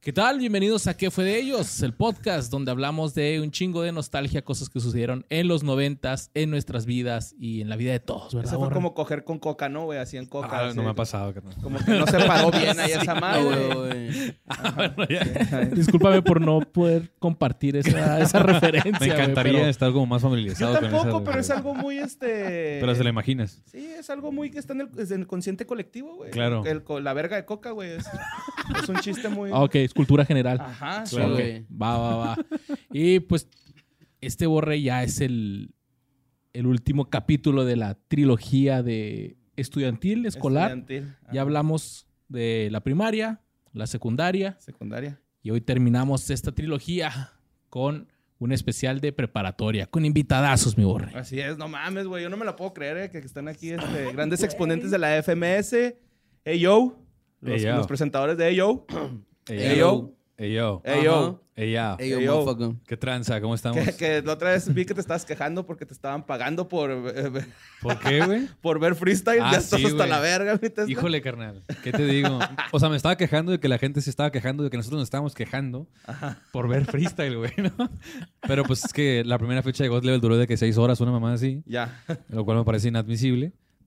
¿Qué tal? Bienvenidos a ¿Qué fue de ellos? El podcast donde hablamos de un chingo de nostalgia, cosas que sucedieron en los 90s, en nuestras vidas y en la vida de todos, ¿verdad? Eso fue Borra? como coger con coca, ¿no, güey? Así en coca. No me ha pasado, carnal. Como que no se paró bien ahí esa madre, güey. Bueno, ya. Discúlpame por no poder compartir esa referencia. Me encantaría güey, estar como más Yo familiarizado con tampoco, esa, pero es algo muy Pero se lo imaginas. Sí, es algo muy que está en el consciente colectivo, güey. Claro. La verga de coca, güey. Es un chiste muy... Ok, es cultura general. Ajá, sí, Claro. güey. Va. Y pues este Borre ya es el último capítulo de la trilogía de estudiantil, escolar. Estudiantil. Ajá. Ya hablamos de la primaria, la secundaria Secundaria. y hoy terminamos esta trilogía con un especial de preparatoria, con invitadazos, mi Borre. Así es, no mames, güey. Yo no me la puedo creer, que están aquí grandes exponentes de la FMS. Hey, yo. Los presentadores de Hey, yo. Ey, yo. Ey, yo. Hey, yo. Ey, ya. Ey, yo. motherfucker. ¿Qué tranza? ¿Cómo estamos? Que la otra vez vi que te estabas quejando porque te estaban pagando por ¿Por qué, güey? ver freestyle. Ah, Ya estás sí, hasta güey. la verga, mi Tesla. Híjole, carnal. ¿Qué te digo? O sea, me estaba quejando de que la gente se estaba quejando, de que nosotros nos estábamos quejando por ver freestyle, güey, ¿no? Pero pues es que la primera fecha de God Level duró de que 6 horas, una mamá así, Ya. lo cual me parece inadmisible.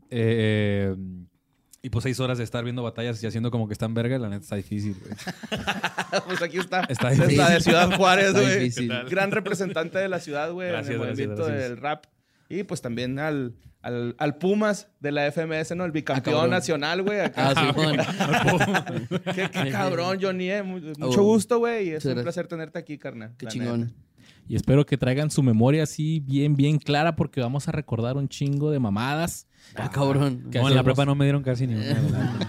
Y pues 6 horas de estar viendo batallas y haciendo como que están verga, la neta está difícil, güey. Pues aquí está. Está Es difícil. la de Ciudad Juárez, Está güey. difícil. Gran representante de la ciudad, güey. En Gracias, el movimiento gracias. del rap. Y pues también al Pumas de la FMS, ¿no? El bicampeón cabrón. nacional, güey. Acá. Ah, sí, Juan. Qué cabrón, Johnny. Mucho bueno. gusto, güey. Y es Muchas un gracias. placer tenerte aquí, carnal. Qué La chingón. neta. Y espero que traigan su memoria así bien clara porque vamos a recordar un chingo de mamadas. Ah, cabrón. ¿Qué No, en la hacemos? prepa no me dieron casi ni una.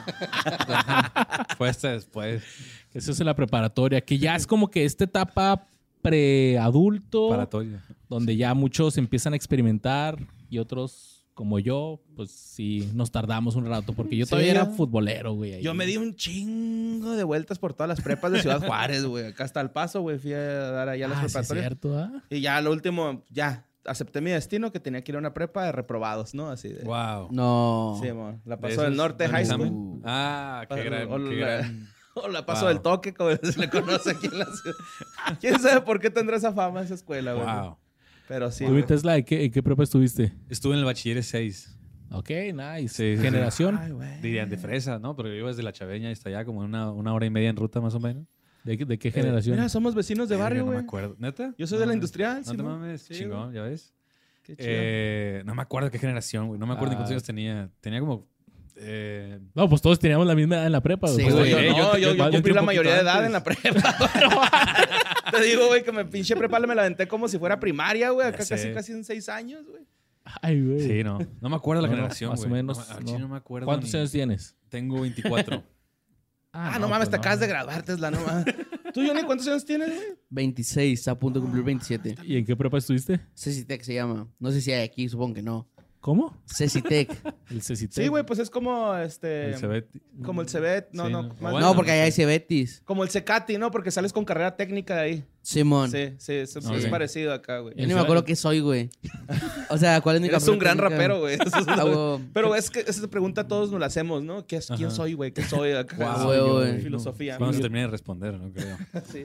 Fue hasta después. Eso es en la preparatoria, que ya es como que esta etapa preadulto, Paratoria. donde ya muchos empiezan a experimentar y otros, como yo, pues sí, nos tardamos un rato, porque yo Sí, todavía era yo- futbolero, güey. ahí. Yo me di un chingo de vueltas por todas las prepas de Ciudad Juárez, güey. Acá hasta El Paso, güey. Fui a dar allá a las sí es preparatorias. cierto, ¿ah? Y ya, lo último, ya. Acepté mi destino, que tenía que ir a una prepa de reprobados, ¿no? Así de... Wow. No. Sí, amor. La ¿De Paso esos? del Norte ¿Del High examen? School. Ah, qué gran, O qué la- gran. O la Paso Wow. del Toque, como se le conoce aquí en la ciudad. ¿Quién sabe por qué tendrá esa fama esa escuela, güey? Wow. Pero sí, ¿Tú, güey. Tesla, en qué prepa estuviste? Estuve en el bachiller 6. Ok, nice. Sí, sí, ¿Generación? Ay, güey. Dirían de fresa, ¿no? Pero yo iba desde la Chaveña hasta allá como una hora y media en ruta más o menos. ¿De qué generación? Mira, somos vecinos de barrio, No güey. me acuerdo. ¿Neta? Yo soy de la No, industrial, No sí, te ¿no? mames, Sí, chingón, ¿ya ves? Qué chido. No me acuerdo qué generación, güey. No me acuerdo ni Ah. cuántos años tenía. Tenía como... No, pues todos teníamos la misma edad en la prepa. Sí, Pues, güey. Yo, yo- no, yo yo entré cumplí un la poquito mayoría de edad antes. en la prepa. Te digo, güey, que me pinche prepa me la aventé como si fuera primaria, güey. Acá Ya sé. casi en 6 años, güey. Ay, güey. Sí, no. No me acuerdo la No, generación, más o güey. menos, No, al no. chile no me acuerdo. ¿Cuántos ni- años tienes? Tengo 24. Ah, no mames, pues te acabas de graduar, Tesla, no mames. ¿Tú, Johnny, cuántos años tienes, güey? 26, está a punto de cumplir 27. ¿Y en qué prepa estuviste? Cecitec se llama. No sé si hay aquí, supongo que no. ¿Cómo? Cecitec. El CCT. Sí, güey, pues es como El Cebet. como el CEBET, no, Sí, no, no. más- Bueno, No, porque allá hay Cebetis. como el Cecati, ¿no? Porque sales con carrera técnica de ahí. Simón. Sí, es Ok. parecido acá, güey. Yo ni me acuerdo qué soy, güey. O sea, ¿cuál es mi Eres carrera un gran técnica? rapero, güey. Eso es Ah, lo- güey. Pero es que esa pregunta todos nos la hacemos, ¿no? ¿Quién Ajá. soy, güey? ¿Qué soy acá? Wow, Soy yo, güey. Filosofía. Cuando se termine de responder, no creo. Sí.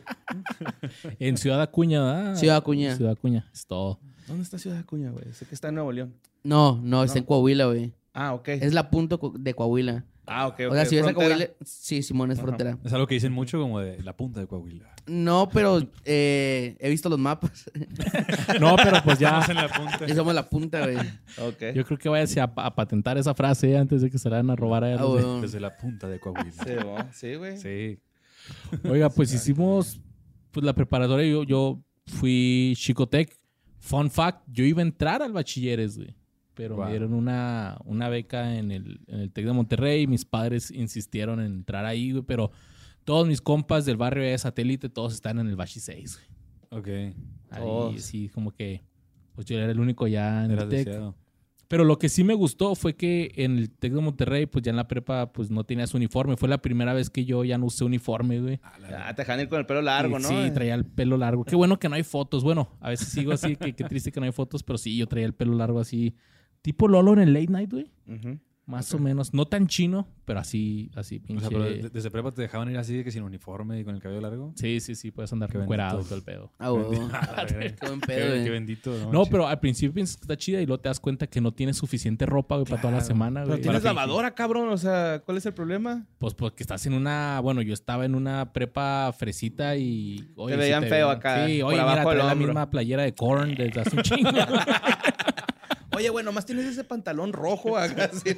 En Ciudad Acuña, ¿verdad? Ciudad Acuña. Ciudad Acuña, es todo. ¿Dónde está Ciudad Acuña, güey? Sé que está en Nuevo León. No, está en Coahuila, güey. Ah, ok. Es la punta de Coahuila. Ah, ok, ok. O sea, si ves a Frontera. Coahuila... Sí, Simón, es Ajá. frontera. Es algo que dicen mucho como de la punta de Coahuila. No, pero he visto los mapas. No, pero pues ya. Estamos en la punta. Y somos la punta, güey. Ok. Yo creo que váyase a patentar esa frase antes de que se la vayan a robar a Ah, güey. Desde la punta de Coahuila. Sí, sí, güey. Sí. Oiga, pues hicimos pues la preparatoria. Yo fui Chicotec. Fun fact, yo iba a entrar al bachilleres, güey. Pero Wow. me dieron una beca en el TEC de Monterrey. Mis padres insistieron en entrar ahí, güey. Pero todos mis compas del barrio de Satélite, todos están en el Bachi 6, güey. Ok. Ahí Todos. sí, como que pues yo era el único ya en Eras el TEC. deseado. Pero lo que sí me gustó fue que en el TEC de Monterrey, pues ya en la prepa, pues no tenías uniforme. Fue la primera vez que yo ya no usé uniforme, güey. Ah, te dejan ir con el pelo largo, ¿no? Sí, traía el pelo largo. Qué bueno que no hay fotos. Bueno, a veces sigo así, que qué triste que no hay fotos, pero sí, yo traía el pelo largo así. Tipo Lolo en el Late Night, güey. Ujú. Más o menos. No tan chino, pero así O pinche. sea, pero desde prepa te dejaban ir así de que sin uniforme y con el cabello largo. Sí. Puedes andar Qué encuerado bendito. todo el pedo. Ah, huevo. Qué Qué buen pedo, güey. Qué bendito. No, manches. pero al principio piensas que está chida y luego te das cuenta que no tienes suficiente ropa, güey, para toda la semana, Pero güey. tienes Para lavadora, cabrón. O sea, ¿cuál es el problema? Pues porque estás en una... Bueno, yo estaba en una prepa fresita y... Te veían feo acá, Sí, por oye, abajo mira, del trae la hombro. misma playera de Korn desde hace un chingo. Oye, güey, nomás tienes ese pantalón rojo acá. ¿Sí?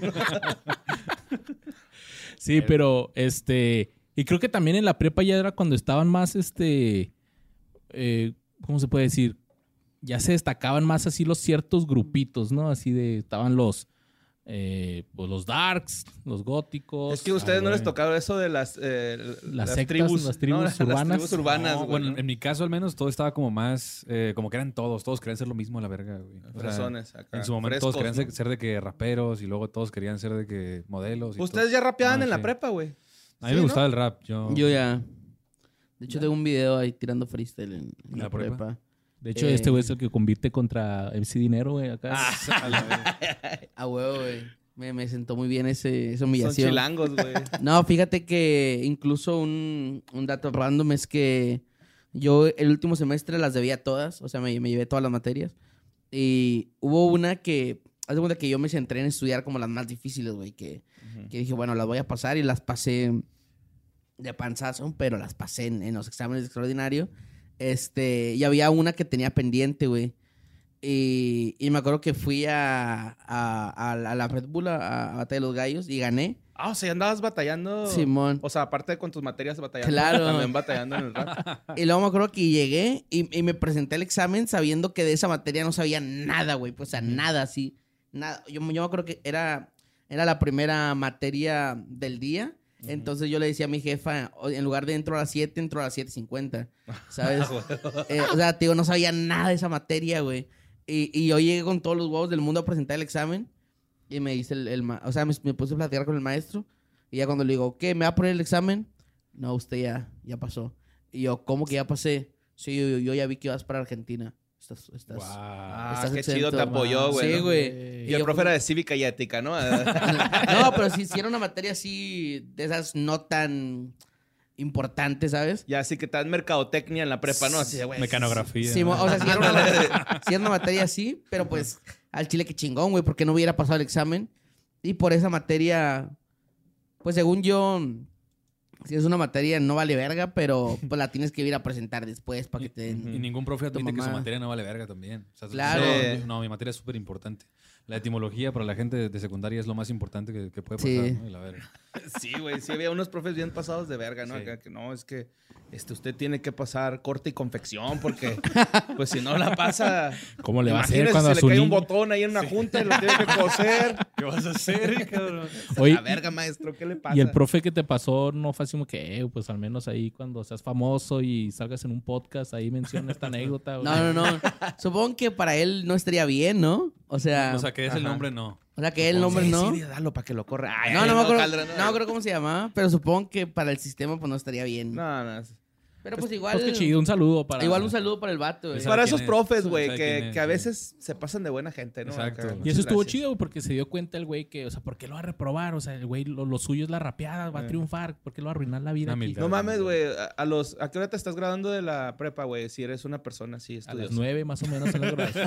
Sí, pero y creo que también en la prepa ya era cuando estaban más ¿cómo se puede decir? Ya se destacaban más así los ciertos grupitos, ¿no? Así de estaban los pues los darks, los góticos. Es que a ustedes no les güey. tocaba eso de las sectas, tribus, las tribus ¿no? urbanas. Las tribus urbanas, No, güey. bueno, ¿no? en mi caso al menos todo estaba como más, como que eran todos querían ser lo mismo a la verga, güey. O sea, Fresones acá, en su momento frescos, todos querían ¿no? ser de que raperos y luego todos querían ser de que modelos. Y Ustedes todo. ya rapeaban Ah, en la sí. prepa, güey. A mí Sí, me ¿no? gustaba el rap. Yo Yo ya. De hecho, tengo un video ahí tirando freestyle en ¿La la prepa? prepa. De hecho, Eh. este güey es el que convierte contra MC Dinero, güey, acá. a la verga. Ah, huevo, güey. Me sentó muy bien esa Son humillación. chilangos, güey. No, fíjate que incluso un dato random es que yo el último semestre las debía todas, o sea, me llevé todas las materias. Y hubo una que, haz de cuenta que yo me centré en estudiar como las más difíciles, güey, que dije, bueno, las voy a pasar y las pasé de panzazo, pero las pasé en los exámenes de extraordinario. Y había una que tenía pendiente, güey. Y me acuerdo que fui a la Red Bull, a Batalla de los Gallos, y gané. Ah, o sea, andabas batallando. Simón. O sea, aparte de con tus materias batallando. Claro. También batallando en el rap. Y luego me acuerdo que llegué y me presenté el examen sabiendo que de esa materia no sabía nada, güey. Pues, o sea, nada así. Nada. Yo me acuerdo que era la primera materia del día. Entonces yo le decía a mi jefa, en lugar de entro a las 7, entro a las 7:50. ¿Sabes? O sea, te digo, no sabía nada de esa materia, güey. Y yo llegué con todos los huevos del mundo a presentar el examen. Y me dice o sea, me puse a platicar con el maestro. Y ya cuando le digo, ¿qué? ¿Me va a poner el examen? No, usted ya pasó. Y yo, ¿cómo que ya pasé? Sí, yo ya vi que ibas para Argentina. Estás Ah, estás qué exento. chido te apoyó, güey. Sí, ¿no? güey. Y el profe era de cívica y ética, ¿no? No, pero sí era una materia así, de esas no tan importantes, ¿sabes? Ya, así que te dan mercadotecnia en la prepa, ¿no? Así de, güey. Mecanografía. Sí, o sea, sí era una materia así, pero pues al chile que chingón, güey, porque no hubiera pasado el examen. Y por esa materia, pues según yo, si es una materia no vale verga, pero pues la tienes que ir a presentar después para que te den. Y ningún profe Tu admite que su mamá. materia no vale verga también. O sea, Claro. No, mi materia es súper importante. La etimología para la gente de secundaria es lo más importante que puede pasar, Sí. ¿no? Y la verga. Sí, güey. Sí, había unos profes bien pasados de verga, ¿no? Sí. Acá que no, es que usted tiene que pasar corte y confección porque, pues, si no la pasa... ¿Cómo le va a hacer Imagínese, cuando a se su le cae un niño... botón ahí en una junta y lo tiene que coser. ¿Qué vas a hacer, cabrón? Oye, La verga, maestro, ¿qué le pasa? y el profe que te pasó no fue así como que, pues al menos ahí cuando seas famoso y salgas en un podcast, ahí menciona esta anécdota. güey. No. Supongo que para él no estaría bien, ¿no? O sea, O sea, que es el nombre, no. que el nombre Sí, no. sí, dalo para que lo corra. Ay, No, ay, no me acuerdo. Caldra, No me acuerdo cómo se llamaba, pero supongo que para el sistema pues no estaría bien. No. Pero pues igual. Pues qué chido, un saludo para... Igual un saludo para el vato, güey. Esa- Para quién esos es? profes, güey, ¿Sabe quién que es? a veces se pasan de buena gente, ¿no? Exacto. Acá, Y muchas eso estuvo gracias. chido, güey, porque se dio cuenta el güey que, o sea, ¿por qué lo va a reprobar? O sea, el güey, lo suyo es la rapeada, va a triunfar. ¿Por qué lo va a arruinar la vida? Una aquí? humildad. No mames, güey. ¿A qué hora te estás graduando de la prepa, güey? Si eres una persona así A las estudiosa. 9 más o menos en la grabación.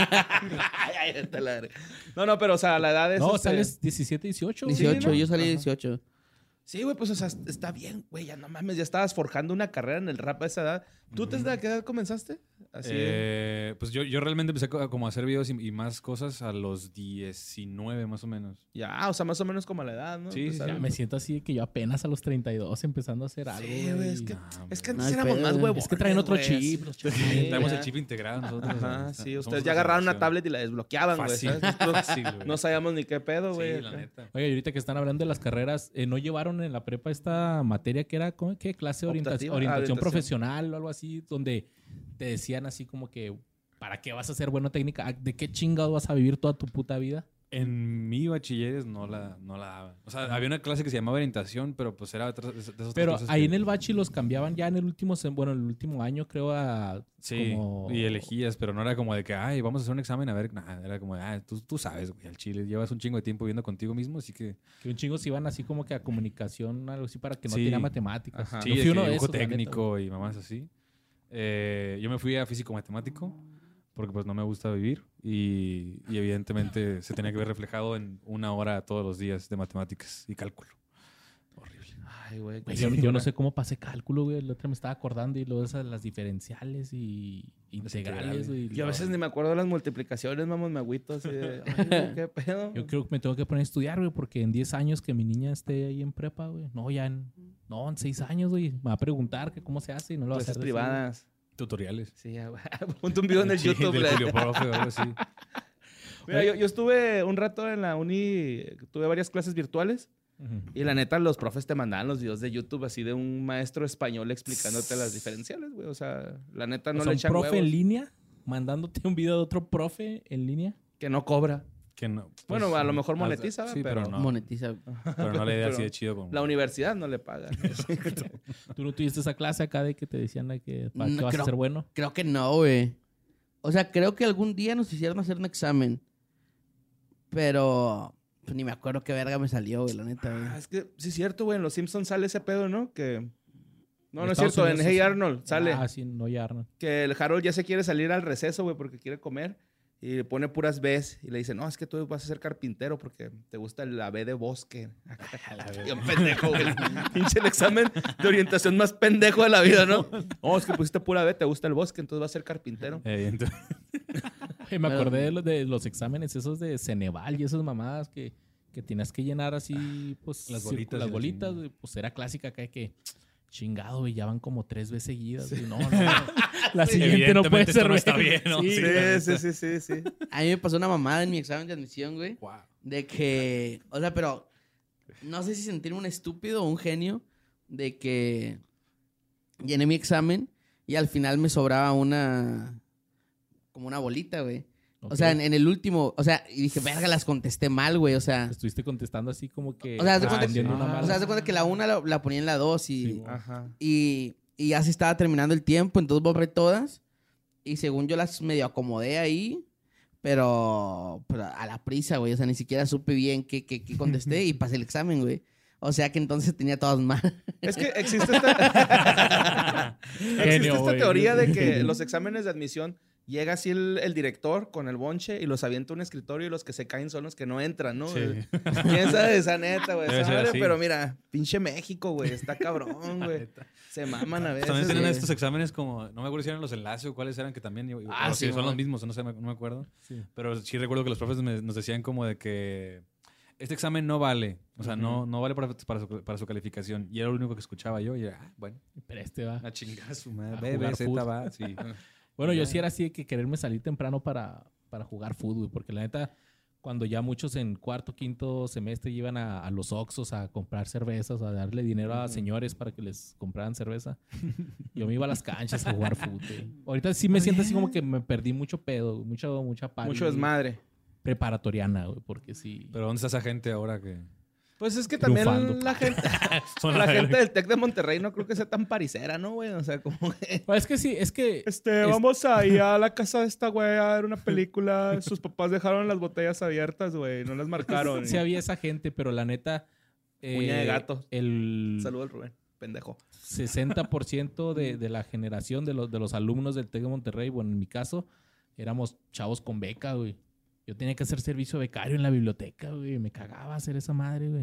Ay, está la verga. No, pero, o sea, la edad es... No, sales 17, 18. güey. 18, ¿no? yo salí Ajá. 18. Sí, güey, pues, o sea, está bien, güey. Ya no mames, ya estabas forjando una carrera en el rap a esa edad. ¿Tú desde qué edad comenzaste? Así. Pues yo realmente empecé como a hacer videos y más cosas a los 19 más o menos. Ya, o sea, más o menos como a la edad, ¿no? Sí, Empezar. Ya me siento así de que yo apenas a los 32 empezando a hacer algo, Sí, güey. güey, es que, No, es que no antes hay éramos pedo, más güey. huevos. Es que traen otro chip, los chavos. Traemos ya. el chip integrado nosotros. Ajá, o sea, sí, somos ustedes otra ya agarraron una generación. tablet y la desbloqueaban, güey. Fácil, ¿sabes? Nosotros fácil, güey. no sabíamos ni qué pedo, güey. Sí, la neta. Oye, ahorita que están hablando de las carreras, ¿no llevaron en la prepa esta materia que era, ¿qué? Clase de Optativa. orientación Orientación. profesional o algo así, donde te decían así como que, ¿para qué vas a ser bueno técnica? ¿De qué chingado vas a vivir toda tu puta vida? En mi bachilleres no la daban. O sea, había una clase que se llamaba orientación, pero pues era de esas Pero clases ahí que- en el bachi los cambiaban ya en el último, el último año, creo, a Sí, como... y elegías, pero no era como de que, ay, vamos a hacer un examen, a ver, nada, era como de, tú sabes, güey, al chile, llevas un chingo de tiempo viviendo contigo mismo, así que... Que un chingo se iban así como que a comunicación, algo así, para que no Sí. tenía matemáticas. Ajá. Sí, Yo de fui que uno de dibujo esos, la neta, técnico y mamás así. Yo me fui a físico-matemático porque pues no me gusta vivir y evidentemente se tenía que ver reflejado en 1 hora todos los días de matemáticas y cálculo. Horrible. Ay, güey. Güey, yo no sé cómo pasé cálculo, güey. El otro me estaba acordando y luego esas las diferenciales y integrales, güey. Yo a veces ni me acuerdo de las multiplicaciones, mamón, me agüito así de... Ay, güey, ¿qué pedo? Yo creo que me tengo que poner a estudiar, güey, porque en 10 años que mi niña esté ahí en prepa, güey. No, en 6 años, güey. Me va a preguntar que cómo se hace y no lo va a Clases hacer. privadas. Tutoriales. Sí, güey. Ponte un video en el Sí, YouTube. del le- Julio Profe o algo así. Mira, yo estuve un rato en la uni, tuve varias clases virtuales. Ujú. Y la neta, los profes te mandaban los videos de YouTube así de un maestro español explicándote las diferenciales, güey. O sea, la neta no O sea, le un echan profe huevos. en línea mandándote un video de otro profe en línea. Que no cobra. Que no, pues, Bueno, a lo mejor monetiza, sí, pero pero no. Monetiza. Pero no le dé así Pero de chido como... La universidad no le paga. ¿Tú no tuviste esa clase acá de que te decían de que para No, qué vas creo- a ser bueno? Creo que no, güey. O sea, creo que algún día nos hicieron hacer un examen. Pero pues, ni me acuerdo qué verga me salió, güey, la neta, güey. Es que sí es cierto, güey. En Los Simpsons sale ese pedo, ¿no? Que... No, En no es Estados cierto. En Unidos Hey sí. Arnold sale Ah, sí, no, ya Arnold. que el Harold ya se quiere salir al receso, güey, porque quiere comer. Y le pone puras Bs. Y le dice, no, es que tú vas a ser carpintero porque te gusta la B de bosque. Bien pendejo, güey. Pinche el examen de orientación más pendejo de la vida, ¿no? No, es que pusiste pura B, te gusta el bosque, entonces vas a ser carpintero. Entonces, Me Pero- acordé de los exámenes esos de Ceneval y esas mamadas que tenías que llenar así, pues... Las bolitas y Las la bolitas, chingada. güey. Pues era clásica acá de que... Chingado, güey, ya van como 3 veces seguidas. güey. No, la siguiente no puede Evidentemente ser esto no está bien, ¿no? Sí, Sí. Sí. A mí me pasó una mamada en mi examen de admisión, güey. wow. De que, o sea, pero no sé si sentirme un estúpido o un genio de que llené mi examen y al final me sobraba como una bolita, güey. Ok. O sea, en el último, o sea, y dije, verga, las contesté mal, güey, o sea. Estuviste contestando así como que... O sea, haz de cuenta que- respondiendo una Ah. mala. O sea, haz de cuenta que la una la ponía en la 2 y, Sí, Ajá. y ya se estaba terminando el tiempo, entonces borré todas y según yo las medio acomodé ahí, pero a la prisa, güey, o sea, ni siquiera supe bien qué contesté y pasé el examen, güey. O sea que entonces tenía todas mal. Es que existe esta, Genio, güey. teoría de que los exámenes de admisión llega así el director con el bonche y los avienta a un escritorio y los que se caen son los que no entran, ¿no? Sí. ¿Quién sabe esa neta, güey? Debe Esa ser madre, así. pero mira, pinche México, güey, está cabrón, güey. Se maman a veces. También tienen güey. estos exámenes como, no me acuerdo si eran los enlaces o cuáles eran, que también, Ah, o si sí, son man. los mismos, no sé, no me acuerdo. Sí. Pero sí recuerdo que los profes nos decían como de que este examen no vale, o sea, no vale para su calificación. Y era lo único que escuchaba yo y era, bueno, Pero este va. a chingar su A madre, jugar B, Z fútbol. va, sí. Bueno, yo Ya. sí era así de que quererme salir temprano para jugar fútbol, porque la neta, cuando ya muchos en cuarto, quinto semestre iban a los Oxxos a comprar cervezas, a darle dinero a señores para que les compraran cerveza, yo me iba a las canchas a jugar fútbol. Ahorita sí me siento así como que me perdí mucho pedo, mucha pali Mucho desmadre. preparatoriana, güey, porque sí. Pero ¿dónde está esa gente ahora que...? Pues es que también Triunfando. la gente, Son la la gente verga. del TEC de Monterrey no creo que sea tan paricera, ¿no, güey? O sea, como que... Pues es que sí, es que... Vamos ahí a la casa de esta güey a ver una película. Sus papás dejaron las botellas abiertas, güey. No las marcaron. Sí había esa gente, pero la neta... Uña de gato. El Saludos al Rubén, pendejo. 60% de la generación de los alumnos del TEC de Monterrey, bueno, en mi caso, éramos chavos con beca, güey. Yo tenía que hacer servicio becario en la biblioteca, güey. Me cagaba hacer esa madre, güey.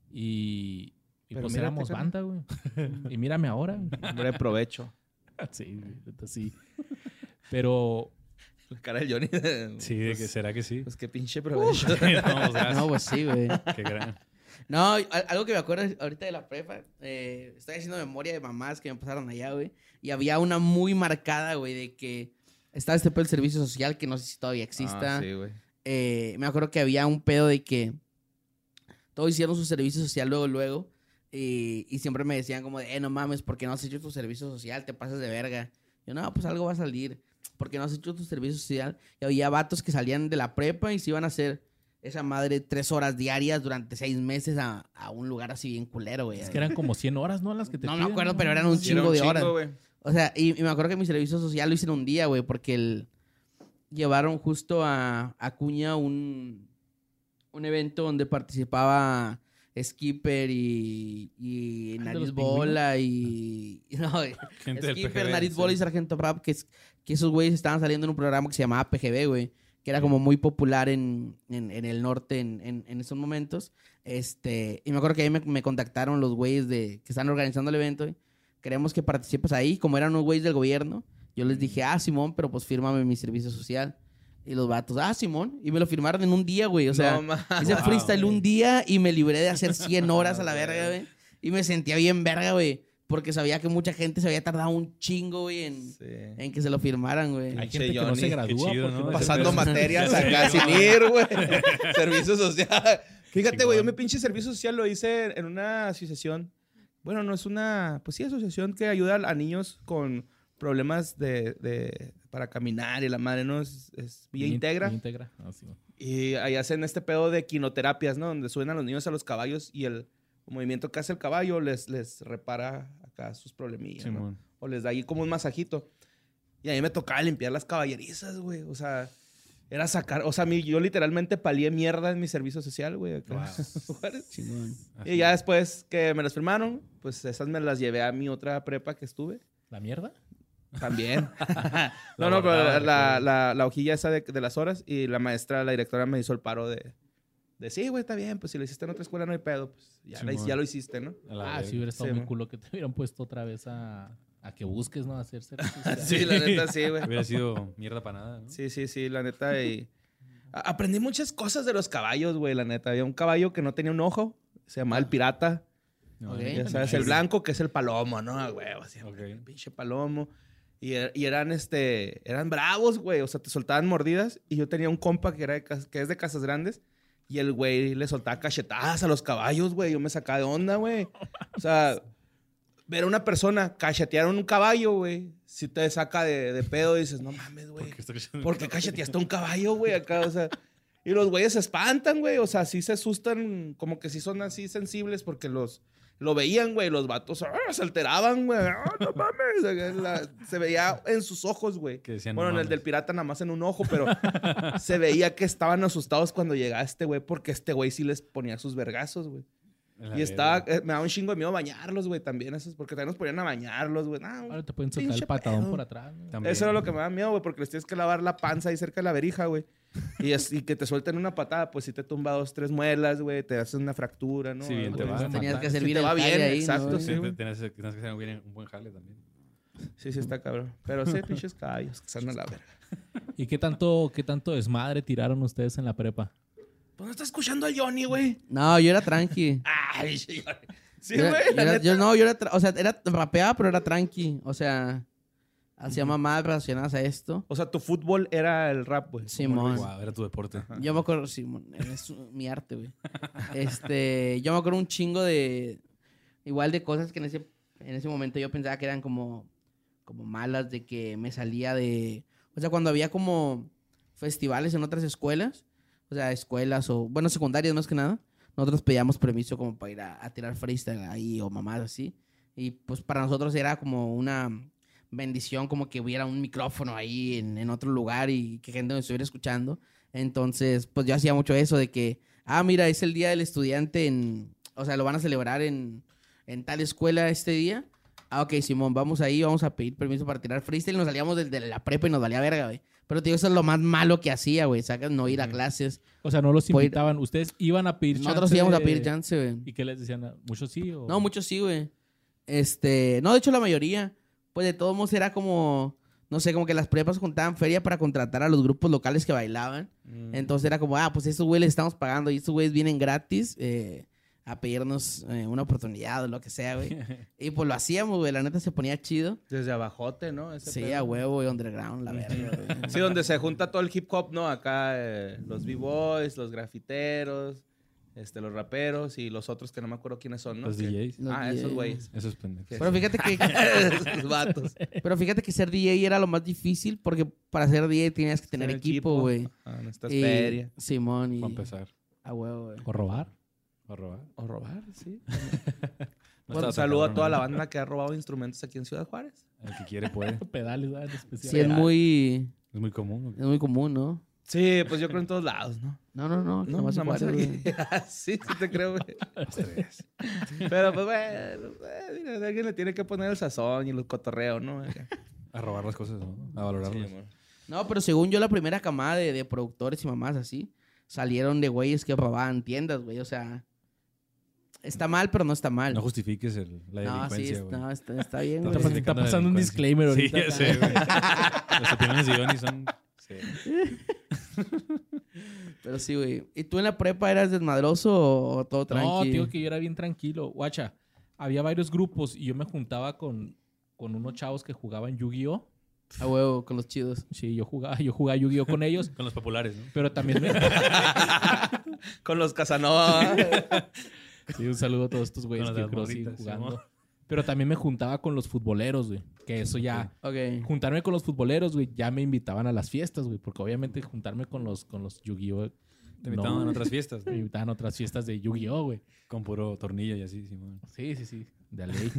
Y Pero pues mírate, éramos carnal. banda, güey. Y mírame ahora. güey. Hombre, provecho. Sí, güey, neta, sí. Pero La cara del Johnny. Sí, ¿de que será que sí? Pues qué pinche provecho. No, o sea, No, pues sí, güey. qué gran... No, algo que me acuerdo ahorita de la prepa, estoy haciendo memoria de mamás que me pasaron allá, güey. Y había una muy marcada, güey, de que estaba este pedo del servicio social, que no sé si todavía exista. Ah, sí, güey. Me acuerdo que había un pedo de que todos hicieron su servicio social luego. Y siempre me decían como de, no mames, ¿por qué no has hecho tu servicio social? Te pasas de verga. Yo, no, pues algo va a salir. ¿Por qué no has hecho tu servicio social? Y había vatos que salían de la prepa y se iban a hacer esa madre 3 horas diarias durante 6 meses a un lugar así bien culero, güey. Es que eran como 100 horas, ¿no? Las que te No me piden, acuerdo, ¿no? pero eran un Sí, era chingo de horas. güey. O sea, y me acuerdo que mi servicio social lo hice en un día, güey, porque llevaron justo a Acuña un evento donde participaba Skipper y ¿El de Nariz los Bola y... No, Gente del Skipper, PGB, Nariz sí. Bola y Sargento Rap, que esos güeyes estaban saliendo en un programa que se llamaba PGB, güey, que era como muy popular en el norte en esos momentos. Y me acuerdo que ahí me contactaron los güeyes que están organizando el evento, güey. Queremos que participes ahí. Como eran unos güeyes del gobierno, yo les dije, Simón, pero pues fírmame mi servicio social. Y los vatos, Simón. Y me lo firmaron en un día, güey. O sea, No, ma. hice Wow, freestyle güey. un día y me libré de hacer 100 horas a la verga, güey. Y me sentía bien verga, güey. Porque sabía que mucha gente se había tardado un chingo, güey, en que se lo firmaran, güey. Hay Pinche gente que no Johnny, se qué gradúa chido, porque ¿no? no Pasando Ese materias pedo. acá sin ir, güey. Servicio social. Fíjate, güey, yo mi pinche servicio social lo hice en una asociación. Bueno, no es una... Pues sí, asociación que ayuda a niños con problemas para caminar y la madre, ¿no? Es Villa Integra. Villa Integra. Ah, sí. Y ahí hacen este pedo de quinoterapias, ¿no? Donde suben a los niños a los caballos y el movimiento que hace el caballo les repara acá sus problemillas, ¿no? Simón. O les da ahí como un masajito. Y a mí me tocaba limpiar las caballerizas, güey. O sea, era sacar... O sea, yo literalmente palié mierda en mi servicio social, güey. acá. Chingón. Así. Y ya después que me las firmaron, pues esas me las llevé a mi otra prepa que estuve. ¿La mierda? También. La no, pero bordada, la hojilla esa de las horas y la maestra, la directora me hizo el paro de sí, güey, está bien, pues si lo hiciste en otra escuela no hay pedo, pues Simón. ya lo hiciste, ¿no? A la Ah, verga. sí, hubiera estado Sí, muy man. culo que te hubieran puesto otra vez a que busques, ¿no? A hacer servicio social. Sí, la neta, sí, güey. Hubiera sido mierda para nada, ¿no? Sí, la neta. Y aprendí muchas cosas de los caballos, güey, la neta. Había un caballo que no tenía un ojo, se llamaba el pirata. No, Ok. Ya sabes, el blanco que es el palomo, ¿no? A huevo, así, Ok. el pinche palomo. Y eran bravos, güey. O sea, te soltaban mordidas. Y yo tenía un compa que es de Casas Grandes. Y el güey le soltaba cachetadas a los caballos, güey. Yo me sacaba de onda, güey. O sea, ver a una persona cachetear a un caballo, güey. Si te saca de pedo y dices, no mames, güey. ¿Por qué cacheteaste a un caballo, güey? Acá, o sea. Y los güeyes se espantan, güey. O sea, sí se asustan, como que sí son así sensibles porque lo veían, güey. Los vatos se alteraban, güey. No mames. Se veía en sus ojos, güey. Que decían, Bueno, no en el mames. del pirata nada más en un ojo, pero se veía que estaban asustados cuando llegaba este güey porque este güey sí les ponía sus vergazos, güey. A la Y estaba, verga. me daba un chingo de miedo bañarlos, güey, también esos, porque también nos ponían a bañarlos, güey. Ahora te pueden soltar pinche el patadón pedo. por atrás, ¿no? También. Eso era lo que me daba miedo, güey, porque les tienes que lavar la panza ahí cerca de la verija, güey. Y que te suelten una patada, pues si te tumba 2, 3 muelas, güey, te haces una fractura, ¿no? Sí, bien te Algo va. así. Tenías que matar. hacer Sí bien te el va jale bien, ahí, exacto, ¿no? sí. Tienes que hacer un buen jale también. Sí, está cabrón. Pero sí, pinches caballos que salen a la verga. ¿Y qué tanto desmadre tiraron ustedes en la prepa? Pues no está escuchando al Johnny, güey. No, yo era tranqui. Ay, sí, Yo era- güey, la neta. yo era, o sea, era rapeaba, pero era tranqui. O sea, hacía mamadas relacionadas a esto. O sea, tu fútbol era el rap, güey. Simón. Wow, era tu deporte. Yo me acuerdo, Simón, es mi arte, güey. Yo me acuerdo un chingo igual de cosas que en ese momento yo pensaba que eran como malas, de que me salía o sea, cuando había como festivales en otras escuelas, o sea, escuelas o, bueno, secundarias más que nada, nosotros pedíamos permiso como para ir a tirar freestyle ahí o mamadas así. Y pues para nosotros era como una bendición como que hubiera un micrófono ahí en otro lugar y que gente nos estuviera escuchando. Entonces, pues yo hacía mucho eso de que, mira, es el día del estudiante o sea, lo van a celebrar en tal escuela este día. Ok, Simón, vamos ahí, vamos a pedir permiso para tirar freestyle. Nos salíamos desde la prepa y nos valía verga, güey. Pero te digo, eso es lo más malo que hacía, güey. Sacas, no ir a clases. O sea, no los Pues- invitaban. ¿Ustedes iban a pedir chance? Nosotros íbamos a pedir chance, güey. ¿Y qué les decían? ¿Muchos sí? O... No, muchos sí, güey. No, de hecho la mayoría. Pues de todos modos era como, no sé, como que las prepas juntaban feria para contratar a los grupos locales que bailaban. Entonces era como, pues estos güeyes les estamos pagando y estos güeyes vienen gratis a pedirnos una oportunidad o lo que sea, güey. Y pues lo hacíamos, güey. La neta se ponía chido. Desde abajote, ¿no? Ese Sí, pedo. a huevo, güey, underground, la verga, güey. Sí, donde se junta todo el hip hop, ¿no? Acá los b-boys, los grafiteros, los raperos y los otros que no me acuerdo quiénes son, ¿no? Los Que- DJs. Los esos DJs. güeyes. Eso es pendejo. Pero fíjate que... Esos vatos. Pero fíjate que ser DJ era lo más difícil porque para ser DJ tenías que tener Ser equipo, güey. Necesitas Y- feria. Simón y... Para empezar. A huevo, güey. O robar. ¿O robar? O robar, sí. No Bueno, estaba tan saludo a cabrón, toda ¿no? la banda que ha robado instrumentos aquí en Ciudad Juárez. El que quiere puede. Pedales, ¿verdad? En especial. Sí, es muy común. ¿no? Sí, pues yo creo en todos lados, ¿no? No. No, nomás nada más Juárez, aquí. güey. Sí, sí te creo, güey. Los tres. Pero pues, bueno, mira, alguien le tiene que poner el sazón y el cotorreo, ¿no? A robar las cosas, ¿no? A valorarlas. No, pero según yo, la primera camada de productores y mamás así salieron de güeyes que robaban tiendas, güey. O sea, está mal, pero no está mal. No justifiques la No, sí, delincuencia, güey. no, está bien, Está güey. pasando- Está pasando un delincuencia. disclaimer Sí, ahorita. ya sé, güey. Las opiniones de Johnny son... Sí. Pero sí, güey. ¿Y tú en la prepa eras desmadroso o todo No, tranquilo? tío, que yo era bien tranquilo. Guacha, había varios grupos y yo me juntaba con unos chavos que jugaban Yu-Gi-Oh! A huevo, con los chidos. Sí, yo jugaba Yu-Gi-Oh! Con ellos, Con los populares, ¿no? pero también me... Con los Casanova. Sí, un saludo a todos estos güeyes Con que las creo siguen morritas, jugando. Simón. Pero también me juntaba con los futboleros, güey. Que eso ya... Ok. Juntarme con los futboleros, güey, ya me invitaban a las fiestas, güey. Porque obviamente juntarme con los Yu-Gi-Oh! Te invitaban a otras fiestas, Me ¿no? invitaban a otras fiestas de Yu-Gi-Oh, güey. Con puro tornillo y así, Simón. Sí, de ley.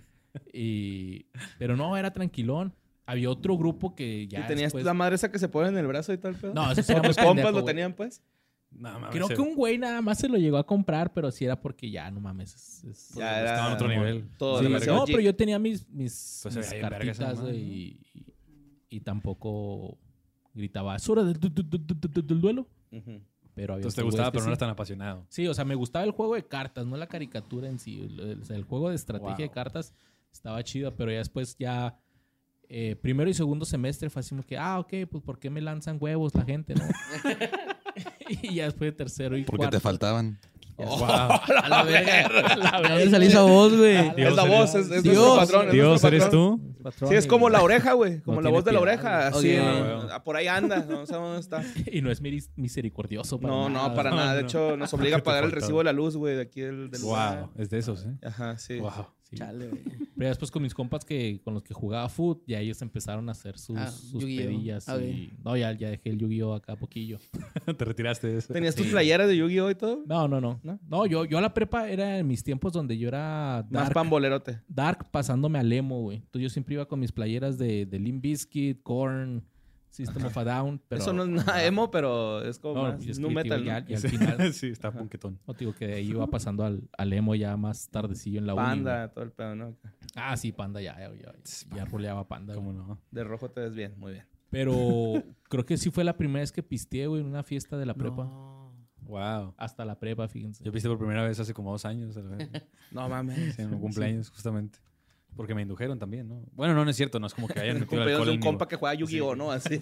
Pero no, era tranquilón. Había otro grupo que ya ¿Y tenías después... la madre esa que se pone en el brazo y tal pedo? No, eso ¿O sería muy tus compas pendejo, lo güey. tenían, pues? No, mames. Creo que un güey nada más se lo llegó a comprar, pero sí era porque ya, no mames. Ya estaba en otro nivel. Todo Sí, demasiado no, geek. pero yo tenía mis Pues se veía bien verga esa cartitas, mamada, güey, y tampoco gritaba, ¿es hora del duelo? Ujú. Pero había Entonces te otros gustaba, güeyes que pero no eras sí. tan apasionado. Sí, o sea, me gustaba el juego de cartas, no la caricatura en sí. O sea, el juego de estrategia de Wow. cartas estaba chido, pero ya después ya... primero y segundo semestre fue así como que, ok, pues ¿por qué me lanzan huevos la gente, no? Y ya después de tercero y Porque cuarto. te faltaban. Wow. A la verga. La ¿De dónde salís a vos, güey? Es la voz, es Dios, nuestro patrón. es Dios, nuestro ¿eres patrón. tú? Patrón, Sí, es y- como la oreja, güey. Como No la tiene voz de la piedad, oreja. güey. Así, Ok. por ahí anda. No sé dónde está. Y no es misericordioso para No, nada. no, para nada. De no. hecho, nos obliga a Te pagar el faltaba. recibo de la luz, güey, de aquí del lugar. Wow. Es de esos, ¿eh? Ajá, sí. Wow. Sí. Chale, güey. Pero ya después con mis compas con los que jugaba foot, ya ellos empezaron a hacer sus Yu-Gi-Oh. pedillas. Ok. Y, no, ya dejé el Yu-Gi-Oh acá poquillo. Te retiraste de eso. ¿Tenías tus Sí. playeras de Yu-Gi-Oh y todo? No. ¿No? No, yo a la prepa era en mis tiempos donde yo era Más pambolerote. dark pasándome al emo, güey. Entonces yo siempre iba con mis playeras de Limp Bizkit, Korn, System of a Down. Pero, Eso no es nada emo, pero es como No, más pues es que, nu tío, metal, ¿no? ya al final... Sí, está punquetón. No, te digo que de ahí iba pasando al emo ya más tardecillo en la uni. Panda, todo el pedo, ¿no? Ah, sí, Panda ya roleaba Panda. ¿Cómo güey. no? De rojo te ves bien, muy bien. Pero creo que sí fue la primera vez que pisteé, güey, en una fiesta de la prepa. Wow. Hasta la prepa, fíjense. Yo viste por primera vez hace como 2 años. A la vez. No mames. Sí, en un cumpleaños, justamente. Porque me indujeron también, ¿no? Bueno, no es cierto. No es como que hayan El metido cumpleaños alcohol de en un mi compa que juega Yu-Gi-Oh, Sí. ¿no? Así.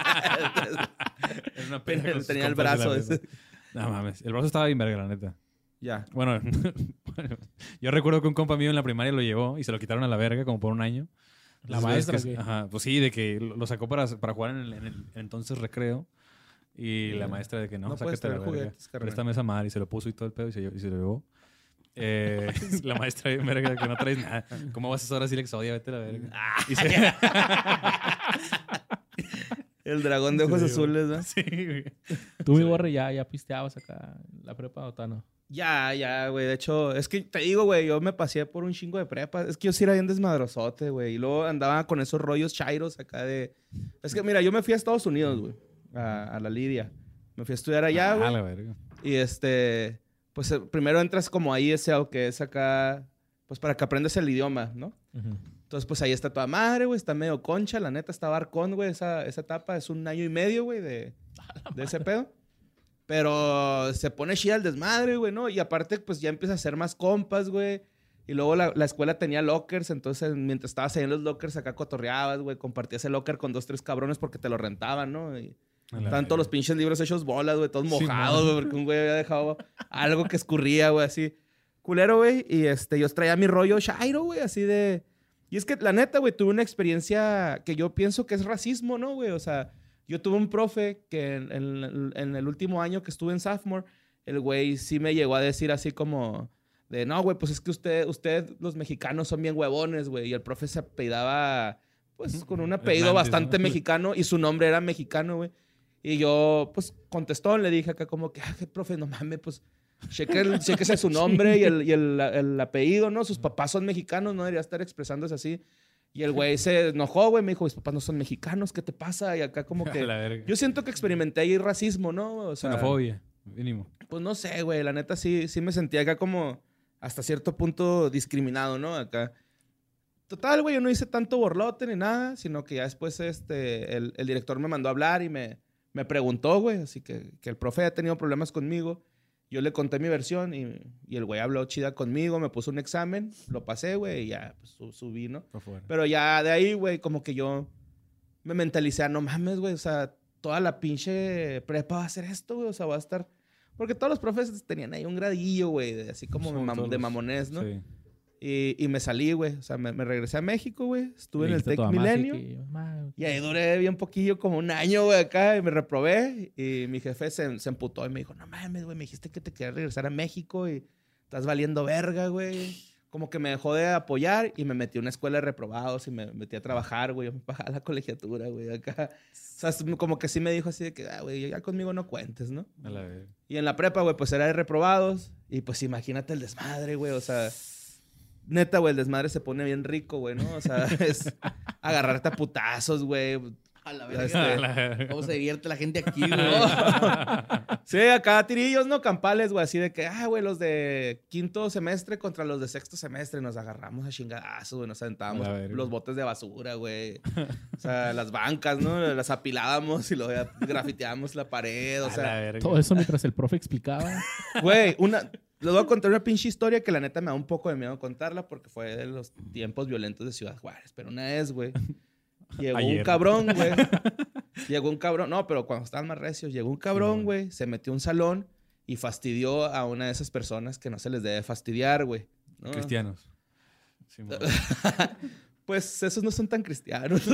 Es una pena con sus Tenía el compas de la brazo prepa. ese. No mames. El brazo estaba bien verga, la neta. Ya. Bueno, yo recuerdo que un compa mío en la primaria lo llevó y se lo quitaron a la verga como por un año. La Entonces, maestra, ves que- güey. Ajá, pues sí, de que lo sacó para jugar en el entonces recreo. Y la maestra de que no, No puedes sácate la traer verga. juguetes, carnal. Préstame esa madre. Y se lo puso y todo el pedo y se lo llevó. La maestra bien verga que no traes nada. ¿Cómo vas a hacer ahora sí la exodia? Vete a la verga. Y se... El dragón de ojos Sí, azules, ¿no? sí, güey. Tú, mi borre, ya pisteabas acá en la prepa o no. Ya, güey. De hecho, es que te digo, güey, yo me pasé por un chingo de prepas. Es que yo sí era bien desmadrosote, güey. Y luego andaba con esos rollos chairos acá de... Es que, mira, yo me fui a Estados Unidos, güey. A la Lidia. Me fui a estudiar allá, güey. Ah, la verga. Y pues primero entras como ahí ese que es acá, pues para que aprendas el idioma, ¿no? Entonces, pues ahí está toda madre, güey. Está medio concha. La neta, está barcón, güey. Esa etapa es 1 año y medio, güey, de ese pedo. Pero se pone chida el desmadre, güey, ¿no? Y aparte, pues ya empieza a hacer más compas, güey. Y luego la escuela tenía lockers. Entonces, mientras estabas ahí en los lockers, acá cotorreabas, güey. Compartías el locker con 2, 3 cabrones porque te lo rentaban, ¿no? Y estaban todos los pinches libros hechos bolas, güey. Todos mojados, güey. Porque un güey había dejado algo que escurría, güey, así. Culero, güey. Y yo traía mi rollo chairo, güey, así de... Y es que, la neta, güey, tuve una experiencia que yo pienso que es racismo, ¿no, güey? O sea, yo tuve un profe que en el último año que estuve en sophomore, el güey sí me llegó a decir así como de, no, güey, pues es que usted, los mexicanos son bien huevones, güey. Y el profe se apellidaba, pues, con un apellido Hernández, bastante ¿no? mexicano y su nombre era mexicano, güey. Y yo, pues, contestó, le dije acá como que, profe, no mames, pues, chéquese su nombre y el apellido, ¿no? Sus papás son mexicanos, no debería estar expresándose así. Y el güey se enojó, güey, me dijo, mis papás no son mexicanos, ¿qué te pasa? Y acá como que... Yo siento que experimenté ahí racismo, ¿no? O sea, xenofobia, mínimo. Pues no sé, güey, la neta sí me sentía acá como hasta cierto punto discriminado, ¿no? Acá. Total, güey, yo no hice tanto borlote ni nada, sino que ya después el director me mandó a hablar y me preguntó, güey, así que el profe ha tenido problemas conmigo. Yo le conté mi versión y el güey habló chida conmigo, me puso un examen, lo pasé, güey, y ya pues, subí, ¿no? Pero ya de ahí, güey, como que yo me mentalicé, no mames, güey, o sea, toda la pinche prepa va a hacer esto, güey, o sea, va a estar... Porque todos los profes tenían ahí un gradillo, güey, así como de mamonés, ¿no? Sí. Y me salí, güey. O sea, me regresé a México, güey. Estuve en el Tec Milenio. Y ahí duré bien poquillo, como un año, güey, acá. Y me reprobé. Y mi jefe se emputó y me dijo, no mames, güey, me dijiste que te querías regresar a México y estás valiendo verga, güey. Como que me dejó de apoyar y me metí a una escuela de reprobados y me metí a trabajar, güey. Yo me pagaba la colegiatura, güey, acá. O sea, como que sí me dijo así de que, güey, ya conmigo no cuentes, ¿no? A la vez. Y en la prepa, güey, pues era de reprobados. Y pues imagínate el desmadre, güey, o sea... Neta, güey, el desmadre se pone bien rico, güey, ¿no? O sea, es agarrarte a putazos, güey. A la verga. ¿Cómo se divierte la gente aquí, güey? Sí, acá tirillos, ¿no? Campales, güey, así de que, güey, los de quinto semestre contra los de sexto semestre. Nos agarramos a chingadazos, güey. Nos aventábamos los botes de basura, güey. O sea, las bancas, ¿no? Las apilábamos y luego ya grafiteábamos la pared, o sea. Todo eso mientras el profe explicaba. Güey, les voy a contar una pinche historia que la neta me da un poco de miedo contarla porque fue de los tiempos violentos de Ciudad Juárez. Pero una vez, güey, llegó un cabrón, güey. Llegó un cabrón. No, pero cuando estaban más recios, llegó un cabrón, güey. Se metió a un salón y fastidió a una de esas personas que no se les debe fastidiar, güey, ¿no? Cristianos. Sí, pues esos no son tan cristianos.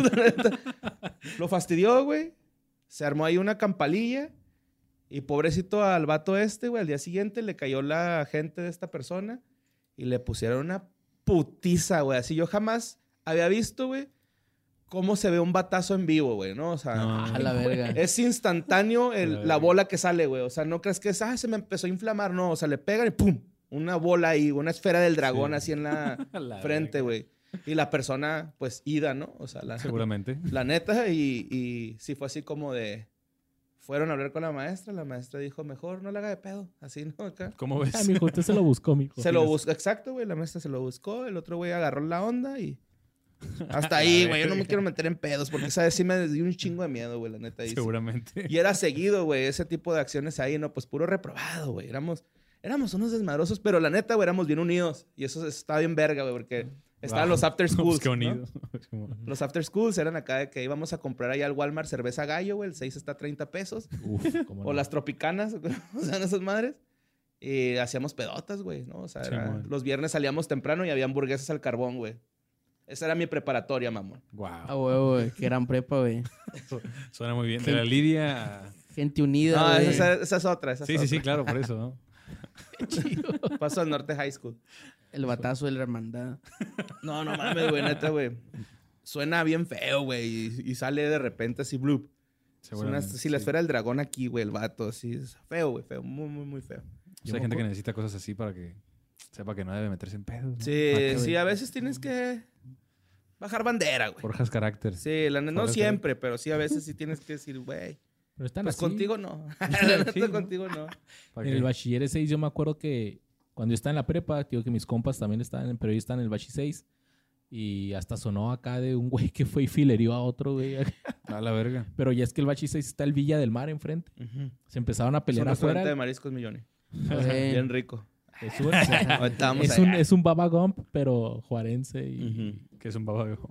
Lo fastidió, güey. Se armó ahí una campalilla. Y pobrecito al vato güey, al día siguiente le cayó la gente de esta persona y le pusieron una putiza, güey. Así yo jamás había visto, güey, cómo se ve un batazo en vivo, güey, ¿no? O sea, a la verga. Es instantáneo la bola que sale, güey. O sea, no crees que se me empezó a inflamar, no. O sea, le pegan y ¡pum! Una bola ahí, una esfera del dragón así en la frente, güey. Y la persona, pues, ida, ¿no? O sea, seguramente. La neta, y sí fue así como de... Fueron a hablar con la maestra dijo, mejor no le haga de pedo, así, ¿no? Acá. ¿Cómo ves? Mijo, usted se lo buscó, mijo. Se lo buscó, exacto, güey, la maestra se lo buscó, el otro güey agarró la onda y... Hasta ahí, güey, yo no me quiero meter en pedos, porque, ¿sabes? Sí me dio un chingo de miedo, güey, la neta. Seguramente. Y era seguido, güey, ese tipo de acciones ahí, ¿no? Pues puro reprobado, güey. Éramos unos desmadrosos, pero la neta, güey, éramos bien unidos. Y eso estaba bien verga, güey, porque... Estaban los after schools, qué unidos. ¿no? Los after schools eran acá de que íbamos a comprar allá al Walmart cerveza Gallo, güey. El 6 está a 30 pesos. Uf, ¿cómo no? O las tropicanas, o sea, esas madres. Y hacíamos pedotas, güey, ¿no? O sea, los viernes salíamos temprano y había hamburguesas al carbón, güey. Esa era mi preparatoria, mamón. Wow. Güey, qué gran prepa, güey. Suena muy bien. De la Lidia... Gente unida, no, güey. Esa es otra. Sí, claro, por eso, ¿no? Qué chido. Paso al Norte High School. El batazo de la hermandad. No mames, güey, neta, güey. Suena bien feo, güey. Y sale de repente así, bloop. Si la esfera del dragón aquí, güey, el vato. Así, es feo, güey, feo. Muy, muy, muy feo. Hay gente que necesita cosas así para que sepa que no debe meterse en pedos, ¿no? Sí, a veces tienes que bajar bandera, güey. Forjas carácter. Sí, no siempre, pero sí a veces sí tienes que decir, güey. Pero están pues así. Contigo no. La neta, contigo no. En el bachiller 6 yo me acuerdo que cuando yo estaba en la prepa, digo que mis compas también estaban, pero ellos estaban en el bachi 6. Y hasta sonó acá de un güey que fue y filerió a otro, güey. A la verga. Pero ya es que el bachi 6 está el Villa del Mar enfrente. Se empezaron a pelear afuera. Es un afuera. restaurante de mariscos Milloni. Bien rico. Es un Baba Gump, pero juarense y... Que es un Baba Gump.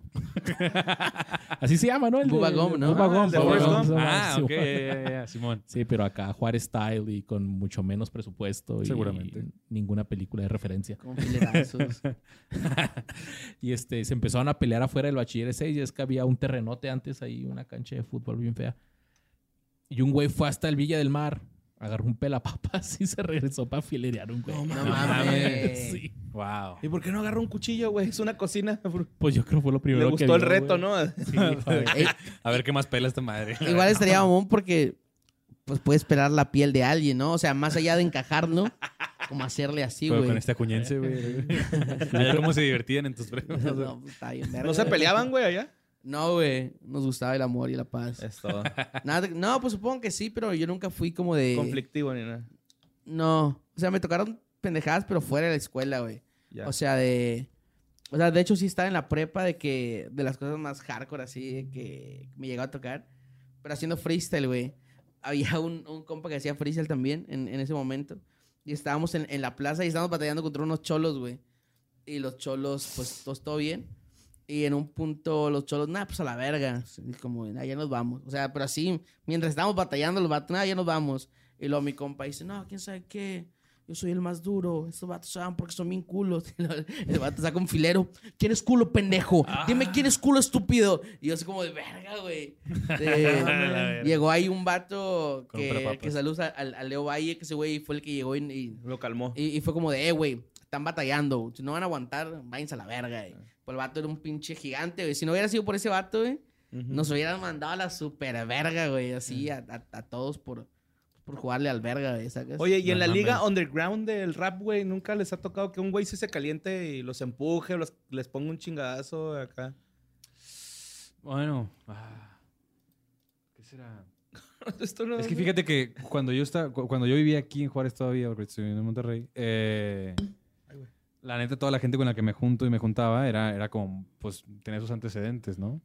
Así se llama, ¿no? El Baba Gump, ¿no? Baba Gump. Ok, Simón. Sí, pero acá Juárez Style y con mucho menos presupuesto. Seguramente. Y ninguna película de referencia. Con filerazos. Y se empezaron a pelear afuera del bachiller 6 y es que había un terrenote antes ahí, una cancha de fútbol bien fea. Y un güey fue hasta el Villa del Mar. Agarró un pelapapas y se regresó para filerear un güey. No mames. Sí. Wow. ¿Y por qué no agarró un cuchillo, güey? Es una cocina. Pues yo creo que fue lo primero Le que gustó vio, el reto, güey. ¿no? Sí, A ver qué más pela esta madre. Igual estaría mamón porque pues puedes pelar la piel de alguien, ¿no? O sea, más allá de encajarlo, como hacerle así, Pero güey. con este acuñense, güey. Ayer cómo se divertían en tus premios. No, pues, está bien, verga, ¿No se güey. peleaban, güey, allá? No, güey. Nos gustaba el amor y la paz. Es todo. Nada, no, pues supongo que sí, pero yo nunca fui como de... Conflictivo ni nada. No. O sea, me tocaron pendejadas, pero fuera de la escuela, güey. Ya. O sea, de hecho sí estaba en la prepa de las cosas más hardcore así que me llegó a tocar. Pero haciendo freestyle, güey. Había un compa que hacía freestyle también en ese momento. Y estábamos en la plaza y estábamos batallando contra unos cholos, güey. Y los cholos, pues, todo bien. Y en un punto los cholos, nada, pues a la verga. Y como, ya nos vamos. O sea, pero así, mientras estábamos batallando los vatos, nada, ya nos vamos. Y luego mi compa dice, no, quién sabe qué. Yo soy el más duro. Estos vatos saben porque son bien culos. El vato saca un filero. ¿Quién es culo, pendejo? Dime quién es culo, estúpido. Y yo así como de verga, güey. Llegó ahí un vato que saluda al Leo Valle, que ese güey fue el que llegó Lo calmó. y fue como de, güey, están batallando. Si no van a aguantar, váyanse a la verga, güey. Pues el vato era un pinche gigante, güey. Si no hubiera sido por ese vato, güey, nos hubieran mandado a la super verga, güey. Así a todos por jugarle al verga, güey, ¿sacas? Oye, y en No la liga mames. underground del rap, güey, ¿nunca les ha tocado que un güey se caliente y los empuje o les ponga un chingadazo acá? Bueno. ¿Qué será? Esto no... Es que fíjate que cuando yo vivía aquí en Juárez todavía, porque estoy viviendo en Monterrey, la neta, toda la gente con la que me junto y me juntaba era como, pues, tenía sus antecedentes, ¿no?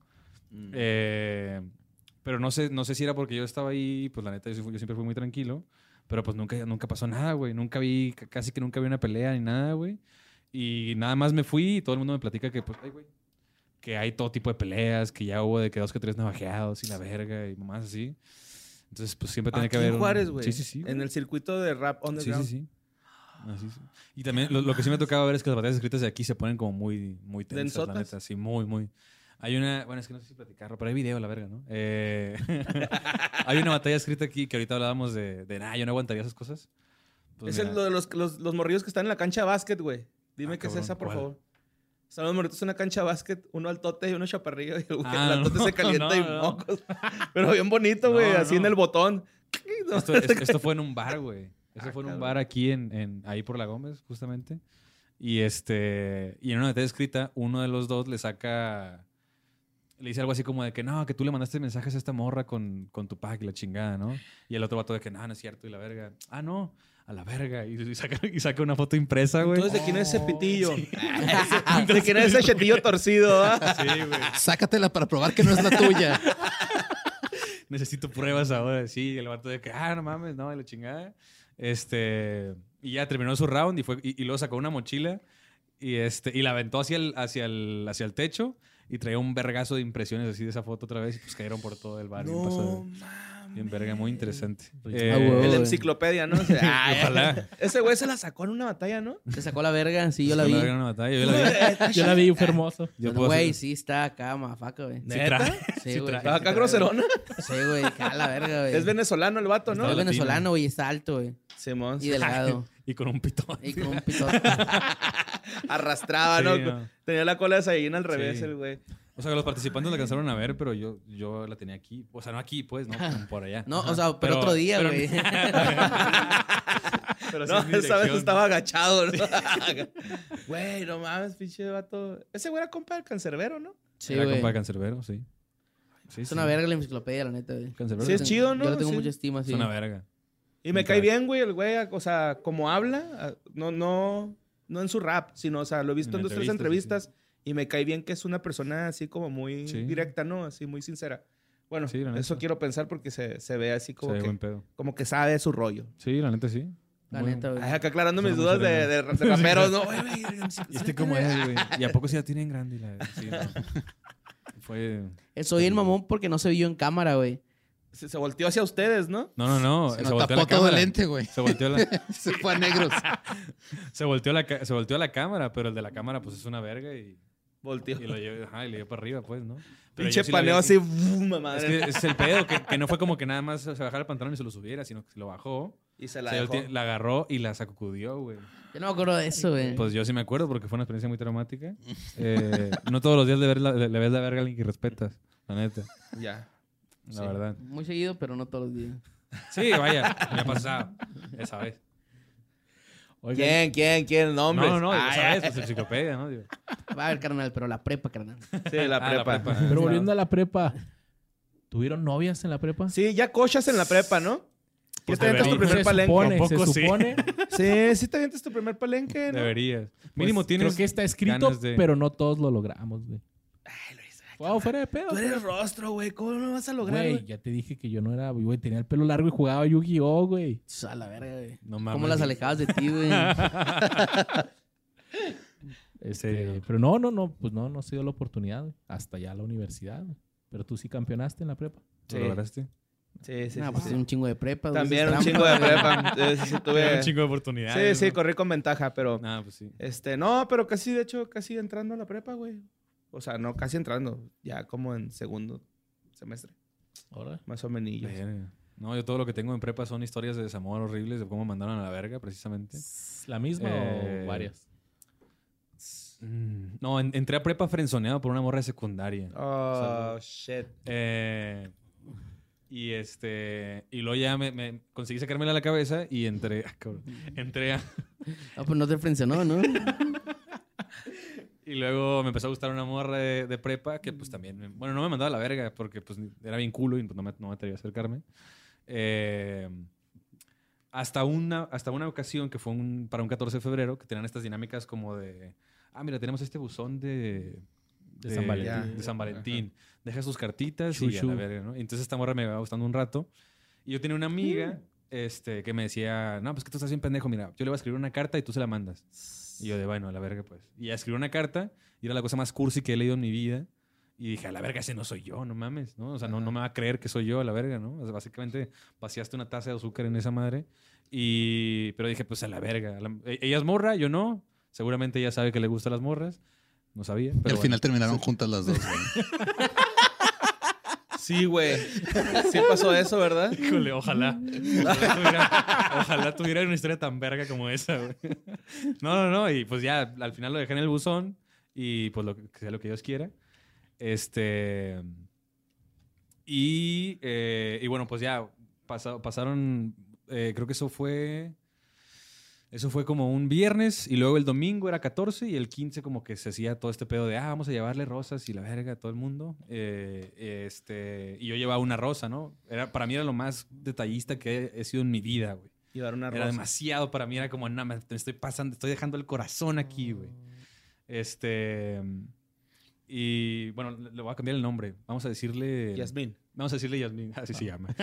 Pero no sé si era porque yo estaba ahí, pues la neta, yo siempre fui muy tranquilo, pero pues nunca pasó nada, güey. Casi que nunca vi una pelea ni nada, güey. Y nada más me fui y todo el mundo me platica que, pues, ay, güey, que hay todo tipo de peleas, que ya hubo de que 2 que 3 navajeados y la verga y mamás así. Entonces, pues siempre tenía que Aquí haber... en Juárez, güey. Sí. En el circuito de rap underground. Sí. Así sí. Y también lo que sí me ha tocado ver es que las batallas escritas de aquí se ponen como muy tensas, la ¿Densotas? neta. Sí, muy. Hay una... Bueno, es que no sé si platicarlo, pero hay video, la verga, ¿no? Hay una batalla escrita aquí que ahorita hablábamos de yo no aguantaría esas cosas. Pues Es mira, lo de los morrillos que están en la cancha de básquet, güey. Dime qué cabrón, es esa, por ¿cuál? favor. Están los morritos en una cancha de básquet, uno al tote y uno chaparrillo. Y el güey, Ah, el no, tote se calienta y no. mocos. Pero bien bonito, güey. No, así no. en el botón. esto fue en un bar, güey. Esto fue en un cabrón. bar aquí ahí por La Gómez, justamente. Y en una batalla escrita, uno de los dos le dice algo así como de que no, que tú le mandaste mensajes a esta morra con tu pack y la chingada, ¿no? Y el otro vato de que no es cierto y la verga. Ah, no, a la verga. Y saca una foto impresa, güey. Entonces, ¿de quién es ese pitillo? ¿De quién es ese chetillo torcido? ¿Ah? Sí, güey. Sácatela para probar que no es la tuya. Necesito pruebas ahora. Sí, el vato de que, no mames, no, y la chingada. Y ya terminó su round y luego sacó una mochila y la aventó hacia el techo y traía un vergazo de impresiones así de esa foto otra vez y pues cayeron por todo el bar. Bien pasado. Bien verga, muy interesante. huevo. El güey. enciclopedia, ¿no? O sea, Ojalá. ese güey se la sacó en una batalla, ¿no? Se sacó la verga, sí, yo la vi. Una batalla, yo la vi. Yo la vi, fue hermoso. Yo Bueno, puedo güey, hacer- sí está acá, mafaca, güey. ¿Neta? Sí, güey. ¿Estaba acá groserona? Sí, güey, acá la verga, güey. Es venezolano el vato, ¿no? Es latino. venezolano, güey, está alto, güey. Simón. Y delgado. Y con un pitón. Y con un pitón. Arrastraba, Sí, ¿no? no. Tenía la cola de Saiyajin al revés, Sí. el güey. O sea, que los participantes la alcanzaron a ver, pero yo la tenía aquí. O sea, no aquí, pues, no, como por allá. No, o sea, pero otro día, güey. Pero sí No, en mi esa vez dirección. estaba agachado, ¿no? Güey, no mames, pinche vato. Ese güey era compa del cancerbero, ¿no? Sí, Era güey. compa de Cancerbero, sí. Sí, Es una verga la enciclopedia, la neta, güey. Cancerbero. Sí, es chido, ¿no? Yo le tengo Sí. mucha estima, Es sí. una verga. Y me Un cae crack. bien, güey, el güey, o sea, como habla, no en su rap, sino, o sea, lo he visto en 2, 3 entrevistas, entrevistas y me cae bien que es una persona así como muy Sí. directa, ¿no? Así muy sincera. Bueno, Sí, la neta. eso quiero pensar porque se ve así Se como ve que, buen pedo. como que sabe su rollo. Sí, la neta sí. La Muy- neta, güey. Ay, acá aclarando mis Suena muy dudas de raperos, ¿no? Güey, ¿Y este cómo es, güey? ¿Y a poco sí la tienen grande? Sí, no. Fue... Soy el mamón porque no se vio en cámara, güey. Se volteó hacia ustedes, ¿no? No. Se Se nos volteó tapó la todo el cámara. lente, güey. Se volteó Se fue a negros. se volteó la cámara, pero el de la cámara pues es una verga y Volteó. lo llevó, y le dio para arriba, pues, ¿no? Pero Pinche yo sí la vi paneo aquí. así, ¡bum! Es madre. que es el pedo, que no fue como que nada más se bajara el pantalón y se lo subiera, sino que se lo bajó, Y se la se dejó. la agarró y la sacudió, güey. Yo no me acuerdo de eso, güey. Pues yo sí me acuerdo porque fue una experiencia muy traumática. No todos los días le ves la verga a alguien que respetas, la neta, Ya. la Sí. verdad. Muy seguido, pero no todos los días. Sí, vaya, me ha pasado. Esa vez. ¿Quién? Nombres. No, esa vez, pues enciclopedia, ¿no? Digo, Va a ver, carnal, pero la prepa, carnal. Sí, la prepa. Pero volviendo a la prepa, ¿tuvieron novias en la prepa? Sí, ya cochas en la prepa, ¿no? Pues ¿Qué te avientas tu debería. primer palenque? supone, Tampoco se sí. supone. Sí te avientas tu primer palenque, ¿no? Deberías. Mínimo Pues, tienes creo que está escrito, ganas de- pero no todos lo logramos, güey. Wow, fuera de pedo. Tú eres rostro, güey. ¿Cómo no lo vas a lograr, Güey, güey? ya te dije que yo no era, güey. Tenía el pelo largo y jugaba Yu-Gi-Oh, güey. A la verga, güey. No mames. ¿Cómo las alejabas de ti, güey? Pero no, pues no se dio la oportunidad, güey. Hasta ya la universidad, güey. Pero tú sí campeonaste en la prepa. ¿Lo Sí. lograste? Sí. Nah, pues un chingo de prepa. güey. También Eso un es chingo trampa. de prepa. Sí, tuve... Un chingo de oportunidades. Sí, ¿no? corrí con ventaja, pero... Pues sí. No, pero casi, de hecho, casi entrando a la prepa, güey. O sea, no casi entrando. Ya como en segundo semestre. Ahora. Más o menos. Verga. No, yo todo lo que tengo en prepa son historias de desamor horribles, de cómo me mandaron a la verga, precisamente. ¿La misma o varias? No, entré a prepa frenzoneado por una morra de secundaria. Oh, shit. Y luego ya me conseguí sacármela a la cabeza y entré... cabrón. Entré a... Ah, pues no te frencionó, ¿no? Y luego me empezó a gustar una morra de prepa que pues también... Bueno, no me mandaba a la verga porque pues era bien culo y pues, no me atrevía a acercarme. Hasta una ocasión que fue para un 14 de febrero que tenían estas dinámicas como de... mira, tenemos este buzón de San Valentín. De San Valentín. Deja sus cartitas y a Chuchu. la verga, ¿no? Y entonces esta morra me iba gustando un rato. Y yo tenía una amiga que me decía, no, pues que tú estás bien pendejo, mira, yo le voy a escribir una carta y tú se la mandas. Y yo de, bueno, a la verga, pues. Y ya escribí una carta y era la cosa más cursi que he leído en mi vida. Y dije, a la verga, ese no soy yo, no mames, ¿no? O sea, no me va a creer que soy yo, a la verga, ¿no? O sea, básicamente vaciaste una taza de azúcar en esa madre. Pero dije, pues a la verga. Ella es morra, yo no. Seguramente ella sabe que le gustan las morras. No sabía. Y Pero al final terminaron juntas las dos, güey. Sí, güey. Sí pasó eso, ¿verdad? Híjole, ojalá. Ojalá tuviera una historia tan verga como esa, güey. No. Y pues ya, al final lo dejé en el buzón. Y pues que sea lo que Dios quiera. Y bueno, pues ya pasaron... creo que eso fue como un viernes y luego el domingo era 14 y el 15 como que se hacía todo este pedo de vamos a llevarle rosas y la verga a todo el mundo. Y yo llevaba una rosa, ¿no? Para mí era lo más detallista que he sido en mi vida, güey. Llevar una Era rosa. demasiado para mí, era como, no, me estoy pasando, estoy dejando el corazón aquí, güey. Y bueno, le voy a cambiar el nombre. Vamos a decirle... Yasmín. Vamos a decirle Yasmín. Así se llama.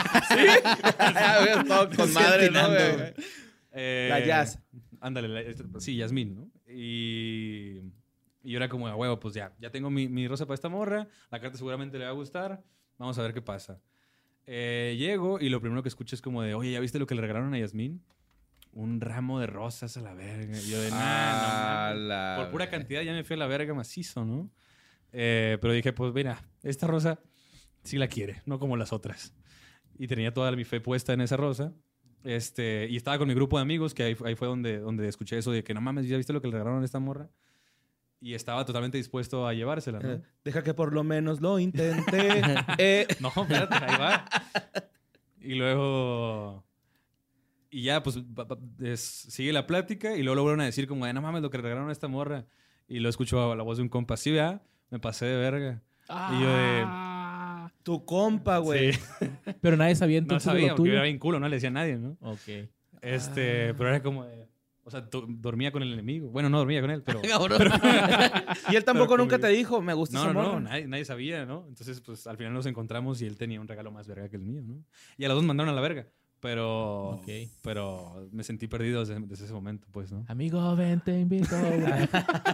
Todo con madre, ¿no, güey? La Yas. Ándale, sí, Yasmín, ¿no? Y yo era como, a huevo, pues ya tengo mi rosa para esta morra, la carta seguramente le va a gustar, vamos a ver qué pasa. Llego y lo primero que escucho es como de, oye, ¿ya viste lo que le regalaron a Yasmín? Un ramo de rosas a la verga. Y yo de, no, por pura cantidad ya me fui a la verga macizo, ¿no? Pero dije, pues mira, esta rosa sí la quiere, no como las otras. Y tenía toda mi fe puesta en esa rosa. Y estaba con mi grupo de amigos, que ahí fue donde escuché eso de que no mames, ¿ya viste lo que le regalaron a esta morra? Y estaba totalmente dispuesto a llevársela, ¿no? Deja que por lo menos lo intente. No, espérate, ahí va. Y luego... Y ya, pues, sigue la plática y luego lo vuelven a decir como de, no mames, lo que le regalaron a esta morra. Y lo escucho a la voz de un compa, sí, ¿verdad? Me pasé de verga. Y yo de... Tu compa, güey. Sí. Pero nadie sabía No entonces sabía, lo porque tuyo. era bien culo, no le decía a nadie, ¿no? Ok. Pero era como de... O sea, dormía con el enemigo. Bueno, no dormía con él, pero... Y él tampoco Pero nunca como- te dijo, me gusta esa morra. nadie sabía, ¿no? Entonces, pues, al final nos encontramos y él tenía un regalo más verga que el mío, ¿no? Y a los dos mandaron a la verga. Pero me sentí perdido desde ese momento, pues, ¿no? Amigo, ven, te invito. güey.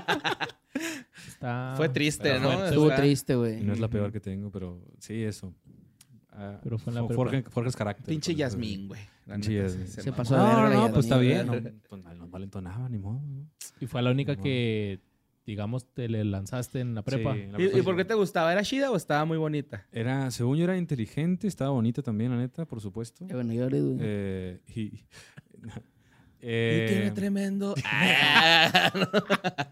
Fue triste, Pero ¿no? fue- Estuvo O sea, triste, Y güey. no es la peor que tengo, pero sí, eso. Pero fue en la prepa. Forjas carácter. Pinche por eso. Yasmín, güey. La Pinche neta, Yasmín. se Se mamó. pasó de verga. No, la pues está bien. Yasmín, No valentonaba, ni modo. ¿no? Y fue la única Wow. que, digamos, te le lanzaste en la prepa. Sí, la ¿Y verdad por sí. qué te gustaba? ¿Era chida o estaba muy bonita? Según yo era inteligente, estaba bonita también, la neta, por supuesto. Ya, bueno, llores, güey. Y tiene tremendo... Ah,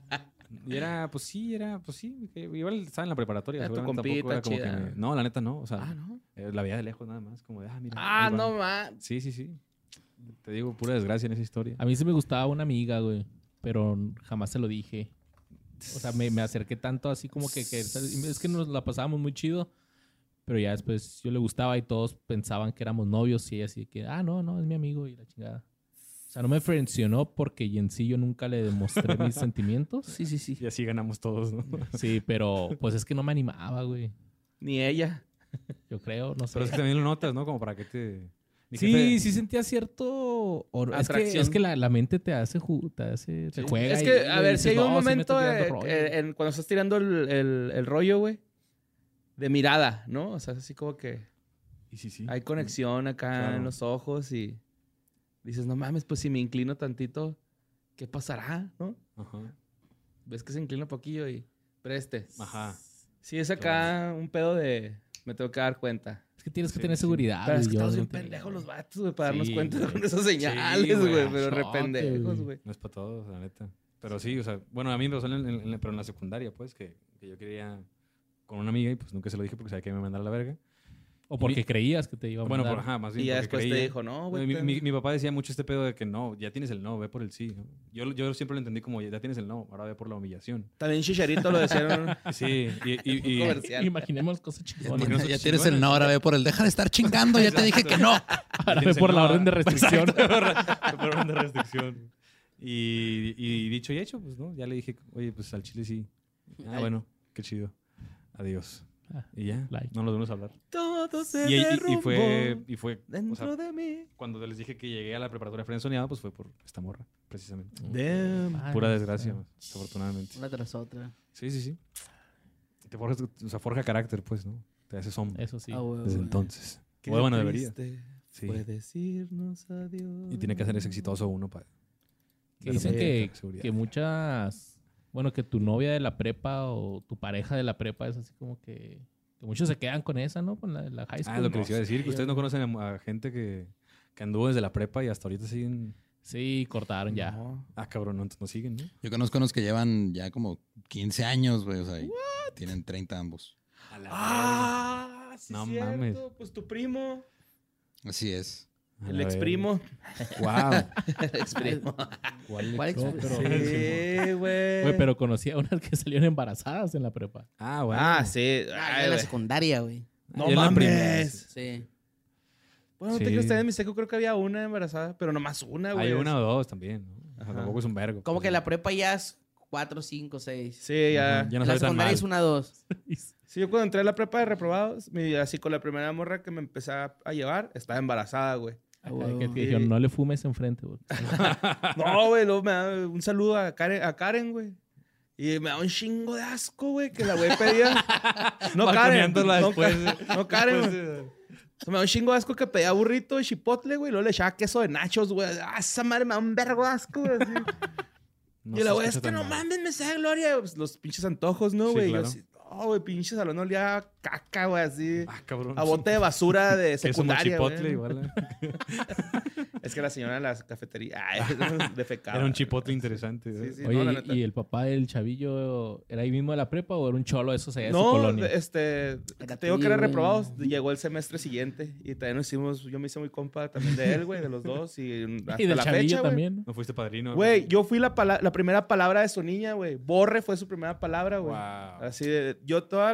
Y era, pues sí, que igual estaba en la preparatoria. Era tu Seguramente tampoco era como compita que chida. No, la neta no. O sea, ¿no? la veía de lejos nada más. Como de, mira. Ah, ahí va. no, man. Sí. Te digo, pura desgracia en esa historia. A mí sí me gustaba una amiga, güey. Pero jamás se lo dije. O sea, me acerqué tanto así como que es que nos la pasábamos muy chido. Pero ya después yo le gustaba y todos pensaban que éramos novios. Y ella así que, no, es mi amigo y la chingada. O sea, no me frencionó porque en sí yo nunca le demostré mis sentimientos. Sí. Y así ganamos todos, ¿no? Sí, pero pues es que no me animaba, güey. Ni ella. Yo creo, no sé. Pero es que también lo notas, ¿no? Como para que te... Mi Sí, jefe- sí sentía cierto... Atracción. Es que la mente te hace... te juega. Es y que, a le ver, dices, si hay un "No, sí me momento está tirando rollo". cuando estás tirando el rollo, güey, de mirada, ¿no? O sea, así como que Y sí. hay conexión acá Claro. en los ojos y dices, no mames, pues si me inclino tantito, ¿qué pasará, no? Ajá. Ves que se inclina un poquillo y preste. Ajá. Sí, es acá un pedo de me tengo que dar cuenta. Es que tienes que Sí, tener sí. seguridad. Pero es que güey, yo estamos no bien tenía, pendejos güey. los vatos, güey, para darnos Sí, cuenta güey. con esas señales, güey, güey, pero chote, re pendejos, güey. güey. No es para todos, la neta. Pero sí, o sea, bueno, a mí me pasó pero en la secundaria, pues, que yo quería con una amiga y pues nunca se lo dije porque sabía que me iba a mandar a la verga. O porque creías que te iba a Bueno, mandar. más bien Y ya porque después te creía. dijo, no, güey. Mi papá decía mucho este pedo de que no, ya tienes el no, ve por el sí. ¿no? Yo siempre lo entendí como ya tienes el no, ahora ve por la humillación. También Chicharito lo decían. Sí, y Comercial. Imaginemos cosas chingonas. Porque no son Ya tienes el chingones. no, ahora ve por el deja de estar chingando, ya te dije que no. Ahora ve tienes por el la no, orden de restricción. por orden de restricción. Y dicho y hecho, pues no, ya le dije, oye, pues al chile sí. Bueno, qué chido. Adiós. Ah, Y ya, like. no nos volvimos a hablar. Todo se Y derrumbó fue, dentro o sea, de mí. cuando les dije que llegué a la preparatoria frenzoneado, pues fue por esta morra, precisamente. Damn. Ah, Pura no, desgracia, o desafortunadamente. Una tras otra. Sí. Te forjas, o sea, forja carácter, pues, ¿no? Te haces sea, hombre Eso sí. Ah, güey, desde güey. entonces. Qué Bueno, debería. triste Sí. Fue decirnos adiós. Y tiene que hacer exitoso uno para... Que dicen seguridad. que muchas... Bueno, que tu novia de la prepa o tu pareja de la prepa es así como que muchos se quedan con esa, ¿no? Con la high school. Ah, lo que No les iba a decir, sé, que ustedes no conocen a gente que anduvo desde la prepa y hasta ahorita siguen... Sí, cortaron ya. No. Ah, cabrón, no, entonces no siguen, ¿no? Yo conozco unos que llevan ya como 15 años, güey, o sea, y tienen 30 ambos. Ah, sí, No cierto. mames. Pues tu primo, Así es. el ex primo. Wow. El ex primo. ¿Cuál No, ex- pero, Sí, güey. Güey, pero conocí a unas que salieron embarazadas en la prepa. Ah, bueno. Ah, sí. Ah, Ay, ya en la güey. secundaria, güey. No Yo en la primera, mames. Sí. Bueno, no te Sí. creas, en mi seco creo que había una embarazada, pero nomás una, güey. Hay una o dos también, ¿no? O sea, Ajá. tampoco es un vergo. Como pues, que la prepa ya es 4, 5, 6. Sí, ya. Ajá, ya no La sabe tan secundaria mal. es 1, 2. Sí, yo cuando entré a la prepa de reprobados, así con la primera morra que me empecé a llevar, estaba embarazada, güey. Ay, güey. que te dijeron, no le fumes enfrente, güey. No, güey, luego me da un saludo a Karen, güey. Y me da un chingo de asco, güey, que la güey pedía. No Karen. Balconeándola No, después. no Karen, güey. Me da un chingo de asco que pedía burrito de chipotle, güey. Luego le echaba queso de nachos, güey. Ah, esa madre me da un vergo de asco, güey. Así. No Y la se güey, escucha es que tan no mal. mames, me sabe gloria. Pues, los pinches antojos, ¿no, Sí, güey? claro. Yo así, no, güey, pinche salón olía a caca, güey, así. Ah, cabrón. A bote de basura de Queso secundaria, mochipotle güey. igual. Es que la señora de la cafetería, ay, defecaba. Era un chipotle interesante. Sí, ¿eh? sí. no, Oye, la neta. ¿y el papá del chavillo era ahí mismo de la prepa o era un cholo esos allá de su No, colonia? te digo que era reprobado. Llegó el semestre siguiente y también nos hicimos, yo me hice muy compa también de él, güey, de los dos. Y hasta Y del la chavillo fecha, güey. también, ¿no? ¿No fuiste padrino? Güey, yo fui la primera palabra de su niña, güey. Borre fue su primera palabra, güey. Wow. Así de, yo toda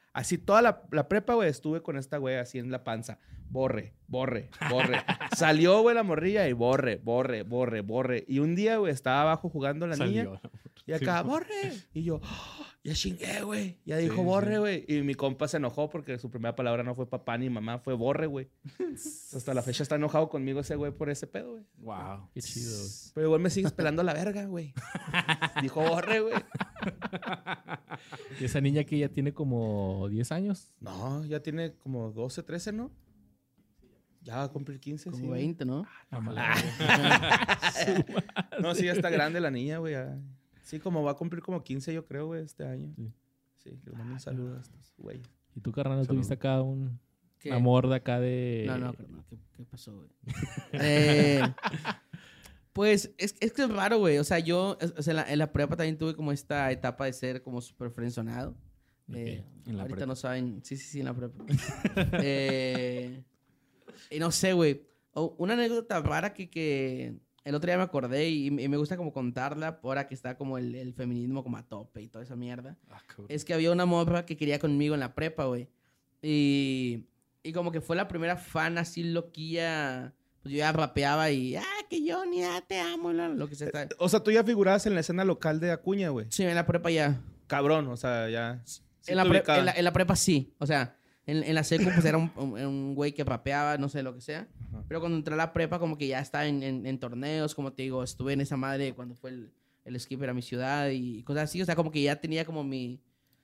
la prepa, güey, estuve con esta güey así en la panza. Borre, borre, borre. Salió, güey, la morrilla y borre, borre, borre, borre. Y un día, güey, estaba abajo jugando la niña. Salió. Y acá, borre. Y yo, "Oh, ya chingué, güey. Ya dijo Sí, borre, sí. güey. Y mi compa se enojó porque su primera palabra no fue papá ni mamá, fue borre, güey. Hasta la fecha está enojado conmigo ese güey por ese pedo, güey. Wow. Qué chido, güey. Pero igual me sigues pelando la verga, güey. Dijo borre, güey. Y esa niña que ya tiene como 10 años. No, ya tiene como 12, 13, ¿no? Ya va a cumplir 15, sí. Como 20, ¿no? No, sí, ya está grande la niña, güey. ya. Sí, como va a cumplir como 15, yo creo, güey, este año. Sí. Sí, que le mando un saludo a estos güeyes. ¿Y tú, carnal, no tuviste acá un ¿Qué? amor de acá de... No, carnal, ¿qué pasó, güey? Pues es que es raro, güey. O sea, yo o sea, en la prepa también tuve como esta etapa de ser como súper frenzonado. En la Ahorita prepa. no saben. Sí, en la prepa. Y no sé, güey. Una anécdota rara que el otro día me acordé y me gusta como contarla ahora que está como el feminismo como a tope y toda esa mierda. Cabrón. Es que había una morra que quería conmigo en la prepa, güey. Y como que fue la primera fan así loquilla. Pues yo ya rapeaba y, que Johnny, te amo, lo que sea. O sea, tú ya figurabas en la escena local de Acuña, güey. Sí, en la prepa ya. Cabrón, o sea, ya. Sí en, la te ubicaba. en la prepa sí. O sea, en la secu pues era un güey que rapeaba, no sé, lo que sea. Ajá. Pero cuando entré a la prepa como que ya estaba en torneos, como te digo, estuve en esa madre cuando fue el skipper a mi ciudad y cosas así. O sea, como que ya tenía como mi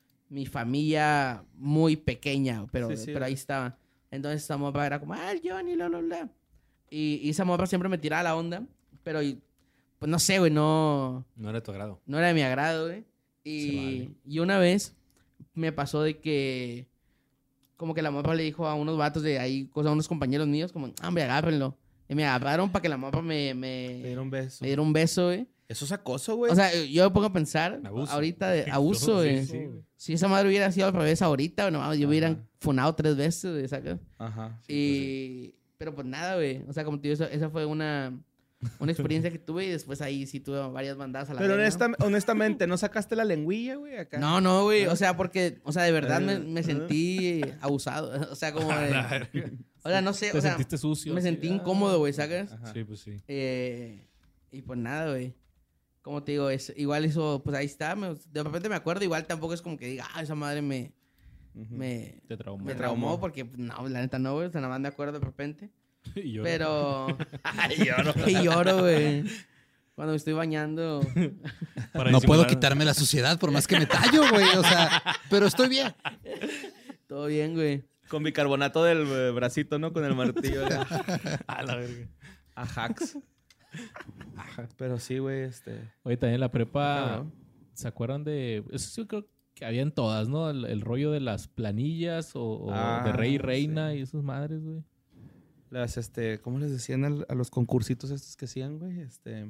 familia muy pequeña, pero Sí, ahí estaba. Entonces esa morra era como, el Johnny, bla. Y esa morra siempre me tiraba la onda, pero pues no sé, güey, no No era de tu agrado. era de mi agrado, güey. Se vale. Y una vez me pasó de que como que la morra le dijo a unos vatos de ahí, a unos compañeros míos, como, hombre, agárrenlo. Y me agarraron para que la morra Te me dieron beso. diera un beso, güey. Eso es acoso, güey. O sea, yo me pongo a pensar Abuso. ahorita de abuso, güey. Sí, güey. Si esa madre hubiera sido al revés ahorita, no, yo hubiera Ajá. funado 3 veces, güey, ¿sacas? Ajá. Pero pues nada, güey. O sea, como te digo, esa fue una experiencia que tuve y después ahí sí tuve varias bandadas a la Pero vez, ¿no? honestamente, ¿no sacaste la lengüilla, güey? Acá. No, güey. O sea, porque, o sea, de verdad me sentí abusado. O sea, como de... O sea, no sé, Te o sea, sentiste sucio. me así, sentí incómodo, güey, ¿sabes? Ajá. Sí, pues sí. Y pues nada, güey. Como te digo, igual eso, pues ahí está. De repente me acuerdo, igual tampoco es como que diga, esa madre me Te traumó. me traumó porque, no, la neta no, güey. O sea, nada más me acuerdo de repente. Y yo Pero... Lloro. Y lloro, güey. Cuando me estoy bañando. para No puedo disimular- quitarme la suciedad por más que me tallo, güey. O sea, pero estoy bien. Todo bien, güey. Con bicarbonato del bracito, ¿no? Con el martillo. A la verga. A hacks. Pero sí, güey, Oye, también en la prepa, Cabrón. ¿se acuerdan de...? Eso sí creo que había en todas, ¿no? El rollo de las planillas o de rey y reina sí. y esas madres, güey. Las, ¿cómo les decían a los concursitos estos que hacían, güey?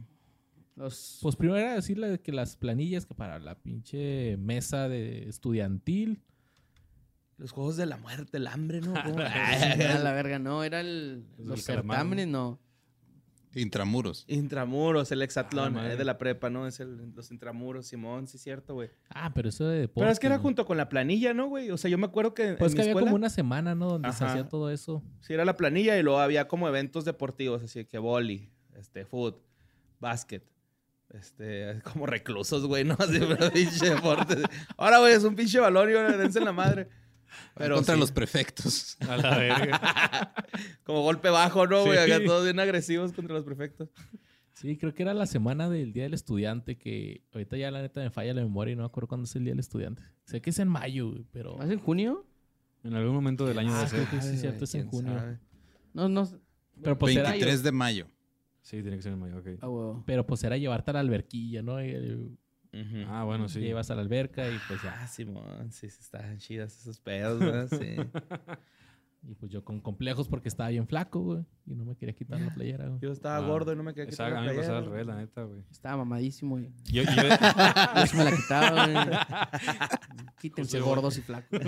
Pues primero era decirle que las planillas que para la pinche mesa de estudiantil. Los juegos de la muerte, el hambre, ¿no? ¿Cómo? A la verga, no. Era Los los del calamar, certámenes, no. Intramuros. Intramuros, el hexatlón madre. de la prepa, ¿no? Los intramuros, Simón, sí es cierto, güey. Ah, pero eso de deporte. Pero es que era ¿no? junto con la planilla, ¿no, güey? O sea, yo me acuerdo que Pues en que mi había escuela, como una semana, ¿no? Donde se Ajá. hacía todo eso. sí era la planilla y luego había como eventos deportivos, así que boli, foot, básquet, como reclusos, güey, ¿no? Así, pero pinche deporte. Ahora, güey, es un pinche balón y ahora dense en la madre. Pero Contra sí, los prefectos. A la verga. como golpe bajo, ¿no, güey? Sí. Acá todos bien agresivos contra los prefectos. Sí, creo que era la semana del Día del Estudiante, que ahorita ya la neta me falla la memoria y no me acuerdo cuándo es el Día del Estudiante. Sé que es en mayo, güey, pero... ¿Hace en junio? En algún momento del año debe ser. creo que sí, Ay, cierto, es en quién junio. sabe. No. Pero pues, era, 23 de mayo. Sí, tiene que ser en mayo, ok. Ah, huevo. pero pues era llevarte a la alberquilla, ¿no? Ujú. Ah, bueno, sí. Llevas a la alberca y pues ya. Ah, Simón, sí, estaban chidas esos pedos, ¿verdad? Sí. Y pues yo con complejos porque estaba bien flaco, güey. Y no me quería quitar la playera, güey. Yo estaba Ah, gordo y no me quería Esa, quitar a la mí me pasaba al playera. revés, la neta, güey. Estaba mamadísimo, güey. Yo, Yo sí me la quitaba, güey. Quítense Justo, gordos y flacos.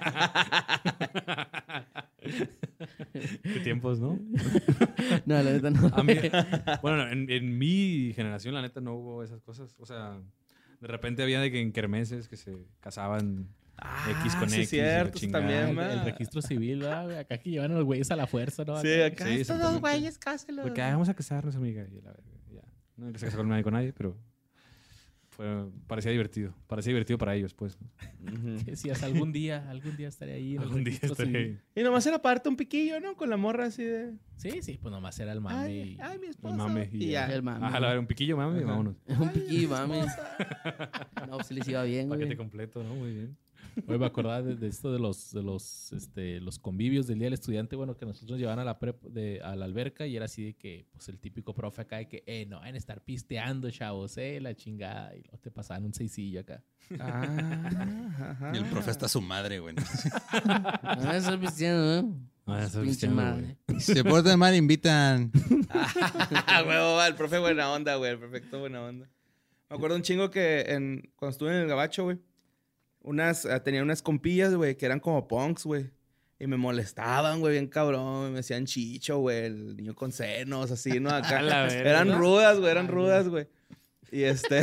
qué tiempos, ¿no? No, la neta no. A mí- bueno, en mi generación, la neta, no hubo esas cosas. O sea, de repente había de que en kermeses que se casaban X con sí, X. y la cierto, eso chingada. también, El ¿verdad? registro civil, ¿verdad, güey? Acá que llevan a los güeyes a la fuerza, ¿no? Sí, acá Sí, estos dos exactamente. güeyes, cáselos. Porque vamos a casarnos, amiga. Y la verga, ya. No se casó con nadie, pero parecía divertido. Parecía divertido para ellos, pues. Ujú. Que decías, algún día estaré ahí. en el Algún día registro estaré civil. ahí. Y nomás era parte un piquillo, ¿no? Con la morra así de... Sí, pues nomás era el mame. Ay, y- ay, mi esposo. mame y y ya. El mame. Ajá, la verdad, un piquillo, mami, Ajá. vámonos. Un Ay, piquillo, mi mami. esposa. No, pues se les iba bien, güey. Paquete completo, ¿no? Muy bien. Oye, me acordaba de esto de los convivios del Día del Estudiante, bueno, que nosotros llevaban a a la alberca y era así de que, pues el típico profe acá de que, no van a estar pisteando, chavos, la chingada. Y luego te pasaban un seisillo acá. Ah, ajá. Y el profe está su madre, güey. No, eso es pisteando, ¿no? Ah, ya estás Pinche pisteando, madre. güey. Si se portan mal, invitan. Huevo, el profe buena onda, güey. El perfecto buena onda. Me acuerdo un chingo que cuando estuve en el gabacho, güey, tenía unas compillas, güey, que eran como punks, güey. Y me molestaban, güey, bien cabrón. Me decían chicho, güey, el niño con senos, así, ¿no? Acá. A la verga. Eran rudas, güey, eran rudas, güey. Y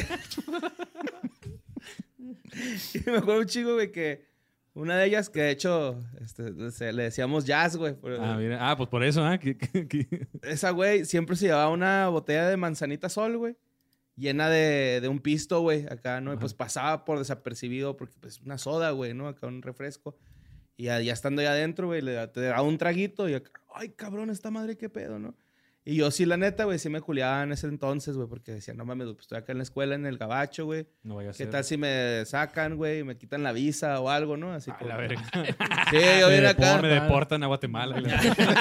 y me acuerdo un chingo, güey, que una de ellas, que de hecho le decíamos Jazz, güey. Ah, mira. Ah, pues por eso, ¿ah? Esa, güey, siempre se llevaba una botella de manzanita sol, güey. Llena de un pisto, güey, acá, ¿no? Y pues pasaba por desapercibido porque, pues, una soda, güey, ¿no? Acá un refresco. Y ya estando allá adentro, güey, te daba un traguito y acá, ay, cabrón, esta madre, qué pedo, ¿no? Y yo sí, la neta, güey, sí me culiaba en ese entonces, güey, porque decía, no mames, pues estoy acá en la escuela, en el gabacho, güey. No vaya a ¿Qué ser. tal si me sacan, güey, y me quitan la visa o algo, ¿no? Así A la verga. Sí, yo vine acá. Me deportan a Guatemala. güey.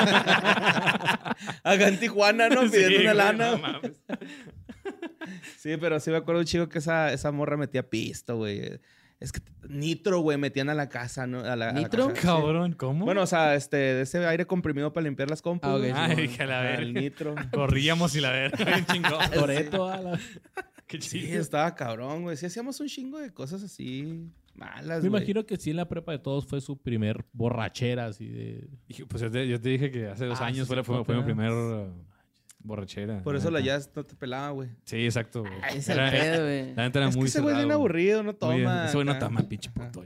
Acá en Tijuana, ¿no? Sí, Pidiendo una güey, lana. no mames. Sí, pero sí me acuerdo un chico que esa morra metía pisto, güey. Es que nitro, güey, metían a la casa, ¿no? ¿Nitro? casa, sí. Cabrón, ¿cómo? Bueno, o sea, de ese aire comprimido para limpiar las compus. Ah, ok, güey. sí, Ay, Simón. que la Ah, verga. el nitro. Corríamos y la verga. Bien chingón. Toreto a la... Qué Sí, chido. estaba cabrón, güey. Sí, hacíamos un chingo de cosas así malas, Me güey. imagino que sí en la prepa de todos fue su primer borrachera así de... Dije, pues yo te dije que hace 2 Ah, años sí, fue mi apenas. primer borrachera. Por eso la neta. jazz no te pelaba, güey. Sí, exacto. güey. Es el pedo, güey. La neta era Es que muy ese güey es bien cerrado, aburrido, no Muy toma. bien. Ese güey no acá. toma, pinche puto.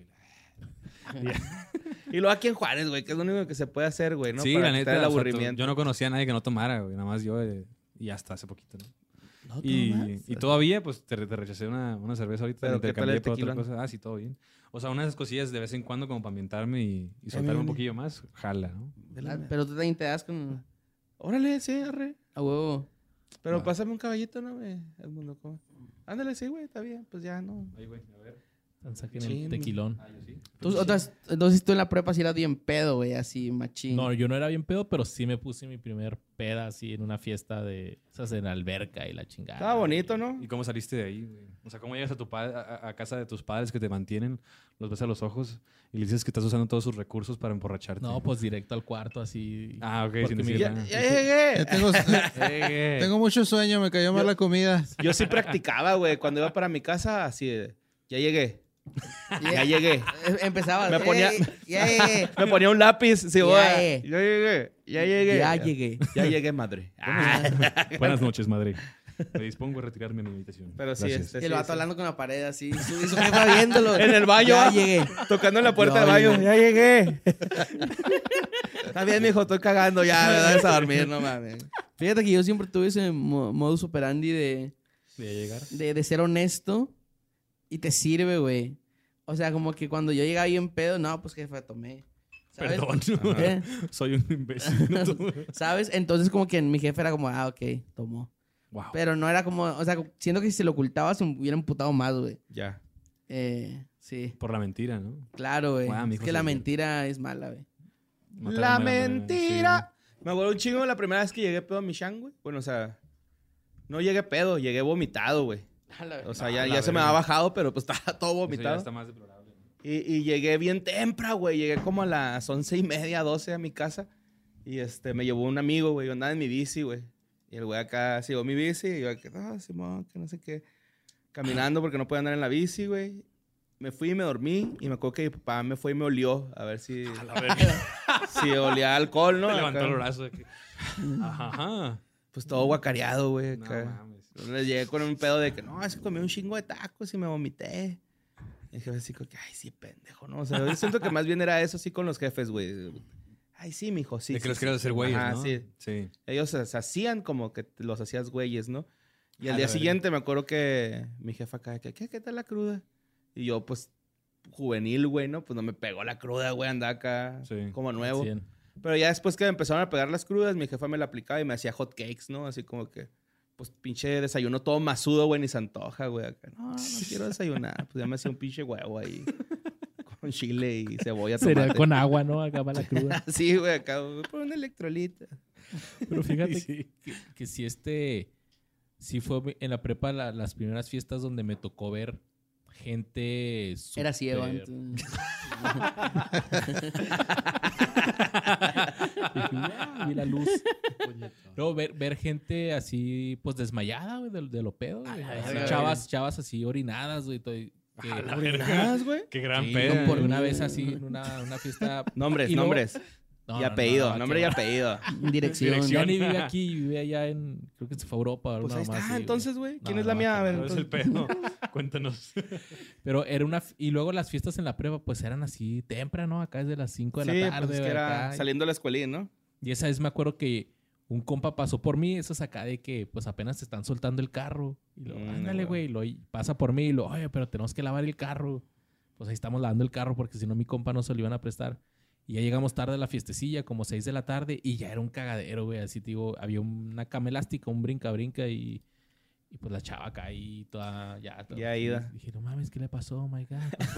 Y luego aquí en Juárez, güey, que es lo único que se puede hacer, güey, ¿no? Sí, Para la quitar neta. el o sea, aburrimiento. yo no conocía a nadie que no tomara, güey. Nada más yo y hasta hace poquito, ¿no? No Y todavía, pues, te rechacé una cerveza ahorita. Pero, Te ¿qué tal el cambié por otra tequila? cosa. Ah, sí, todo bien. O sea, unas cosillas de vez en cuando como para ambientarme y soltarme un poquillo más. Jala, ¿no? Pero tú también te das con... Órale, sí, arre. A huevo. Pero Va. pásame un caballito, ¿no, güey? El mundo, ¿cómo? Ándale, sí, güey, está bien. Pues ya, no. Ahí, güey, a ver. Saquen Chin. el tequilón. Ah, yo sí. Entonces tú en la prepa sí eras bien pedo, güey, así machín. No, yo no era bien pedo, pero sí me puse mi primer peda así en una fiesta de esas en la alberca y la chingada. Estaba bonito, ¿no? ¿Y cómo saliste de ahí, güey? O sea, ¿cómo llegas a casa de tus padres que te mantienen, los ves a los ojos y le dices que estás usando todos sus recursos para emborracharte? No, pues directo al cuarto así. Ah, ok, Porque sin mi- decir Ya, nada. ya llegué. Ya tengo mucho sueño, me cayó mal la comida. Yo sí practicaba, güey. Cuando iba para mi casa, así de, ya llegué. Ya llegué. Empezaba. Me ponía- Ya llegué. Me ponía un lápiz. Sí, Ya güey. llegué. Ya llegué. Ya llegué. Ya llegué. Ya llegué, madre. Buenas noches, madre. Me dispongo a retirarme a mi habitación. Pero sí, Gracias. Y el vato hablando con la pared así. Y su jefa viéndolo. En el baño. Ya llegué. Tocando en la puerta Ya del baño. llegué. Ya llegué. Está bien, mijo. Estoy cagando ya. Me das a dormir, no mames. Fíjate que yo siempre tuve ese modus operandi de llegar. ser honesto y te sirve, güey. O sea, como que cuando yo llegaba bien pedo, no, pues jefe, tomé. ¿Sabes? Perdón. ¿Eh? Soy un imbécil. ¿no? ¿Sabes? Entonces como que mi jefe era como, ah, ok, tomó. Wow. Pero no era como, o sea, siento que si se lo ocultaba se me hubiera emputado más, güey. Ya. Sí, Por la mentira, ¿no? claro, güey. Guau, mi Es hijo que se la vio. mentira es mala, güey. Matar La a mera- mentira. Me acuerdo un chingo la primera vez que llegué pedo a Michan, güey. Bueno, o sea, no llegué pedo, llegué vomitado, güey. O sea, ya se me verga. había bajado, pero pues estaba todo Sí. Eso ya vomitado. está más deplorable. Y llegué bien temprano, güey. Llegué como a las 11:30, 12 a mi casa. Y me llevó un amigo, güey. Yo andaba en mi bici, güey. Y el güey acá siguió mi bici. Y yo acá, Simón, que no sé qué. Caminando porque no podía andar en la bici, güey. Me fui y me dormí. Y me acuerdo que mi papá me fue y me olió. A ver si, si olía a alcohol, ¿no? Me levantó Acá. el brazo. de que- Ajá. Pues todo guacareado, güey. No acá. mames. Le llegué con un pedo de que, no, es que comí un chingo de tacos y me vomité. Y el jefe así como que, ay, sí, pendejo, ¿no? O sea, yo siento que más bien era eso así con los jefes, güey. Ay, sí, mijo, sí. De que sí, los sí. querías hacer güeyes, Ajá, ¿no? sí. Sí. Ellos se hacían como que los hacías güeyes, ¿no? Y A al la día verga. siguiente me acuerdo que mi jefa acá, ¿qué tal la cruda? Y yo, pues, juvenil, güey, ¿no? Pues no me pegó la cruda, güey, andaba acá Sí. como nuevo. 100. Pero ya después que me empezaron a pegar las crudas, mi jefa me la aplicaba y me hacía hot cakes, ¿no? Así como que, pues, pinche desayuno todo masudo, güey, ni se antoja, güey. Acá, no quiero desayunar. Pues ya me hacía un pinche huevo ahí con chile y cebolla, Sería tomate. con agua, ¿no? Acaba la cruda. Sí, güey, acá, güey, por un electrolita. Pero fíjate Sí. que si sí fue en la prepa las primeras fiestas donde me tocó ver gente Era ciego súper- antes. Vi la luz. Luego ver gente así, pues desmayada, güey, de lo pedo, güey. Así, chavas así orinadas, güey. ¿Orinadas, güey? Qué gran Sí, pedo. por una vez así, en una fiesta. Nombres, Y luego- nombres. No, y no, apellido, no, nombre y qué apellido. Dirección. Ya ni vive aquí, vive allá creo que se fue a Europa. o Pues algo ahí más, está, sí, güey. entonces, güey. ¿Quién No, es la no, mía? A ver, ¿Cuál es el entonces. pedo? Cuéntanos. Pero era y luego las fiestas en la prepa, pues eran así temprano, acá desde las 5 de Sí, la tarde. pues es que güey, era acá. saliendo de la escuelín, ¿no? Y esa vez me acuerdo que un compa pasó por mí, esos acá de que pues apenas te están soltando el carro. Y lo, ándale, güey, pasa por mí y lo, oye, pero tenemos que lavar el carro. Pues ahí estamos lavando el carro porque si no mi compa no se lo iban a prestar. Y ya llegamos tarde a la fiestecilla, como 6 de la tarde, y ya era un cagadero, güey. Así te digo, había una cama elástica, un brinca y pues la chava acá ahí toda Ya ida. Dije, no mames, ¿qué le pasó? Oh my God.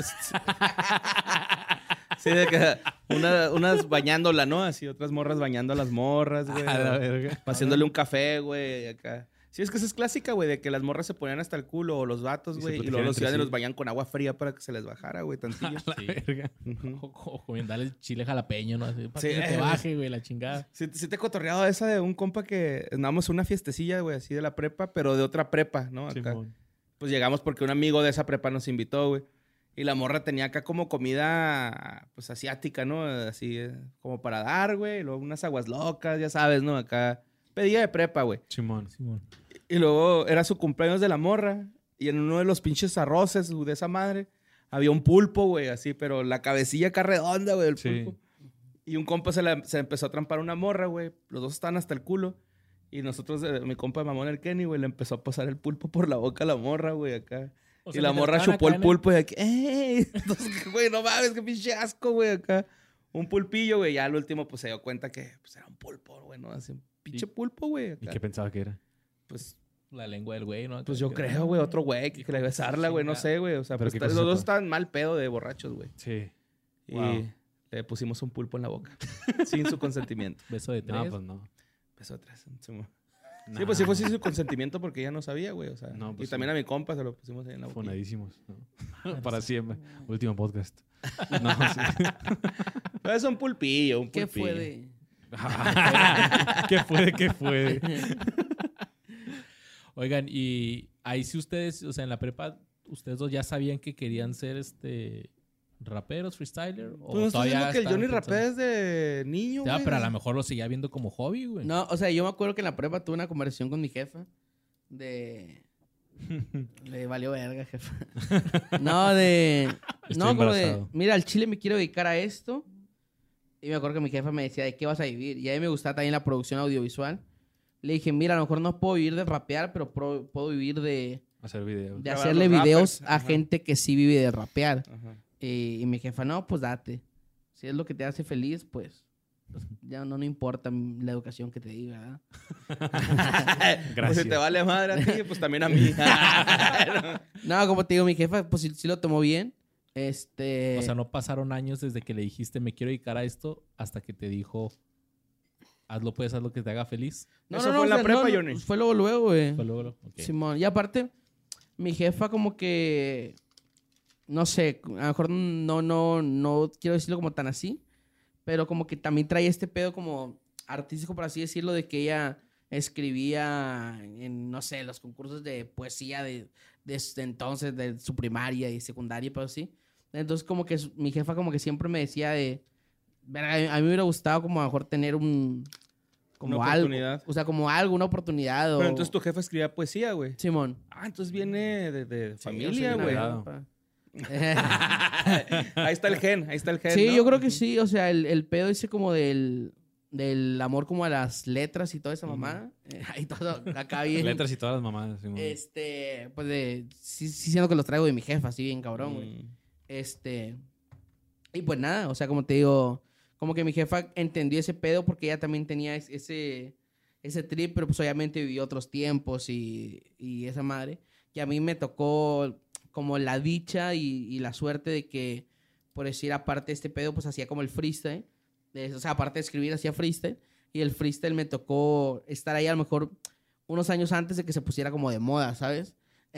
Sí, de que unas bañándola, ¿no? Así otras morras bañando a las morras, güey. A la verga. Haciéndole un café, güey, acá. Sí, es que esa es clásica, güey, de que las morras se ponían hasta el culo o los vatos, Y se güey, y protegían luego los entre iban y sí. los bañan con agua fría para que se les bajara, güey, tantillo. Sí. Verga. Ujú. O comiendo el chile jalapeño, ¿no? Así, para Sí, que te baje, güey, la chingada. Sí te he cotorreado esa de un compa que andábamos en una fiestecilla, güey, así de la prepa, pero de otra prepa, ¿no? Acá. Simón. Pues llegamos porque un amigo de esa prepa nos invitó, güey. Y la morra tenía acá como comida, pues, asiática, ¿no? Así, como para dar, güey. Y luego unas aguas locas, ya sabes, ¿no? Acá, pedilla de prepa, güey. Simón. Simón. Y luego era su cumpleaños de la morra. Y en uno de los pinches arroces de esa madre había un pulpo, güey, así. Pero la cabecilla acá redonda, güey, del Sí. pulpo. Y un compa se empezó a trampar una morra, güey. Los dos estaban hasta el culo. Y nosotros, mi compa de mamón, el Kenny, güey, le empezó a pasar el pulpo por la boca a la morra, güey, acá. O Y sea, la mientras morra estaban chupó acá el pulpo y de que, ¡ey! Entonces, güey, no mames, qué pinche asco, güey, acá. Un pulpillo, güey. Ya al último, pues, se dio cuenta que pues, era un pulpo, güey, ¿no? Así, un pinche pulpo, güey, ¿Y acá. qué pensaba que era? Pues, La lengua del güey, ¿no? pues yo creo, güey, otro güey que le besarla, güey, no sé, güey. O sea, Pero pues, qué los cosa dos sepa. estaban mal pedo de borrachos, güey. Sí. Y Wow. le pusimos un pulpo en la boca. sin su consentimiento. Beso de 3. No, pues no. Empezó atrás. Sí, pues sí fue sin su consentimiento porque ella no sabía, güey. O sea, No, pues y también sí. a mi compa se lo pusimos ahí en la boca. Fonadísimos. ¿no? Para siempre. Último podcast. No, sí. Es un pulpillo, un ¿Qué pulpillo. fue de...? ¿Qué fue? Oigan, y ahí sí ustedes, o sea, en la prepa, ustedes dos ya sabían que querían ser raperos, freestyler, o Pues no estoy diciendo que el estaban Johnny pensando? rapé desde niño, Ya, güey. pero a lo mejor lo seguía viendo como hobby, güey. No, o sea, yo me acuerdo que en la prepa tuve una conversación con mi jefa le valió verga, jefa. No, Estoy no, como de, embarazado. mira, al chile me quiero dedicar a esto. Y me acuerdo que mi jefa me decía, ¿de qué vas a vivir? Y a mí me gustaba también la producción audiovisual. Le dije, mira, a lo mejor no puedo vivir de rapear, pero puedo vivir de Hacer videos. de Grabar hacerle los videos rappers, a ajá. gente que sí vive de rapear. Ajá. Y mi jefa, no, pues date. Si es lo que te hace feliz, pues ya no importa la educación que te di, ¿verdad? Pues Gracias. si te vale madre a ti, pues también a mí. No, como te digo, mi jefa, pues sí lo tomó bien. O sea, no pasaron años desde que le dijiste, me quiero dedicar a esto, hasta que te dijo, hazlo pues, haz lo que te haga feliz. Eso fue en la prepa, Johnny. Fue luego, güey. Fue luego, ok. Simón. Y aparte, mi jefa como que... No sé, a lo mejor no quiero decirlo como tan así, pero como que también trae este pedo como artístico, por así decirlo, de que ella escribía en, no sé, los concursos de poesía de entonces, de su primaria y secundaria, pero así. Entonces como que mi jefa como que siempre me decía de... "Verga, a mí me hubiera gustado como a lo mejor tener como Una algo, oportunidad. o sea, como algo, una oportunidad o... Pero entonces tu jefe escribía poesía, güey. Simón. Ah, entonces viene de Sí, familia, yo soy una güey. Navidad. pa. Ahí está el gen, Sí, ¿no? yo creo que sí. O sea, el pedo ese como del amor como a las letras y toda esa mamada. Ahí todo acá bien. Letras y todas las mamadas. Simón. Pues sí siento que los traigo de mi jefa, así bien cabrón, güey. Mm. Y pues nada, o sea, como te digo, como que mi jefa entendió ese pedo porque ella también tenía ese trip, pero pues obviamente vivió otros tiempos y esa madre. Que a mí me tocó como la dicha y la suerte de que, por decir, aparte de este pedo, pues hacía como el freestyle. O sea, aparte de escribir, hacía freestyle. Y el freestyle me tocó estar ahí a lo mejor unos años antes de que se pusiera como de moda, ¿sabes?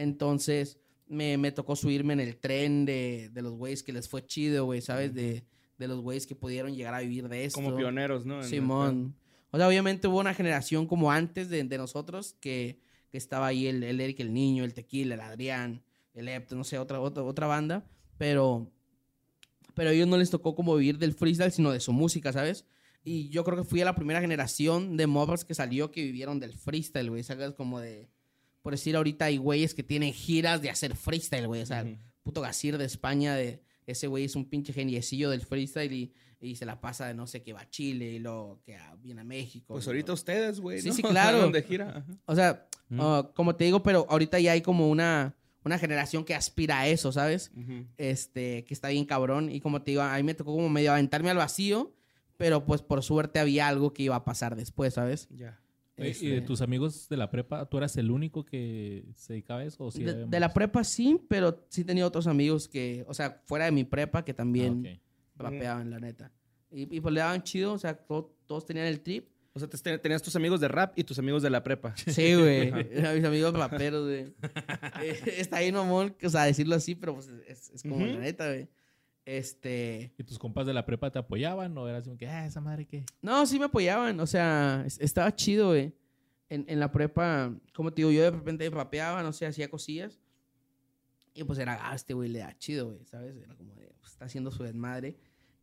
Entonces, me tocó subirme en el tren de los güeyes que les fue chido, güey, ¿sabes? De los güeyes que pudieron llegar a vivir de esto. Como pioneros, ¿no? Simón. O sea, obviamente hubo una generación como antes de nosotros que estaba ahí el Eric el Niño, el Tequila, el Adrián, el Epto, no sé, otra banda. Pero a ellos no les tocó como vivir del freestyle, sino de su música, ¿sabes? Y yo creo que fui a la primera generación de mobbers que salió que vivieron del freestyle, güey. ¿Sabes? Como de... Por decir, ahorita hay güeyes que tienen giras de hacer freestyle, güey. O sea, el puto Gazir de España, ese güey es un pinche geniecillo del freestyle y se la pasa de no sé qué va a Chile y luego que viene a México. Pues ahorita ustedes, güey. Sí, ¿no? sí, claro. Donde gira. Ajá. O sea, como te digo, pero ahorita ya hay como una generación que aspira a eso, ¿sabes? Que está bien cabrón. Y como te digo, a mí me tocó como medio aventarme al vacío, pero pues por suerte había algo que iba a pasar después, ¿sabes? Ya. ¿Y de tus amigos de la prepa, tú eras el único que se dedicaba a eso? ¿O sí De la prepa sí, pero sí tenía otros amigos que, o sea, fuera de mi prepa que también rapeaban, la neta. Y pues le daban chido, o sea, todos tenían el trip. O sea, tenías tus amigos de rap y tus amigos de la prepa. Sí, güey. Mis amigos raperos, güey. Está bien, mamón, o sea, decirlo así, pero pues es como la neta, güey. ¿Y tus compas de la prepa te apoyaban o eras como que, esa madre qué? No, sí me apoyaban, o sea, estaba chido, güey. En la prepa, como te digo, yo de repente rapeaba, no sé, hacía cosillas. Y pues era, güey, le da chido, güey, ¿sabes? Era como de, pues, está haciendo su desmadre.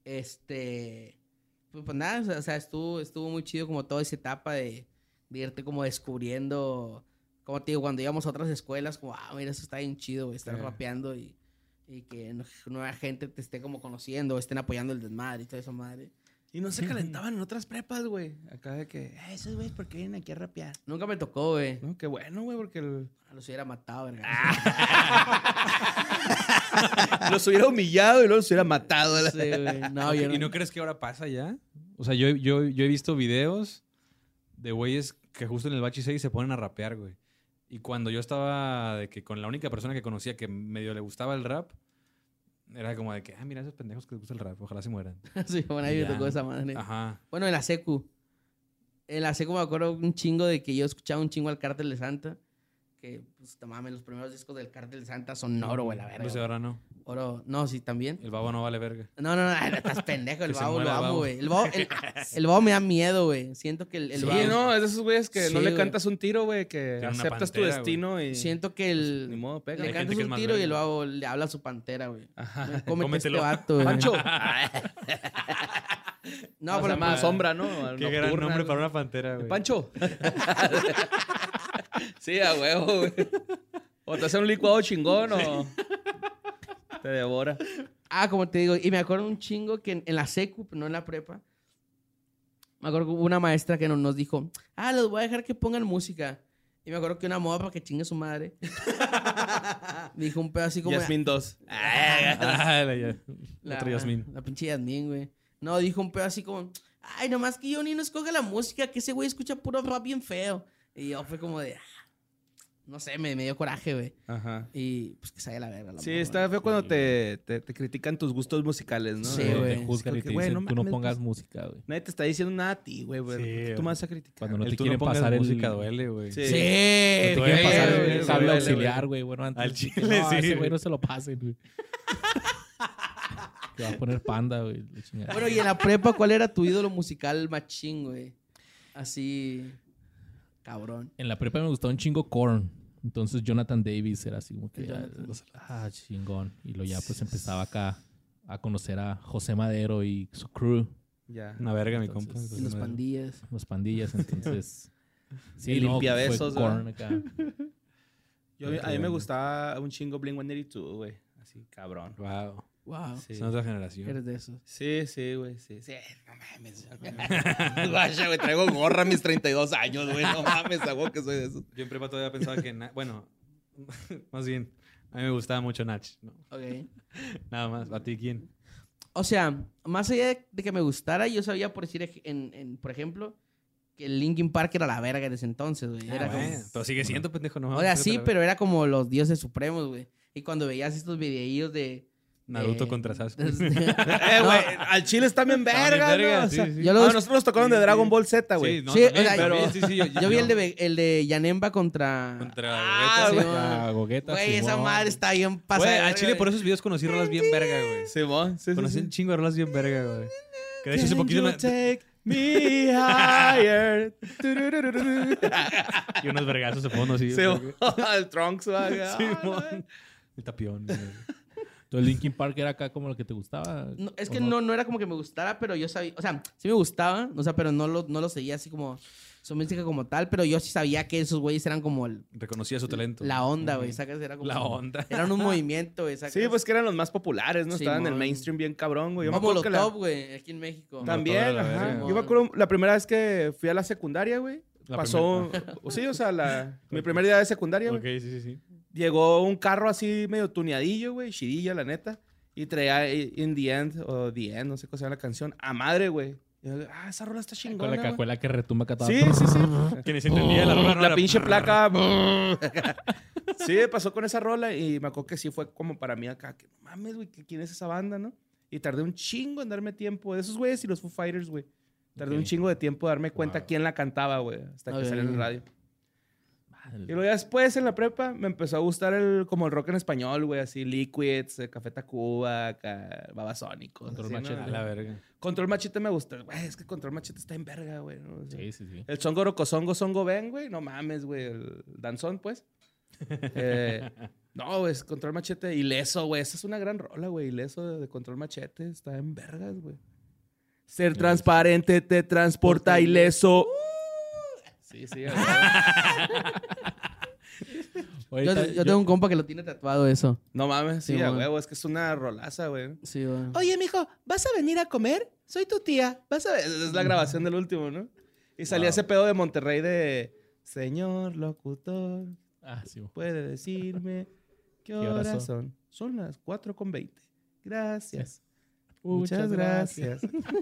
Pues nada, o sea, estuvo muy chido como toda esa etapa de irte como descubriendo, como te digo, cuando íbamos a otras escuelas, como, mira, eso está bien chido, güey, estar rapeando y que nueva gente te esté como conociendo, estén apoyando el desmadre y toda esa madre. Y no se calentaban en otras prepas, güey. Acá de que, esos güeyes, ¿por qué vienen aquí a rapear? Nunca me tocó, güey. No, qué bueno, güey, porque los hubiera matado, verga. los hubiera humillado y luego los hubiera matado. Sí, güey. No, yo ¿Y no crees que ahora pasa ya? O sea, yo he visto videos de güeyes que justo en el Bachi 6 se ponen a rapear, güey. Y cuando yo estaba de que con la única persona que conocía que medio le gustaba el rap, era como de que, mira esos pendejos que les gusta el rap, ojalá se mueran. Sí, bueno, ahí me tocó esa madre. Ajá. Bueno, en la secu. En la secu me acuerdo un chingo de que yo escuchaba un chingo al Cártel de Santa. Que, pues, mames, los primeros discos del Cártel de Santa son oro, güey, la verga. Pues ahora no. Oro, no, sí, también. El babo no vale verga. No, estás pendejo, el Que se babo lo muera el amo, babo. güey. El babo me da miedo, güey. Siento que el Sí, babo... no, es de esos güeyes que Sí, no le güey. cantas un tiro, güey, que Tiene una aceptas tu pantera, destino y... Siento que pues, ni modo, pega. le Hay cantas gente que es un más tiro y el verga. babo le habla a su pantera, güey. Ajá. Cómete este Cómetelo. vato, güey. Pancho. No, O pero sea, más sombra, ¿no? Qué gran Nocturna, nombre güey. para una pantera, güey. Pancho. Sí, a huevo, güey. O te hace un licuado chingón o te devora. como te digo, y me acuerdo un chingo que en la secu, no en la prepa, me acuerdo que hubo una maestra que nos dijo, los voy a dejar que pongan música. Y me acuerdo que una moda para que chingue su madre. Me dijo un pedo así como... Yasmín 2. Otro Yasmín. La pinche Yasmín, güey. No, dijo un pedo así como... nomás que Johnny no escoge la música, que ese güey escucha puro rap bien feo. Y yo fue como de... no sé, me dio coraje, güey. Ajá. Y pues que se vaya la verga. Sí, está feo cuando te critican tus gustos musicales, ¿no? Sí, Te güey. juzgan y Es te que, güey, dicen, no tú no mames, pongas pues, música, güey. Nadie te está diciendo nada a ti, güey. Sí, ¿Por qué tú me vas a criticar? Cuando no El te tú quieren pongas pasar el... música duele, güey. Sí. Sí. te Duele, quieren pasar güey, el cable duele, auxiliar, güey. Bueno, antes Al de chile, que, no, sí, ese güey güey. no se lo pasen, güey. Que va a poner panda, güey. la chingada. Bueno, y en la prepa, ¿cuál era tu ídolo musical machín, güey? Así... cabrón. En la prepa me gustaba un chingo Korn. Entonces Jonathan Davis era así como que... chingón. Y luego ya pues empezaba acá a conocer a José Madero y su crew. Ya. Una verga, mi Entonces, compa. Y los pandillas. Las pandillas, entonces... El limpiabesos, fue Korn acá. A mí me gustaba un chingo Blink-182, güey. Así, cabrón. Wow. Wow. Sí. Son otra generación. Eres de esos. Sí, güey, sí. Sí, no mames. Guacha, güey, traigo gorra a mis 32 años, güey. No mames, hago que soy de esos. Yo en prepa todavía pensaba que... bueno, más bien, a mí me gustaba mucho Nach, ¿no? Ok. Nada más. ¿A ti quién? O sea, más allá de que me gustara, yo sabía, por decir, por ejemplo, que el Linkin Park era la verga en ese entonces, güey. Era como... Bueno, pero sigue siendo pendejo, ¿no? O sea, sí, pero era como los dioses supremos, güey. Y cuando veías estos videillos de Naruto contra Sasuke. Güey, al chile está bien verga, bien verga, ¿no? O sea, sí, sí. Yo nosotros nos tocaron de Dragon Ball Z, güey. Sí, no, Sí, también, o sea, pero... Yo vi el de Yanemba contra... Contra sí, Gogeta, güey. La gogueta. Güey, esa Simón. madre está bien Güey, pasada. de al verga, chile güey. por esos videos conocí rolas bien verga, güey. Simón, sí, Conocí sí. un chingo de rolas bien verga, güey. Que de hecho hace Can poquito... you take me higher? Y unos vergazos de fondo así. Simón, el Trunks, güey. Simón. El tapión. güey. Entonces Linkin Park era acá como lo que te gustaba. No, es ¿o que no era como que me gustara, pero yo sabía... O sea, sí me gustaba, o sea, pero no lo seguía así como... Su música como tal, pero yo sí sabía que esos güeyes eran como Reconocía su talento. la onda, güey, ¿sacas? Era como... La onda. Eran un movimiento, güey, ¿sacas? Sí, pues que eran los más populares, ¿no? Estaban en el Simón. mainstream bien cabrón, güey. Yo me Como acuerdo lo que top, güey, aquí en México. También, Molotov, la ajá. verga. Yo me acuerdo la primera vez que fui a la secundaria, güey. La Pasó... Sí, o sea, mi primer día de secundaria, güey. Ok, sí. Llegó un carro así medio tuneadillo, güey. Chidilla, la neta. Y traía In the End, o The End, no sé cómo se llama la canción. A madre, güey. Y yo, esa rola está Con chingona, la güey. cajuela que retumba acá toda. Sí, sí, sí. Quienes entendía la rola no La era- pinche placa. Sí, pasó con esa rola y me acuerdo que sí fue como para mí acá. Que no mames, güey, ¿quién es esa banda, no? Y tardé un chingo en darme tiempo. De esos güeyes y los Foo Fighters, güey. Tardé Ok. un chingo de tiempo en darme cuenta Wow. quién la cantaba, güey. Hasta que Ok. salió en el radio. Madre. Y luego ya después, en la prepa, me empezó a gustar como el rock en español, güey. Así, Liquids, Café Tacuba, acá, Babasónicos. Control así, ¿no? Machete. A la verga. Control Machete me gusta. Güey, es que Control Machete está en verga, güey. ¿no? O sea, Sí, sí, sí. el Songo Rocosongo Songo Ben, güey. No mames, güey. El danzón, pues. No, güey, es Control Machete. Ileso, güey. Esa es una gran rola, güey. Ileso de Control Machete. Está en vergas, güey. Ser transparente te transporta ileso. Sí, sí. Ahorita Yo tengo un compa que lo tiene tatuado eso. No mames, sí, Sí, a güey. huevo. Es que es una rolaza, güey. Sí, güey. Oye, mijo, ¿vas a venir a comer? Soy tu tía. ¿Vas a ver? Es la grabación del último, ¿no? Y salía ese pedo de Monterrey de... Señor locutor, Ah, sí. ¿puede decirme qué horas horas son? son? Son las 4:20. Gracias. Muchas Muchas gracias.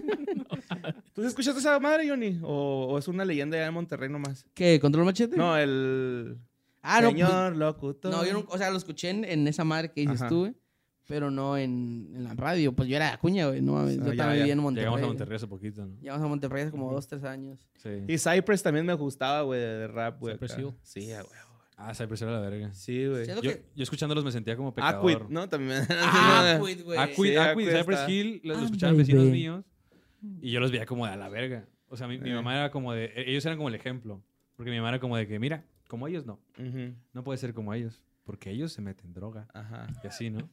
¿Tú sí escuchaste esa madre, Johnny? ¿O es una leyenda allá en Monterrey nomás? ¿Qué? ¿Control Machete? No, el... Ah, no. Señor locutor. No, yo no, o sea, lo escuché en esa madre que dices Ajá. tú, güey. Pero no en la radio. Pues yo era de Acuña, güey. No mames. Ah, Yo ya, también ya. vivía en Monterrey. Llegamos a Monterrey hace poquito, ¿no? Llegamos a Monterrey hace como 2-3 años. Sí. Y Cypress también me gustaba, güey, de rap, güey. Cypress acá. Hill. Sí, a huevo. Ah, Cypress era la verga. Sí, güey. Siento Yo, que... yo escuchándolos me sentía como pecador. Aquid, ¿no? También. Aquid, güey. Aquid, Sí, Aquid, Aquid Cypress está. Hill, los Ah, escuchaban baby. vecinos míos. Y yo los veía como de a la verga. O sea, mi mamá era como de... Ellos eran como el ejemplo. Porque mi mamá era como de que, mira, como ellos no. Ujú, No puede ser como ellos. Porque ellos se meten droga. ajá. Y así, ¿no?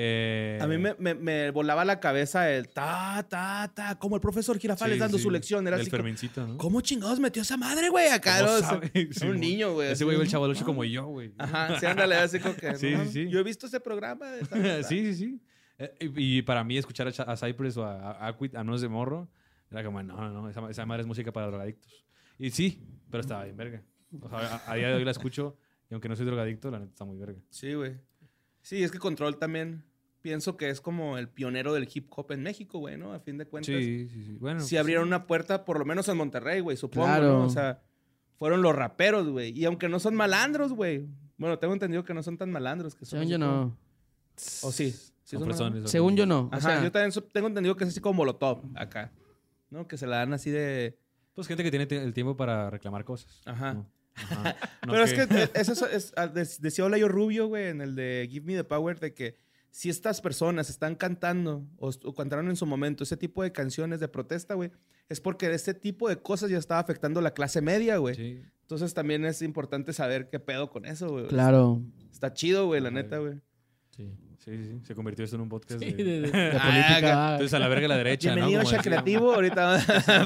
A mí me volaba la cabeza el como el profesor Girafales Sí, dando sí, su lección. Era del así como, Fermincito, ¿no? ¿cómo chingados metió esa madre, güey? Acá, ¿Cómo ¿no? O sea, sabe? era Sí, un mo- niño, güey. Ese así. güey ve el Chavo como yo, güey. Ajá, sí, ándale, así como que. Sí, no, sí, sí. Yo he visto ese programa. Sí, sí, sí. Y para mí escuchar a Cypress o a Aquid, a menos de morro, era como, no, esa madre es música para drogadictos. Y sí, pero estaba bien verga. O sea, a día de hoy la escucho y aunque no soy drogadicto, la neta está muy verga. Sí, güey. Sí, es que Control también pienso que es como el pionero del hip hop en México, güey, ¿no? A fin de cuentas. Sí. Bueno, Sí pues, abrieron una puerta, por lo menos en Monterrey, güey, supongo, Claro. ¿no? O sea, fueron los raperos, güey. Y aunque no son malandros, güey. Bueno, tengo entendido que no son tan malandros. Que son Según así yo como- no. ¿O sí? ¿Sí son son fresones, malandros? o Según sí. yo no. O Ajá, sea, yo también tengo entendido que es así como Molotov, acá. ¿No? Que se la dan así de... Pues gente que tiene el tiempo para reclamar cosas. Ajá. ¿no? Ajá. No Pero es que eso decía Olayo Rubio, güey, en el de Give Me the Power, de que si estas personas están cantando o cantaron en su momento ese tipo de canciones de protesta, güey, es porque este tipo de cosas ya estaba afectando la clase media, güey. Sí. Entonces también es importante saber qué pedo con eso, güey. claro. Está chido, güey, la Ajá. neta, güey. Sí. Sí. Se convirtió esto en un podcast Sí, de... de Ah, política. Entonces a la verga la derecha, Bienvenido ¿no? a Creativo. Ahorita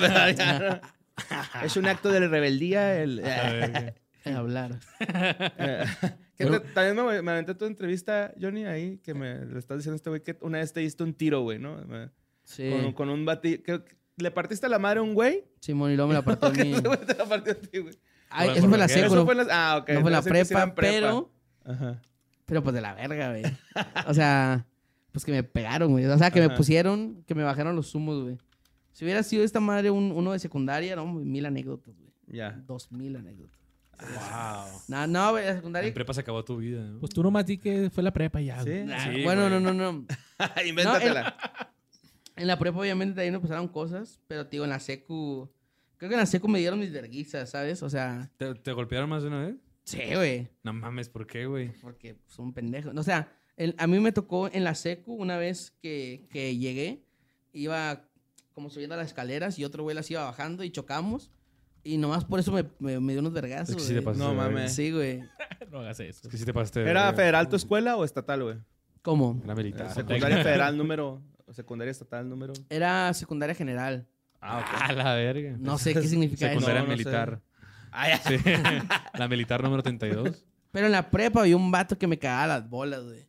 es un acto de rebeldía. Hablar. También me aventé tu entrevista, Johnny, ahí, que le estás diciendo a este güey que una vez te diste un tiro, güey, ¿no? Sí. Con un bati... ¿Le partiste la madre a un güey? Simón y luego me la partió a mí. Ese güey te la partió a ti, güey. Ay, Por eso fue la verguero. seco. Eso fue en la... Ah, ok. No fue la Pensé que sí prepa, era en Ajá. pero pues de la verga, güey. O sea, pues que me pegaron, güey. O sea, que me Ajá. pusieron, que me bajaron los humos, güey. Si hubiera sido esta madre uno de secundaria, no, 1000 anécdotas, güey. Ya. 2000 anécdotas. No, güey, la secundaria... En prepa se acabó tu vida, ¿no? Pues tú nomás di que fue la prepa y ya. ¿Sí? güey. Sí, bueno, güey. no. Invéntatela. En la prepa, obviamente, también me pasaron cosas, pero, tío, en la secu... Creo que en la secu me dieron mis verguizas, ¿sabes? O sea, ¿Te golpearon más de una vez? sí, güey. No mames, ¿por qué, güey? Porque son pendejos. O sea, a mí me tocó en la secu una vez que llegué, iba como subiendo a las escaleras y otro güey las iba bajando y chocamos. Y nomás por eso me dio unos vergazos, Es que sí te güey. pasaste No de verga. mames. Sí, güey. No hagas eso. Es que sí te pasaste de ¿Era verga. federal tu escuela o estatal, güey? ¿Cómo? Era militar. Secundaria federal número... o secundaria estatal número... Era secundaria general. Ah, la verga. No sé qué significa eso. Secundaria No, no sé. militar. Ah, ya. Sí. La militar número 32. Pero en la prepa había un vato que me cagaba las bolas, güey.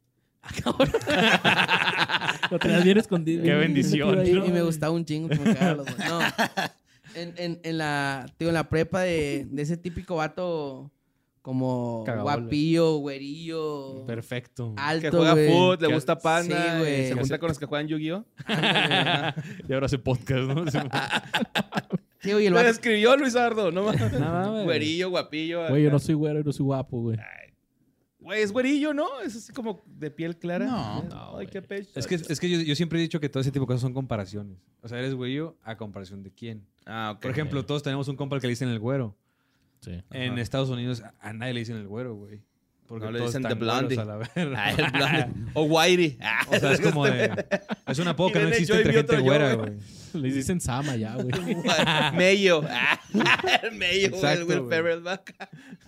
Lo tenías bien escondido. Qué bien bendición, metido ahí, Y me ¿no? gustaba un chingo que me cagara los bolas. No. En la prepa de ese típico vato como Cagabolas. guapillo, güerillo, Perfecto. alto, Que juega güey. fútbol, le Que- gusta panda, Sí, güey. y se junta con los que juegan Yu-Gi-Oh. Y ahora hace podcast, ¿no? Sí, güey, el Lo vato... escribió Luis Ardo, no mames. No mames. Güerillo, guapillo. Güey, yo acá. no soy güero y no soy guapo, güey. Güey, es güerillo, ¿no? Es así como de piel clara. No. No, Ay, güey. qué pecho. Es que yo siempre he dicho que todo ese tipo de cosas son comparaciones. O sea, eres güeyo a comparación de quién. Ah, ok. Por ejemplo, todos tenemos un compa al que le dicen el güero. Sí. En Estados Unidos a nadie le dicen el güero, güey. Porque No, le todos dicen están The Blondie. güeros a la verga. Ah, el blonde. O Whitey. Ah, O sea, es como de... Es una apodo Y que no viene existe yo y entre vi gente otro yo, güera, güey. güey. Les dicen Sama ya, güey. Mello. Ah, el Mello, güey. Exacto, El Will güey. Ferrell va acá.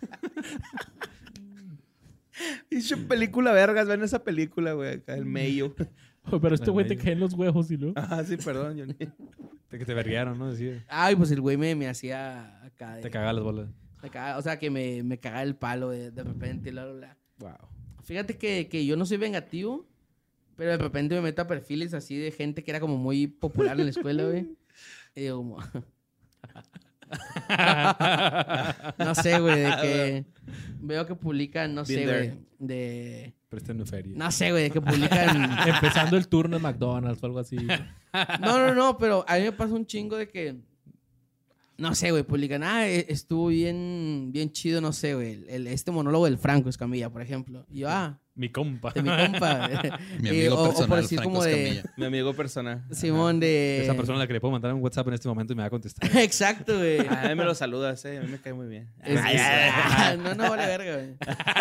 Pinche película vergas, ven esa película, güey. Acá, el Mello. Pero este güey te Medio. caen los huevos, ¿y no? Ah, sí, perdón, Johnny. De que te verguearon, ¿no? Decía. Ay, pues el güey me hacía acá. Te cagaba las bolas. O sea, que me cagaba el palo de repente, bla, bla, bla. Wow. Fíjate que yo no soy vengativo, pero de repente me meto a perfiles así de gente que era como muy popular en la escuela, güey. Y digo como... no sé, güey, de que veo que publican, no sé, Been güey, there. de... Préstame feria. No sé, güey, de que publican... Empezando el turno en McDonald's o algo así. No, pero a mí me pasa un chingo de que... No sé, güey, publican, estuvo bien chido, no sé, güey, este monólogo del Franco Escamilla, por ejemplo. Y yo, Mi compa. de mi compa. Mi amigo o por personal, decir Franco como de... Escamilla. Mi amigo personal. Simón de... Esa persona a la que le puedo mandar un WhatsApp en este momento y me va a contestar. Exacto, güey. A mí me lo saludas, a mí me cae muy bien. No, vale verga, güey.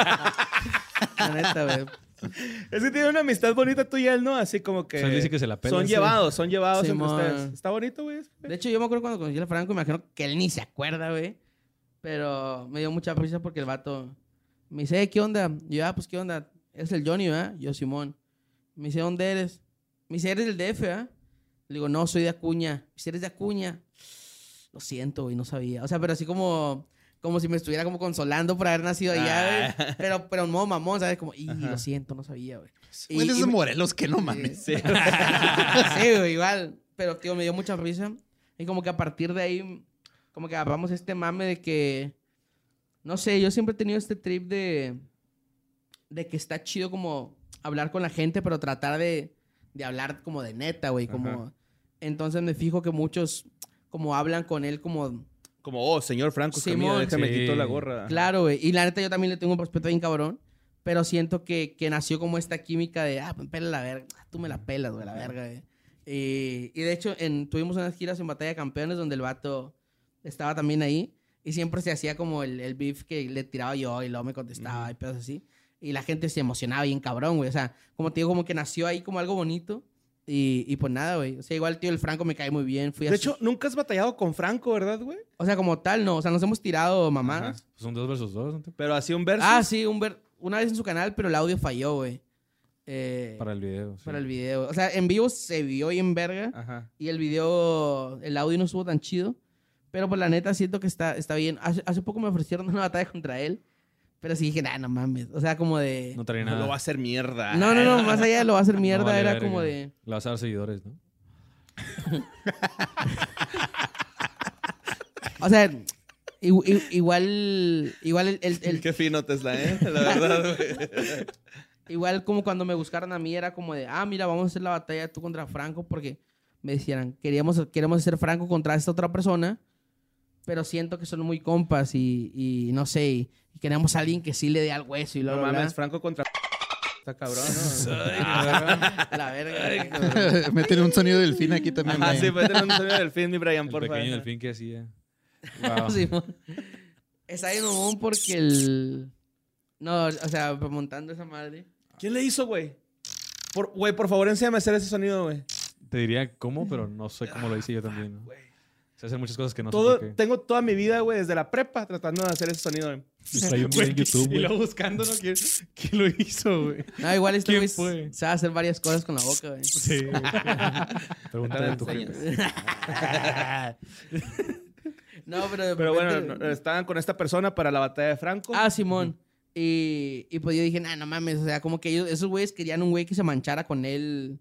La neta, güey. Es que tiene una amistad bonita tú y él, ¿no? Así como que... O sea, él dice que se la pela, Son sí. llevados entre Simón. ustedes. Está bonito, güey. De hecho, yo me acuerdo cuando conocí al Franco, me imagino que él ni se acuerda, güey. Pero me dio mucha prisa porque el vato me dice, ¿qué onda? Y yo, pues, ¿qué onda? Es el Johnny, ¿verdad? Yo, Simón. Me dice, ¿dónde eres? Me dice, ¿eres del DF, ¿verdad? Le digo, no, soy de Acuña. Me dice, ¿eres de Acuña? Lo siento, güey, no sabía. O sea, pero así como si me estuviera como consolando por haber nacido allá, güey. Pero en modo mamón, ¿sabes? Como, lo siento, no sabía, güey. Güey, eres de Morelos, que no mames. Sí. Sí, güey, igual. Pero, tío, me dio mucha risa. Y como que a partir de ahí, como que agarramos este mame de que... No sé, yo siempre he tenido este trip de que está chido como hablar con la gente, pero tratar de hablar como de neta, güey. Como... Entonces me fijo que muchos como hablan con él como... Como, señor Franco Escamilla, Simón. déjame Sí. quito la gorra. Claro, güey. Y la neta yo también le tengo un respeto bien cabrón. Pero siento que nació como esta química de, pues pela la verga. Tú me la pelas, güey, la verga, güey. Y de hecho, tuvimos unas giras en Batalla de Campeones donde el vato estaba también ahí. Y siempre se hacía como el beef que le tiraba yo y luego me contestaba y pedos así. Y la gente se emocionaba bien cabrón, güey. O sea, como te digo, como que nació ahí como algo bonito. Y pues nada, güey. O sea, igual tío el Franco me cae muy bien. Fui a De su- hecho, nunca has batallado con Franco, ¿verdad, güey? O sea, como tal, no. O sea, nos hemos tirado mamadas. Son 2 versus 2, ¿no? Pero así un verso. Ah, sí, una vez en su canal, pero el audio falló, güey. Para el video. Sí. Para el video. O sea, en vivo se vio bien verga. Ajá. Y el video, el audio no estuvo tan chido. Pero pues la neta siento que está bien. Hace poco me ofrecieron una batalla contra él. Pero sí dije, no mames. O sea, como de... No trae No nada. lo va a hacer mierda. No, más allá de lo va a hacer mierda, No vale era verga. como de... Le vas a dar seguidores, ¿no? O sea, igual el Qué fino Tesla, ¿eh? La verdad, güey. igual como cuando me buscaron a mí era como de, mira, vamos a hacer la batalla tú contra Franco porque me decían, queremos hacer Franco contra esta otra persona, pero siento que son muy compas y no sé, y queremos a alguien que sí le dé al hueso y No luego mames, Franco contra... Está cabrón, ¿no? la verga. Métele un sonido de delfín aquí también. Ajá, güey. sí, métele un sonido del film, mi Brian, El por favor. pequeño delfín que hacía. Wow. Simón. Está bien mamón porque el... No, o sea, montando esa madre. ¿Quién le hizo, güey? Güey, por favor, enséñame a hacer ese sonido, güey. Te diría cómo, pero no sé cómo lo hice yo también, ¿no? Güey. Se hacen muchas cosas que no sé por qué. Tengo toda mi vida, güey, desde la prepa tratando de hacer ese sonido, güey. Y trae un video en YouTube, Y güey. luego buscando, ¿no? ¿Quién lo hizo, güey? No, igual este ¿Quién güey fue? sabe hacer varias cosas con la boca, güey. Sí. Pregúntale a tu Enseñas. jefe. No, pero de Pero repente- bueno, estaban con esta persona para la batalla de Franco. Ah, Simón. Y pues yo dije, nah, no mames. O sea, como que esos güeyes querían un güey que se manchara con él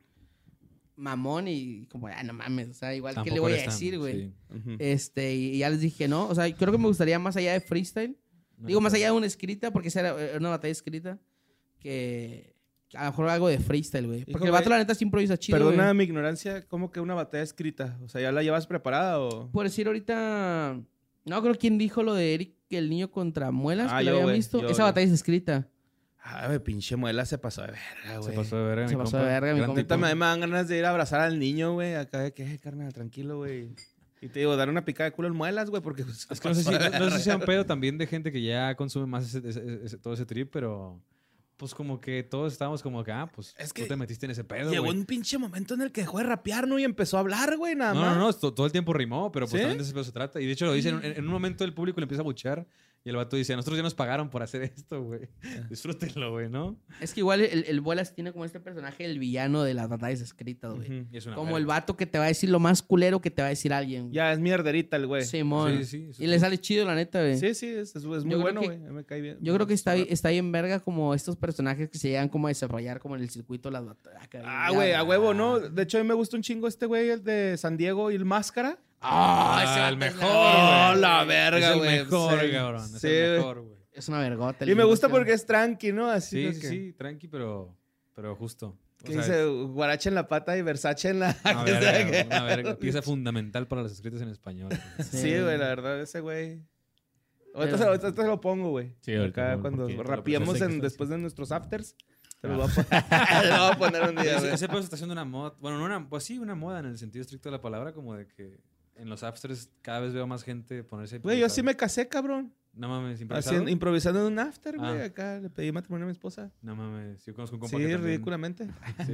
mamón y como, no mames. O sea, igual, ¿qué le Tampoco voy a eres tan- decir, güey? sí. Ujú. Y ya les dije, no. O sea, creo que me gustaría más allá de freestyle. Digo, más allá de una escrita, porque esa era una batalla escrita, que a lo mejor algo de freestyle, güey. Porque Hijo, el vato, güey, la neta, sí improvisa chido, Perdona güey. mi ignorancia, ¿cómo que una batalla escrita? O sea, ¿ya la llevas preparada o...? Por decir ahorita... No, creo quién dijo lo de Eric, el niño contra Muelas, Ah, que yo, lo habían güey, visto. yo, Esa yo. batalla es escrita. Ah, güey, pinche muela se pasó de verga, güey. Se pasó de verga, Se mi pasó compa. de verga, mi Gran compa. tipo. Ahorita me dan ganas de ir a abrazar al niño, güey. Acá de que, carnal, tranquilo, güey. Y te digo, dar una picada de culo en muelas, güey, porque... pues, Es que no sé si, no sé si sea un pedo también de gente que ya consume más todo ese trip, pero pues como que todos estábamos como que, pues Es que tú te metiste en ese pedo, Llegó güey. un pinche momento en el que dejó de rapear, ¿no? Y empezó a hablar, güey, nada más. No, todo el tiempo rimó, pero pues ¿Sí? también de ese pedo se trata. Y de hecho lo dice, en un momento el público le empieza a buchear y el vato dice, a nosotros ya nos pagaron por hacer esto, güey. Disfrútenlo, güey, ¿no? Es que igual el Bolas tiene como este personaje, el villano de las batallas escritas, güey. Ujú. Y es una Como verga. el vato que te va a decir lo más culero que te va a decir alguien. güey. Ya es mierderita el güey. Simón. Sí, sí, eso Y sí. le sale chido, la neta, güey. Sí, es muy creo bueno, que- güey. Me cae bien. Yo creo que está bien verga como estos personajes que se llegan como a desarrollar como en el circuito de las batallas. Ah, güey, a huevo, ¿no? De hecho, a mí me gusta un chingo este güey, el de San Diego y el Máscara. Ah, el mejor, Oh, güey. la verga, Es el güey. mejor, Sí. cabrón. Es Sí, el güey. mejor, güey. Es una vergota. Y me gusta porque es tranqui, ¿no? Así Sí, de sí, que, sí, tranqui, pero justo. O que sea, dice Guarache en la pata y Versace en la... Una que sea verga, que- una verga. Pieza fundamental para las escritas en español. güey. Sí, güey, la verdad, ese güey... Ahorita, Pero- ahorita se lo pongo, güey. Sí, ahorita Acá no, cuando porque- rapiemos pero pues, después de nuestros afters, te lo Ah. voy a poner, lo voy a poner un día, güey. Ese pedo se está haciendo una moda. Bueno, no una, pues sí, una moda en el sentido estricto de la palabra, como de que en los afters cada vez veo más gente ponerse. a Güey, yo improvisar. sí me casé, cabrón. No mames, improvisado. Improvisando en un after, güey. Ah. Acá le pedí matrimonio a mi esposa. No mames, yo conozco un compa Sí, que también- ridículamente. Sí.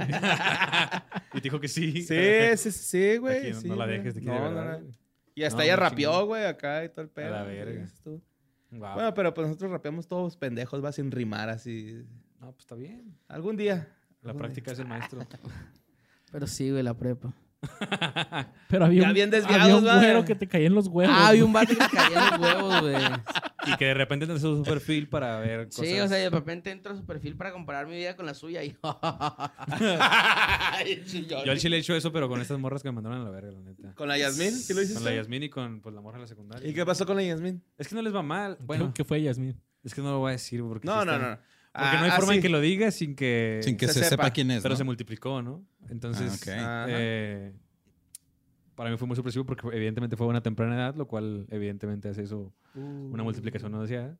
Y te dijo que sí. Sí, güey. Aquí sí, no la güey. dejes, te quiere No, verdad. no, no. Y hasta No, ella muy rapeó, chingón. güey, acá y todo el pedo. la güey, verga. eso estuvo. Guau. Bueno, pero pues nosotros rapeamos todos pendejos, va sin rimar así. No, pues está bien. Algún día. La algún práctica es el maestro. Pero sí, güey, la prepa. Pero había Ya un, bien desviados, había un va. güero que te caía en los huevos. Ah, había güey. un vato que caía en los huevos, güey. Y que de repente entra su perfil para ver cosas. Sí, o sea, de repente entro a su perfil para comparar mi vida con la suya y... Yo al chile he hecho eso, pero con estas morras que me mandaron a la verga, la neta. ¿Con la Yasmín? ¿Sí lo hiciste? Con la Yasmín y con pues, la morra de la secundaria. ¿Y qué pasó con la Yasmín? Es que no les va mal. Bueno, ¿Qué fue, Yasmín? es que no lo voy a decir porque No, sí no, está- no. Porque no hay forma en que lo diga sin que... Sin que se se, sepa. sepa quién es, Pero ¿no? se multiplicó, ¿no? Entonces, Ah, ok. para mí fue muy sorpresivo porque evidentemente fue a una temprana edad, lo cual evidentemente hace eso una multiplicación no deseada.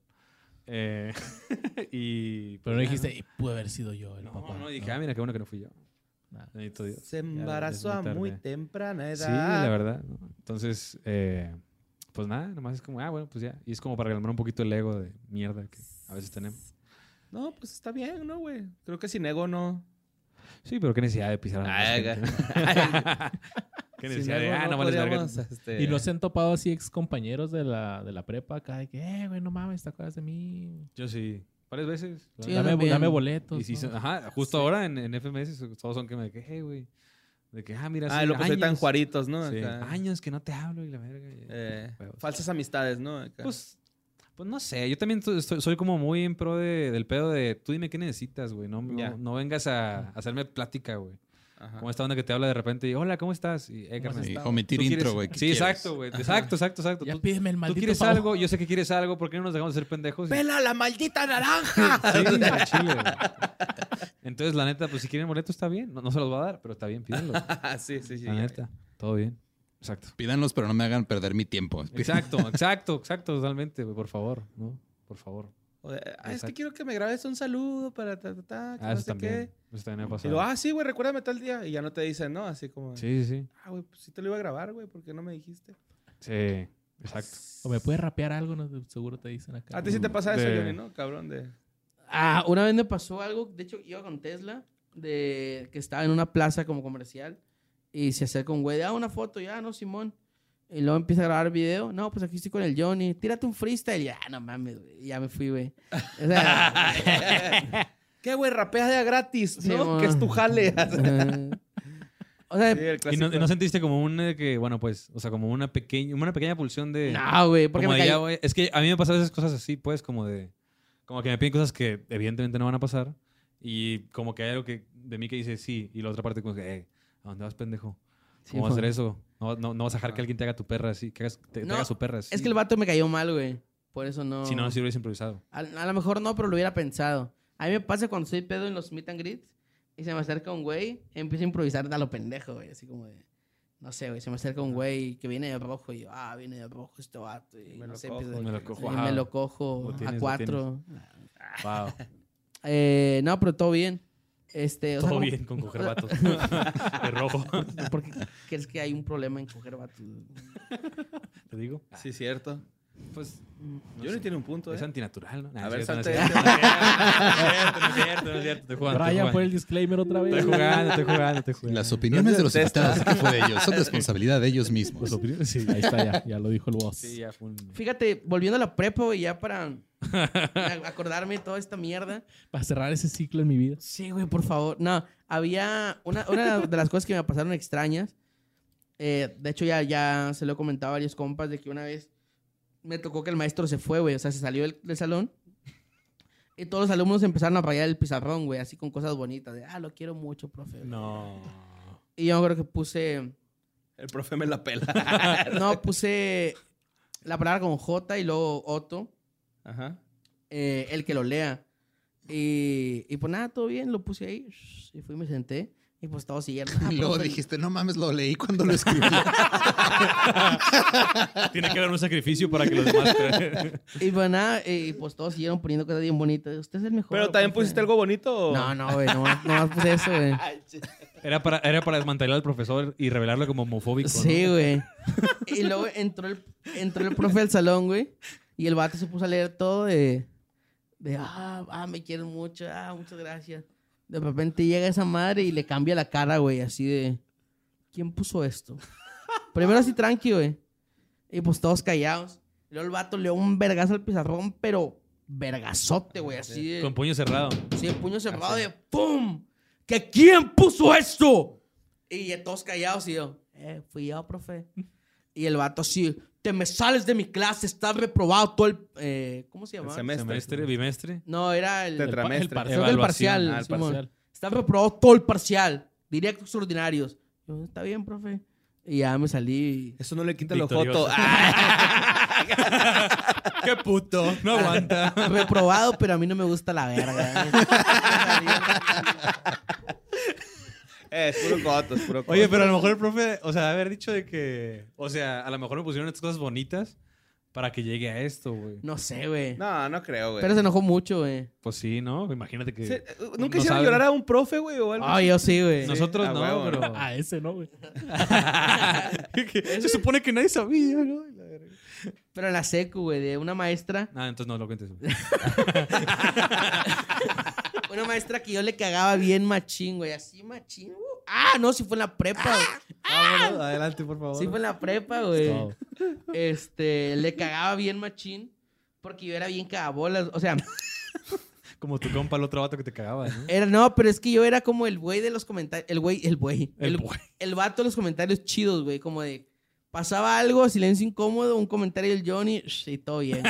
Y... Pero no pues, dijiste, pude haber sido yo el No, papá. no, dije, mira, qué bueno que no fui yo. Nada. Bendito Dios. Se embarazó a es muy muy tarde. temprana edad. Sí, la verdad. ¿no? Entonces, pues nada, nomás es como, bueno, pues ya. Y es como para calmar un poquito el ego de mierda que a veces tenemos. No, pues está bien, ¿no, güey? Creo que sin ego no. Sí, pero qué necesidad de pisar a la Ay, gente. Qué Sin necesidad de, ego no vales verga. podríamos, este, ¿Y no se han topado así ex compañeros de la prepa acá? De que, güey, no mames, ¿te acuerdas de mí? Yo sí, varias veces. Sí, ¿verdad? yo también. Dame boletos. Y sí, ¿no? ajá, justo ahora en FMS todos son que me dije, güey. De que, mira, Ah, sí, lo que soy tan años. juaritos, ¿no? Sí, Acá. años que no te hablo y la verga. y- Huevos. Falsas amistades, ¿no? Acá. Pues no sé, yo también soy como muy en pro del pedo de tú dime qué necesitas, güey. Ya. No vengas a hacerme plática, güey. Ajá. Como esta onda que te habla de repente y hola, ¿cómo estás? Y, carnal, Sí, estado? omitir ¿tú quieres- intro, güey. ¿qué Sí, quieres? exacto, güey. Exacto. Ya Tú, pídeme el tú maldito quieres favor. algo, yo sé que quieres algo, ¿por qué no nos dejamos de ser pendejos? ¡Pela la maldita naranja! Sí, al chile, güey. Entonces, la neta, pues si quieren boleto está bien. No se los va a dar, pero está bien, pídenlo. sí. La neta, todo bien. Exacto. Pídanlos, pero no me hagan perder mi tiempo. Exacto, totalmente, güey, por favor, ¿no? Por favor. O de, es que quiero que me grabes un saludo para que no Eso sé también. qué. Eso también me ha Y pasado. luego, sí, güey, recuérdame tal día. Y ya no te dicen, ¿no? Así como, Sí. güey, pues sí te lo iba a grabar, güey, ¿por qué no me dijiste? Sí, exacto. O me puedes rapear algo, ¿no? Seguro te dicen acá. A ti sí te pasa eso, De- Johnny, ¿no? Cabrón de... Una vez me pasó algo, de hecho iba con Tesla, de que estaba en una plaza como comercial y se acerca un güey de, una foto, ya, no, Simón. Y luego empieza a grabar video. No, pues aquí estoy con el Johnny. Tírate un freestyle. Ya, no mames, güey. Ya me fui, güey. O sea, ¿Qué, güey? Rapeas de a gratis, Sí, ¿no? mo. Que es tu jale. o sea, Sí, el ¿Y clásico. no sentiste como bueno, pues, o sea, como una pequeña pulsión de... no, güey, porque como me de ya, cayó. güey, es que a mí me pasan esas cosas así, pues, como que me piden cosas que evidentemente no van a pasar y como que hay algo de mí que dice sí y la otra parte como que, ¿a dónde vas, pendejo? Sí, ¿Cómo vas a hacer güey. eso? No vas a dejar que alguien te haga tu perra así, te No, haga su perra así. Es que el vato me cayó mal, güey. Por eso no. Si no, si lo hubieras improvisado. A lo mejor no, pero lo hubiera pensado. A mí me pasa cuando estoy pedo en los meet and greets y se me acerca un güey, empiezo a improvisar a lo pendejo, güey. Así como de, no sé, güey, se me acerca un güey que viene de rojo y yo, viene de rojo este vato. Y Me no lo sé, cojo, empiezo- me lo cojo. y me lo cojo Lo tienes, a lo 4. Wow. No, pero todo bien. O sea, Todo como- bien con coger vatos. De rojo. ¿Por qué crees que hay un problema en coger vatos? ¿Te digo? Sí, cierto. Pues, Johnny tiene un punto, es ¿eh? antinatural, ¿no? A ver, no es salte. cierto, no es cierto. Estoy jugando. Brian fue el disclaimer otra vez. Estoy jugando. Las opiniones de los invitados que fue de ellos son responsabilidad de ellos mismos. Sí, ahí está ya lo dijo el boss. Sí, ya fue un... Fíjate, volviendo a la prepa, güey, ya para acordarme de toda esta mierda. Para cerrar ese ciclo en mi vida. Sí, güey, por favor. No, había una de las cosas que me pasaron extrañas. De hecho, ya se lo he comentado a varios compas de que una vez me tocó que el maestro se fue, güey. O sea, se salió del salón. Y todos los alumnos empezaron a rayar el pizarrón, güey, así con cosas bonitas. De, lo quiero mucho, profe. No. Y yo creo que puse... El profe me la pela. No, puse la palabra con J y luego Otto. Ajá. El que lo lea. Y pues nada, todo bien, lo puse ahí. Y fui y me senté. Y pues todos siguieron. Y luego profe. dijiste, no mames, lo leí cuando lo escribí. Tiene que haber un sacrificio para que los demás... Y pues nada, y pues todos siguieron poniendo cosas bien bonitas. Usted es el mejor. ¿Pero también profe. pusiste algo bonito? o? No, güey, nomás puse eso, güey. Era para desmantelar al profesor y revelarlo como homofóbico, ¿no? Sí, güey. Y luego entró el profe al salón, güey. Y el vato se puso a leer todo me quieren mucho, muchas gracias. De repente llega esa madre y le cambia la cara, güey, así de, ¿quién puso esto? Primero así tranqui, güey. Y pues todos callados. Y luego el vato le dio un vergazo al pizarrón, pero vergazote, güey, así de... Con puño cerrado. Sí, el puño cerrado de ¡pum! ¿Que quién puso esto? Y ya todos callados y yo, fui yo, profe. Y el vato así, te me sales de mi clase, estás reprobado todo el... ¿Cómo se llama? Semestre, bimestre. No, era el... Tetramestre. parcial. Creo que el Evaluación. parcial. El Simón. parcial. Estás reprobado todo el parcial. Directos extraordinarios. Yo, está bien, profe. Y ya me salí. Eso no le quita lo Victorioso. joto. ¡Qué puto! No aguanta. Reprobado, pero a mí no me gusta la verga. Es puro joto, es puro joto. Oye, pero a lo mejor el profe, o sea, haber dicho de que... O sea, a lo mejor me pusieron estas cosas bonitas para que llegue a esto, güey. No sé, güey. No creo, güey. Pero se enojó mucho, güey. Pues sí, ¿no? Imagínate que... Sí, ¿Nunca no hicieron saben. llorar a un profe, güey, o algo? Yo sí, güey. Nosotros a no, huevo, pero... A ese no, güey. Se supone que nadie sabía, ¿no? Pero en la secu, güey, de una maestra. Ah, entonces no lo cuentes. Güey. Una maestra que yo le cagaba bien machín, güey. Así machín. No, sí fue en la prepa, güey. Bueno, adelante, por favor. Sí fue en la prepa, güey. Todo. Le cagaba bien machín. Porque yo era bien cagabolas. O sea, Como tu compa, el otro vato que te cagaba, ¿no? no, pero es que yo era como el güey de los comentarios. El güey. El güey. El vato de los comentarios chidos, güey. Como de. Pasaba algo, silencio incómodo, un comentario del Johnny, y todo bien.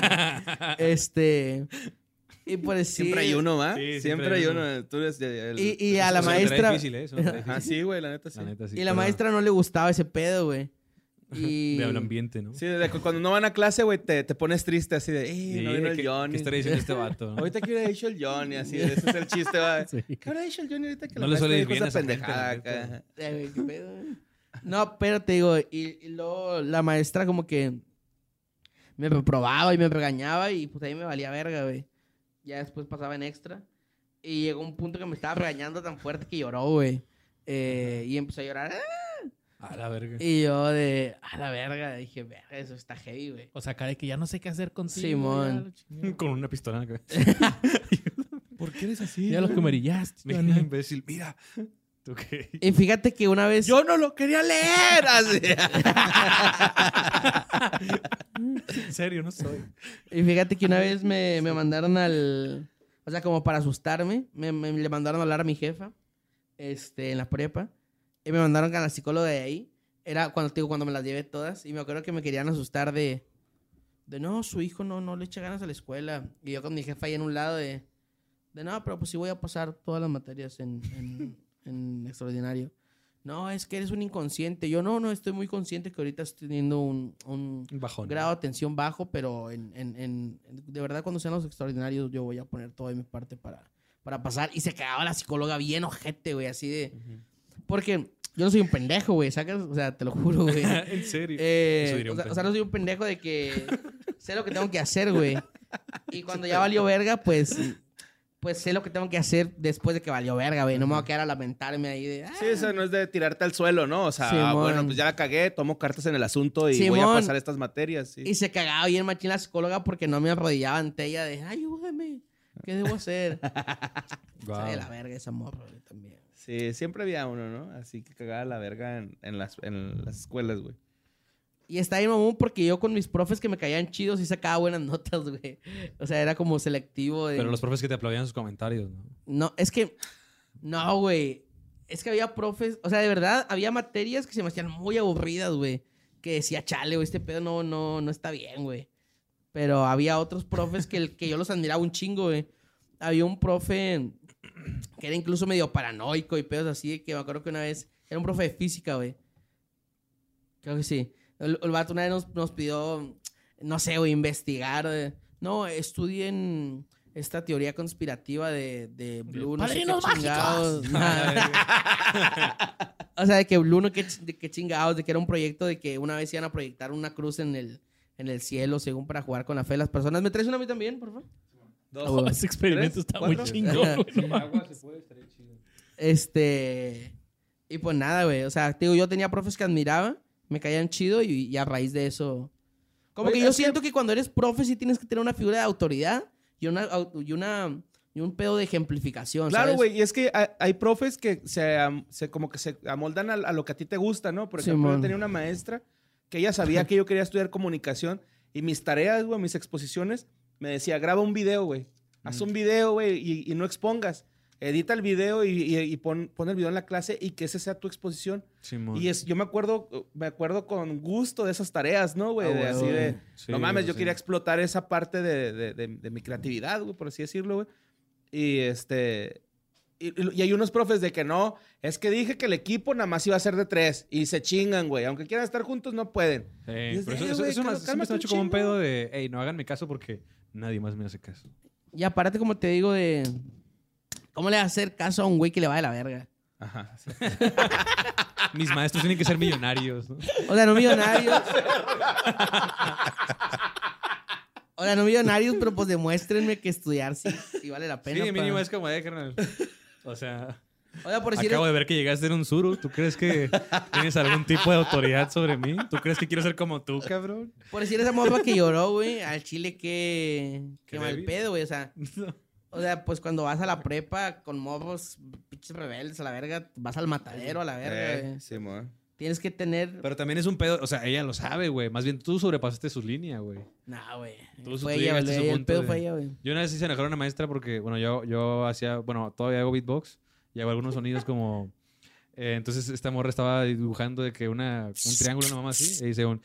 Y pues sí. Siempre hay uno, ¿va? Sí, siempre hay uno. Tú eres el... Y a la Eso es maestra. difícil, ¿eh? Eso es difícil. Ah, sí, güey, la neta sí. La neta, sí. Y la pero- maestra no le gustaba ese pedo, güey. Y... De ambiente, ¿no? Sí, cuando no van a clase, güey, te pones triste así de, Sí, no vino el ¿qué Johnny. estará diciendo este vato? ¿no? Ahorita que hubiera dicho el Johnny, así, ese es el chiste, va. Sí. ¿Qué hubiera dicho el Johnny ahorita que No la le maestra suele ir dijo bien a esa esa gente, pendejada la neta. acá? Güey, ¿qué pedo, güey? No, pero te digo, y luego la maestra como que me reprobaba y me regañaba y pues ahí me valía verga, güey. Ya después pasaba en extra. Y llegó un punto que me estaba regañando tan fuerte que lloró, güey. Y empezó a llorar. A la verga. Y yo a la verga, dije, verga, eso está heavy, güey. O sea, cara de que ya no sé qué hacer contigo. Simón. Con una pistola en la cabeza. ¿Por qué eres así? Ya lo que me brillaste. Mira, Johnny. imbécil, mira. ¿Tú qué? Y fíjate que una vez... Yo no lo quería leer. Así. En serio, no soy. Y fíjate que una vez me mandaron al... O sea, como para asustarme, le mandaron a hablar a mi jefa en la prepa. Y me mandaron a la psicóloga de ahí. Era cuando me las llevé todas. Y me acuerdo que me querían asustar de no, su hijo no le echa ganas a la escuela. Y yo con mi jefa ahí en un lado de no, pero pues sí voy a pasar todas las materias en extraordinario. No, es que eres un inconsciente. Yo no, estoy muy consciente que ahorita estoy teniendo un Bajón. grado de atención bajo, pero de verdad cuando sean los extraordinarios yo voy a poner toda mi parte para pasar. Y se cagaba la psicóloga bien ojete, güey, así de... Porque yo no soy un pendejo, güey, ¿sacas? O sea, te lo juro, güey. ¿En serio? O sea, no soy un pendejo de que sé lo que tengo que hacer, güey. Y cuando ya valió verga, pues sé lo que tengo que hacer después de que valió verga, güey. No me voy a quedar a lamentarme ahí de... Sí, eso no es de tirarte al suelo, ¿no? O sea, Simón. bueno, pues ya la cagué, tomo cartas en el asunto y Simón. voy a pasar estas materias. Sí. Y se cagaba bien machín la psicóloga porque no me arrodillaba ante ella de... Ayúdame, ¿qué debo hacer? Guau. Sale la verga esa morra, güey, también. Sí, siempre había uno, ¿no? Así que cagaba la verga en las escuelas, güey. Y está bien mamón porque yo con mis profes que me caían chidos y sacaba buenas notas, güey. O sea, era como selectivo de... Pero los profes que te aplaudían sus comentarios, ¿no? No, es que... No, güey. Es que había profes... O sea, de verdad, había materias que se me hacían muy aburridas, güey. Que decía, chale, güey, este pedo no está bien, güey. Pero había otros profes que yo los admiraba un chingo, güey. Había un profe que era incluso medio paranoico y pedos así, que me acuerdo que una vez... Era un profe de física, güey. Creo que sí. El vato una vez nos pidió, no sé, güey, investigar. No, estudien esta teoría conspirativa de Blue, no sé qué ¡Padrinos chingados. O sea, de que Blue, no qué chingados, de que era un proyecto de que una vez iban a proyectar una cruz en el cielo, según para jugar con la fe de las personas. ¿Me traes una a mí también, por favor? Oh, ese experimento está muy ¿Cuatro? chingón. güey. Agua se puede, estaría chido. Y pues nada, güey. O sea, te digo, yo tenía profes que admiraba, me caían chido y a raíz de eso... Como Oye, que yo es que- siento que cuando eres profe sí tienes que tener una figura de autoridad y un pedo de ejemplificación, Claro, ¿sabes? güey. Y es que hay profes que como que se amoldan a lo que a ti te gusta, ¿no? Por ejemplo, yo Simón. tenía una maestra que ella sabía que yo quería estudiar comunicación y mis tareas, güey, mis exposiciones, me decía, graba un video, güey. Haz un video, güey, y no expongas. Edita el video y pon el video en la clase y que ese sea tu exposición. Simón. Y yo me acuerdo con gusto de esas tareas, ¿no, güey? De así de, Sí, no mames, yo sí. quería explotar esa parte de mi creatividad, güey, por así decirlo, güey. Y y hay unos profes de que no, es que dije que el equipo nada más iba a ser de 3 y se chingan, güey. Aunque quieran estar juntos, no pueden. Sí, Y es pero de, eso güey, siempre cálmate se ha un hecho como un chingo. pedo de, hey, no hagan mi caso porque nadie más me hace caso. Y aparte, como te digo, de... ¿Cómo le vas a hacer caso a un güey que le va de la verga? Ajá. Sí. Mis maestros tienen que ser millonarios, ¿no? O sea, no millonarios. O sea, no millonarios, pero pues demuéstrenme que estudiar sí vale la pena. Sí, mínimo es como de, carnal. O sea, O sea, por decir... acabo de ver que llegaste en un suru. ¿Tú crees que tienes algún tipo de autoridad sobre mí? ¿Tú crees que quiero ser como tú, cabrón? Por decir esa morra que lloró, güey, al chile qué Qué mal débil. pedo, güey. O sea, pues cuando vas a la prepa con morros pinches rebeldes a la verga, vas al matadero a la verga, güey. Sí, mo. Tienes que tener... Pero también es un pedo, o sea, ella lo sabe, güey. Más bien tú sobrepasaste su línea, güey. Nah, güey. Tú Fue ella, llegaste a ese güey. El punto pedo de- fue ella, güey. Yo una vez hice enojar a una maestra porque, bueno, yo hacía, bueno, todavía hago beatbox y hago algunos sonidos como... entonces esta morra estaba dibujando de que un triángulo, una mamá así, y dice un...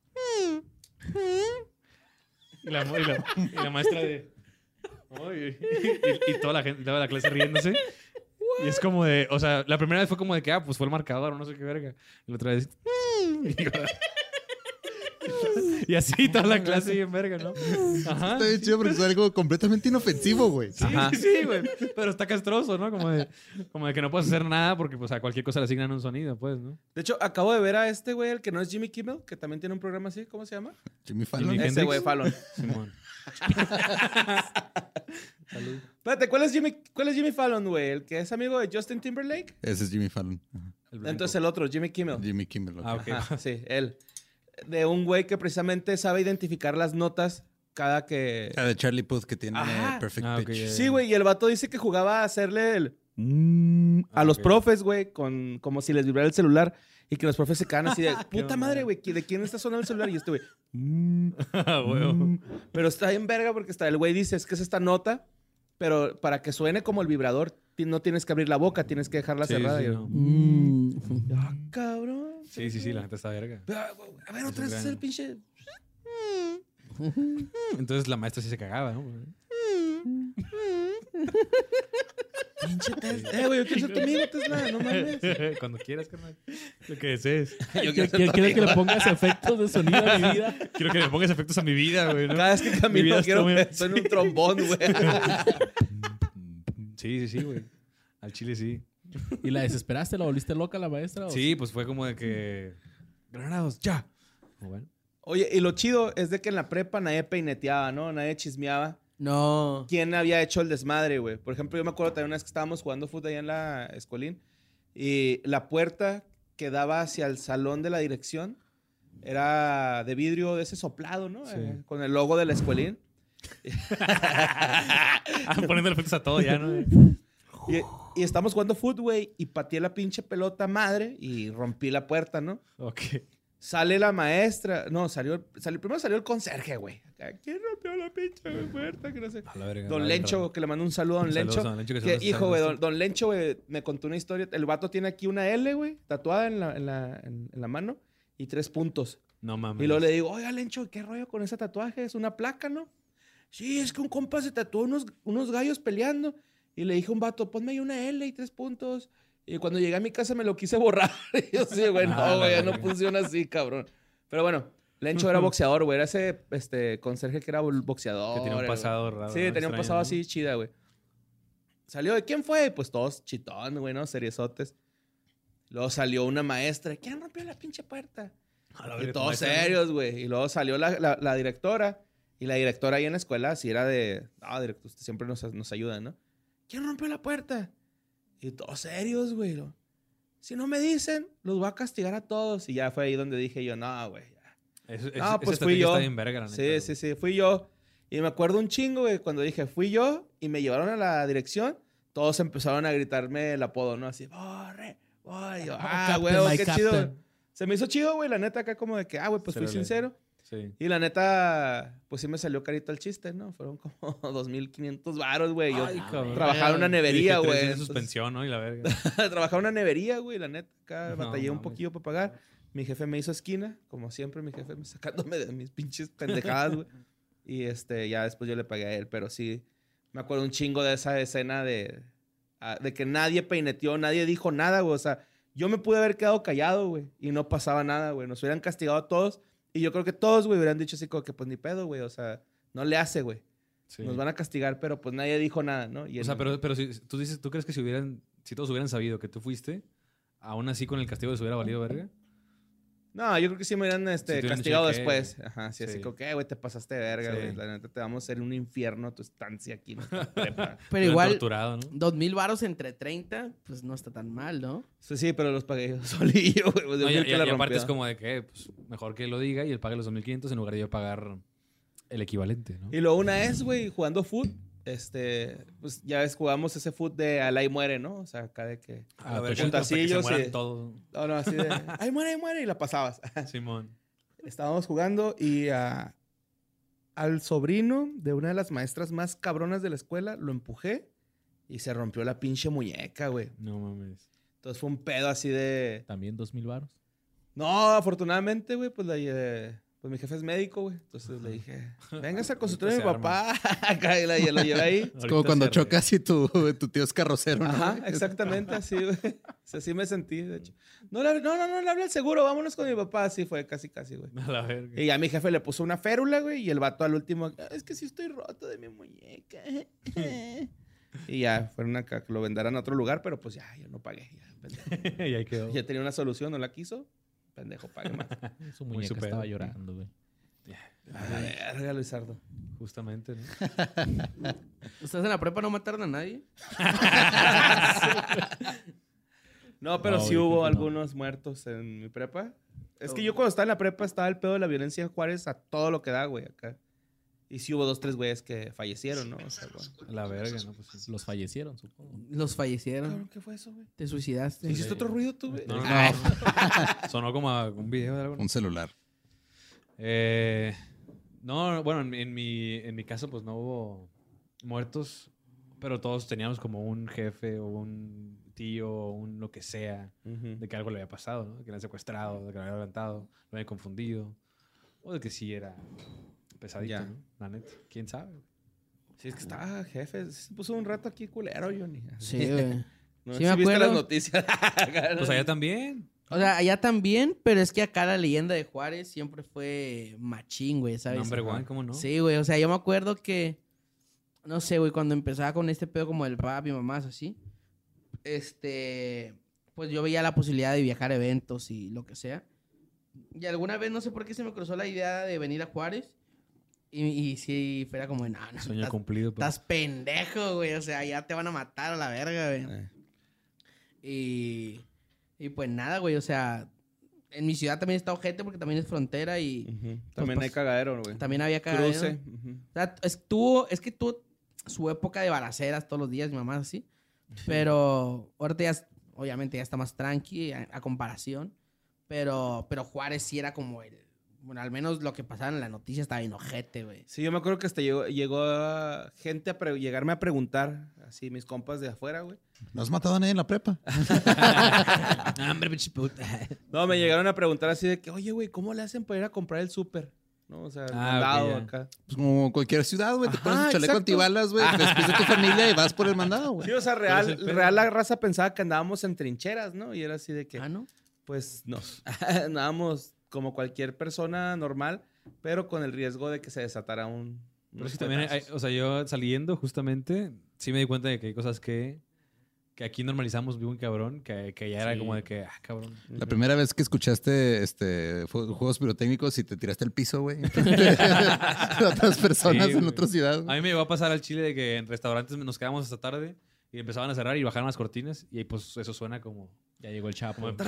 Y la maestra de... "Ay", y toda la gente, toda la clase riéndose. Y es como de, o sea, la primera vez fue como de que, pues fue el marcador o no sé qué verga. Y la otra vez... Y yo, Y así toda la clase bien verga, ¿no? Ajá. Está bien chido porque es algo completamente inofensivo, güey. Sí, sí, güey. Pero está castroso, ¿no? Como de que no puedes hacer nada porque pues a cualquier cosa le asignan un sonido, pues, ¿no? De hecho, acabo de ver a este güey, el que no es Jimmy Kimmel, que también tiene un programa así. ¿Cómo se llama? Jimmy Fallon. Jimmy Ese Hendrix. güey, Fallon. Simón. Espérate, ¿cuál es Jimmy Fallon, güey? ¿El que es amigo de Justin Timberlake? Ese es Jimmy Fallon. Ajá. El blanco. Entonces el otro, Jimmy Kimmel. Jimmy Kimmel. ok. Ah, ok. Ajá, sí, él. De un güey que precisamente sabe identificar las notas cada que... Ah, de Charlie Puth que tiene Ajá. Perfect Ah, ok, Pitch. ya, ya. Sí, güey, y el vato dice que jugaba a hacerle el... a los ok. profes, güey, como si les vibrara el celular y que los profes se quedan así de, puta onda. madre, güey, ¿de quién está sonando el celular? Y este güey, Ah, huevo. pero está bien verga porque está el güey dice, es que es esta nota, pero para que suene como el vibrador, no tienes que abrir la boca, tienes que dejarla Sí, cerrada. sí, Y yo, no. ah, cabrón. Sí, la gente está verga. Pero, a ver, otra vez es el grande. pinche... Entonces la maestra sí se cagaba, ¿no? Pinche Tesla. Güey, yo quiero ser tu amigo, Tesla, no mames. Cuando quieras, carnal. Lo que desees. Quiero que le pongas efectos de sonido a mi vida. Quiero que le pongas efectos a mi vida, güey, ¿no? Cada vez que Mi camino vida quiero está que suene un trombón, güey. Sí, güey. Al chile sí. ¿Y la desesperaste? ¿La volviste loca la maestra? Sí, pues fue como de que... Granados, ya. Bueno. Oye, y lo chido es de que en la prepa nadie peineteaba, ¿no? Nadie chismeaba. No. ¿Quién había hecho el desmadre, güey? Por ejemplo, yo me acuerdo también una vez que estábamos jugando fútbol allá en la Escolín y la puerta que daba hacia el salón de la dirección era de vidrio de ese soplado, ¿no? Sí. Con el logo de la Escolín. Poniendo efectos a todo ya, ¿no? Y estamos jugando fútbol, güey, y pateé la pinche pelota madre y rompí la puerta, ¿no? Ok. Sale la maestra. No, primero salió el conserje, güey. ¿Quién rompió la pinche puerta? Que no sé. A la verga. Don Lencho, que le mando un saludo a Don Lencho. Saludos a Don Lencho, que Que, se hijo, güey, nos- don Lencho, güey, me contó una historia. El vato tiene aquí una L, güey, tatuada en la mano y 3 puntos. No mames. Y luego le digo, oiga, Lencho, ¿qué rollo con ese tatuaje? ¿Es una placa, no? Sí, es que un compa se tatuó unos gallos peleando. Y le dije a un vato, ponme ahí una L y 3 puntos. Y cuando llegué a mi casa me lo quise borrar. Y yo sí, güey, no, güey, no funciona así, cabrón. Pero bueno, Lencho era boxeador, güey. Era ese conserje que era boxeador. Que tiene un pasado raro. Sí, ¿no? tenía un Extraño, pasado ¿no? así chida, güey. Salió de quién fue, pues todos chitón, güey, ¿no? Seriesotes. Luego salió una maestra. ¿Quién rompió la pinche puerta? A la Y verga, tu todos maestra, ¿no? serios, güey. Y luego salió la directora. Y la directora ahí en la escuela, si era de... No, director, usted siempre nos ayuda, ¿no? ¿Quién rompió la puerta? Y todos serios, güey. Si no me dicen, los voy a castigar a todos. Y ya fue ahí donde dije yo, no, güey. Esa pues estrategia fui yo. Está bien verga, la neta, Sí, fui yo. Y me acuerdo un chingo, güey, cuando dije, fui yo, y me llevaron a la dirección, todos empezaron a gritarme el apodo, ¿no? Así, borre, borre. Y yo, Captain, güey, my qué captain. chido. Se me hizo chido, güey, la neta, acá como de que, güey, pues fui Cero le- sincero. Sí. Y la neta, pues sí me salió carito el chiste, ¿no? Fueron como 2,500 varos, güey. Yo Ay, cabrón. trabajaba en una nevería, Y dije, 3 güey. días de Entonces, suspensión, ¿no? Y la verga. trabajaba en una nevería, güey, la neta. Acá No batallé un mames. poquillo para pagar. Mi jefe me hizo esquina, como siempre, mi jefe sacándome de mis pinches pendejadas, güey. Y ya después yo le pagué a él, pero sí, me acuerdo un chingo de esa escena de que nadie peineteó, nadie dijo nada, güey. O sea, yo me pude haber quedado callado, güey, y no pasaba nada, güey. Nos hubieran castigado a todos, y yo creo que todos, güey, hubieran dicho así como que, pues ni pedo, güey. O sea, no le hace, güey. Sí. Nos van a castigar, pero pues nadie dijo nada, ¿no? Y O sea, pero si tú dices, ¿tú crees que si todos hubieran sabido que tú fuiste, aún así con el castigo les hubiera valido verga? No, yo creo que sí me hubieran te hubieran castigado dicho que- después. Ajá, sí, así Sí. como que, güey, te pasaste de verga, Sí. güey. La neta, te vamos a hacer un infierno tu estancia aquí en esta prepa. Pero Te hubieran igual, torturado, ¿no? 2,000 varos entre 30, pues no está tan mal, ¿no? Sí, pero los pagué yo solillo, güey. Pues, yo No, fui y, el que y la aparte rompió. es como de que, pues, mejor que lo diga y él pague los 2,500 en lugar de yo pagar el equivalente, ¿no? Y luego una vez, güey, jugando foot, pues ya ves, jugamos ese foot de Alá y muere, ¿no? O sea, acá de que... A ver, ver, hasta que se puntacillos mueran y- todos. No, no, así de... ¡Ay, muere! Y la pasabas. Simón. Estábamos jugando y al sobrino de una de las maestras más cabronas de la escuela lo empujé y se rompió la pinche muñeca, güey. No mames. Entonces fue un pedo así de... También 2,000 varos. No, afortunadamente, güey, pues pues mi jefe es médico, güey. Entonces le dije, véngase al consultorio de mi papá. Acá y lo llevé ahí. Es como cuando chocas y tu tío es carrocero, ¿no? Ajá, exactamente así, güey. O sea, así me sentí, de hecho. No le hablé al seguro, vámonos con mi papá. Así fue, casi, güey. A la verga. Y ya mi jefe le puso una férula, güey, y el vato al último, es que sí estoy roto de mi muñeca. Y ya, fueron acá, que lo vendaran a otro lugar, pero pues ya, yo no pagué. Ya, Y ahí quedó. ya tenía una solución, no la quiso. Pendejo, pague más. Su muñeca super. estaba llorando, güey. A la verga, Luisardo. Justamente, ¿no? ¿Ustedes en la prepa no mataron a nadie? No, pero No, sí yo creo hubo que no. algunos muertos en mi prepa. Es que yo cuando estaba en la prepa estaba el pedo de la violencia en Juárez a todo lo que da, güey, acá. Y sí hubo 2, 3 güeyes que fallecieron, ¿no? O sea, bueno. A la verga, ¿no? Pues sí. Los fallecieron, supongo. Los fallecieron. Cabrón, ¿qué fue eso, güey? Te suicidaste. ¿Hiciste otro ruido tú, güey? No, no, Ah, no. Sonó como a un video de algo. Un celular. No, bueno, en mi caso pues no hubo muertos, pero todos teníamos como un jefe o un tío o un lo que sea Ujú. de que algo le había pasado, ¿no? De que lo habían secuestrado, de que lo habían levantado, lo habían confundido, o de que sí era pesadito, Ya. ¿no? La neta, quién sabe. Sí, es que estaba jefe. Se puso un rato aquí culero, Johnny. Sí, güey. No Sí, sé me si viste acuerdo. las noticias. Pues allá también. O sea, allá también, pero es que acá la leyenda de Juárez siempre fue machín, güey, ¿sabes? Number one, ¿cómo no? Sí, güey, o sea, yo me acuerdo que, no sé, güey, cuando empezaba con este pedo como el rap y mamás así, pues yo veía la posibilidad de viajar a eventos y lo que sea. Y alguna vez, no sé por qué se me cruzó la idea de venir a Juárez y sí, fuera como, no, Sueño estás, cumplido. Pero... estás pendejo, güey, o sea, ya te van a matar a la verga, güey. Y pues nada, güey, o sea, en mi ciudad también está ojete porque también es frontera y Ujú. También pues, hay cagadero, güey. también había cagado. Cruce. Ujú. O sea, es que tuvo su época de balaceras todos los días, mi mamá así. Pero ahorita ya, obviamente ya está más tranqui a comparación. Pero Juárez sí era como el... Bueno, al menos lo que pasaba en la noticia estaba bien ojete, güey. Sí, yo me acuerdo que hasta llegó gente a llegarme a preguntar, así mis compas de afuera, güey. ¿No has matado a nadie en la prepa? Hombre, pinche puta. No, me llegaron a preguntar así de que, oye, güey, ¿cómo le hacen para ir a comprar el súper? ¿No? O sea, el mandado ok, ya. acá. Pues como cualquier ciudad, güey. Te Ajá, pones tu chaleco exacto. antibalas, güey. Te despides de tu familia y vas por el mandado, güey. Sí, o sea, Pero es el pedo. real la raza pensaba que andábamos en trincheras, ¿no? Y era así de que, Ah, ¿no? pues, no. Andábamos como cualquier persona normal, pero con el riesgo de que se desatara un... Pero sí, también o sea, yo saliendo justamente, sí me di cuenta de que hay cosas que aquí normalizamos bien cabrón, que ya era Sí. como de que, cabrón. La primera vez que escuchaste juegos pirotécnicos y te tiraste al piso, güey. De otras personas Sí, en güey. otra ciudad. A güey. mí me llegó a pasar al Chile de que en restaurantes nos quedamos hasta tarde y empezaban a cerrar y bajaron las cortinas y ahí pues eso suena como... Ya llegó el Chapo. como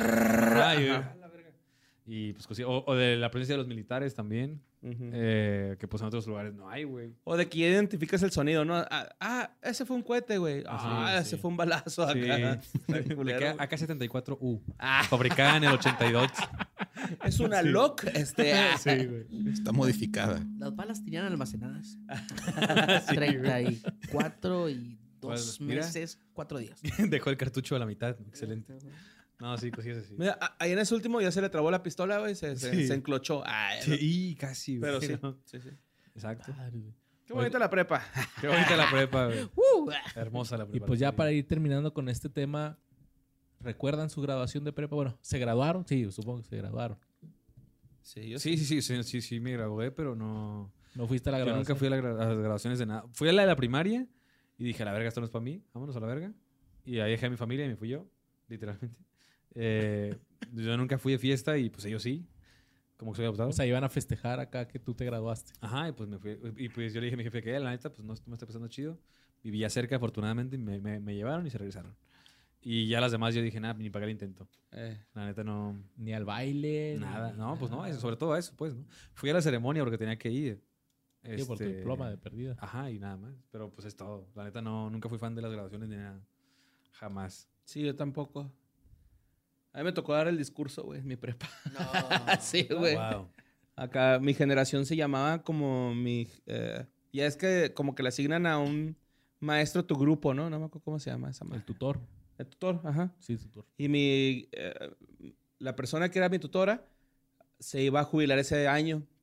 y pues o de la presencia de los militares también, Ujú. que pues en otros lugares no hay, güey. O de que ya identificas el sonido, ¿no? Ese fue un cohete, güey. Sí, Ese sí. fue un balazo Sí. acá. De que Culero. AK-74U, Ah, fabricada en el 82. es una LOC. Sí, güey. Está modificada. Las balas tenían almacenadas. Sí, 34 y 2 Pues, mira. meses, 4 días. Dejó el cartucho a la mitad. Excelente. No, sí, cosillas así. Mira, ahí en ese último ya se le trabó la pistola, güey. Se Sí. enclochó. Sí, y casi, güey. Pero sí. ¿no? Sí, sí. Exacto. Qué bonita la prepa. Qué bonita la prepa, güey. Hermosa la Y prepa. pues ya para ir terminando con este tema, ¿recuerdan su graduación de prepa? Bueno, ¿se graduaron? Sí, supongo que se graduaron. Sí, yo Sí, me gradué, pero no... ¿No fuiste a la Yo graduación? nunca fui a las graduaciones de nada. Fui a la de la primaria y dije, a la verga, esto no es para mí. Vámonos a la verga. Y ahí dejé a mi familia y me fui yo, literalmente. Yo nunca fui de fiesta y pues ellos sí. Como que soy adoptado. O sea, iban a festejar acá que tú te graduaste. Ajá, y pues me fui. Y pues yo le dije a mi jefe que la neta, pues no me está pasando chido. Vivía cerca, afortunadamente, y me llevaron y se regresaron. Y ya las demás yo dije, nada, ni pagar el intento. La neta no... Ni al baile. Nada. ni No, pues no, nada. sobre todo a eso, pues, ¿no? Fui a la ceremonia porque tenía que ir. Sí, por tu diploma de perdida. Ajá, y nada más. Pero pues es todo. La neta no, nunca fui fan de las graduaciones ni nada. Jamás. Sí, yo tampoco. A mí me tocó dar el discurso, güey, en mi prepa. No. Sí, güey. Wow. Acá mi generación se llamaba como ya es que como que le asignan a un maestro tu grupo, ¿no? No me acuerdo cómo se llama esa madre. El tutor. El tutor, ajá. Sí, tutor. Y la persona que era mi tutora se iba a jubilar ese año.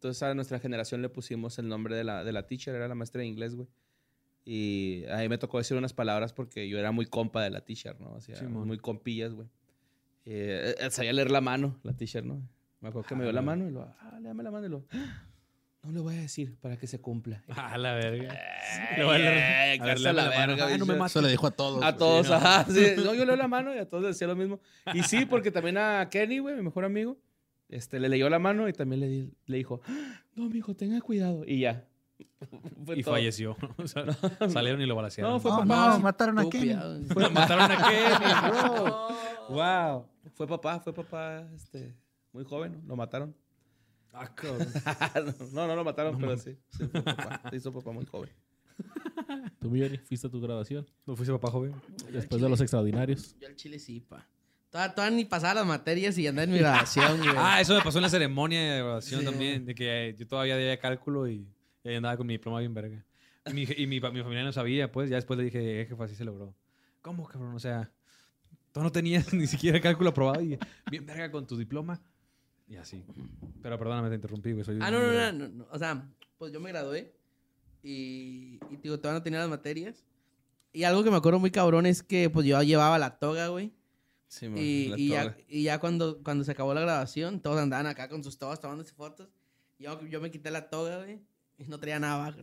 Entonces a nuestra generación le pusimos el nombre de la teacher, era la maestra de inglés, güey. Y ahí me tocó decir unas palabras porque yo era muy compa de la teacher, ¿no? O sea, muy compillas, güey. Sabía leer la mano, la teacher, ¿no? Me acuerdo que me dio la mano y lo, léame la mano y lo, no le voy a decir para que se cumpla. La verga. Le voy a leer la verga. No me mates. Eso le dijo a todos. A todos, sí, ¿no? ajá. Sí. No, yo leo la mano y a todos les decía lo mismo. Y sí, porque también a Kenny, güey, mi mejor amigo, le leyó la mano y también le dijo, no, mijo, tenga cuidado. Y ya. Y falleció. O sea, salieron y lo balacearon. No, fue No, papá. no, mataron a Kenny. Mataron a Kenny, bro. Wow. Fue papá, muy joven, ¿no? Lo mataron. No lo mataron, pero sí. Sí, fue papá. Se hizo papá muy joven. ¿Tú, Miguel, fuiste a tu graduación? ¿No fuiste papá joven? Después de los extraordinarios. Yo al chile sí, pa. Todavía ni pasaba las materias y andaba en mi grabación, güey. Eso me pasó en la ceremonia de graduación también. De que yo todavía debía cálculo y ahí andaba con mi diploma bien verga. Y mi familia no sabía, pues. Ya después le dije, jefe, así se logró. ¿Cómo, cabrón? O sea, tú no tenías ni siquiera cálculo aprobado y bien verga con tu diploma. Y así. Pero perdóname, te interrumpí, güey. No. O sea, pues yo me gradué y digo, todavía no tenía las materias. Y algo que me acuerdo muy cabrón es que pues yo llevaba la toga, güey. Sí, man, Y ya cuando se acabó la grabación, todos andaban acá con sus togas tomándose fotos. Yo me quité la toga, güey. Y no traía nada.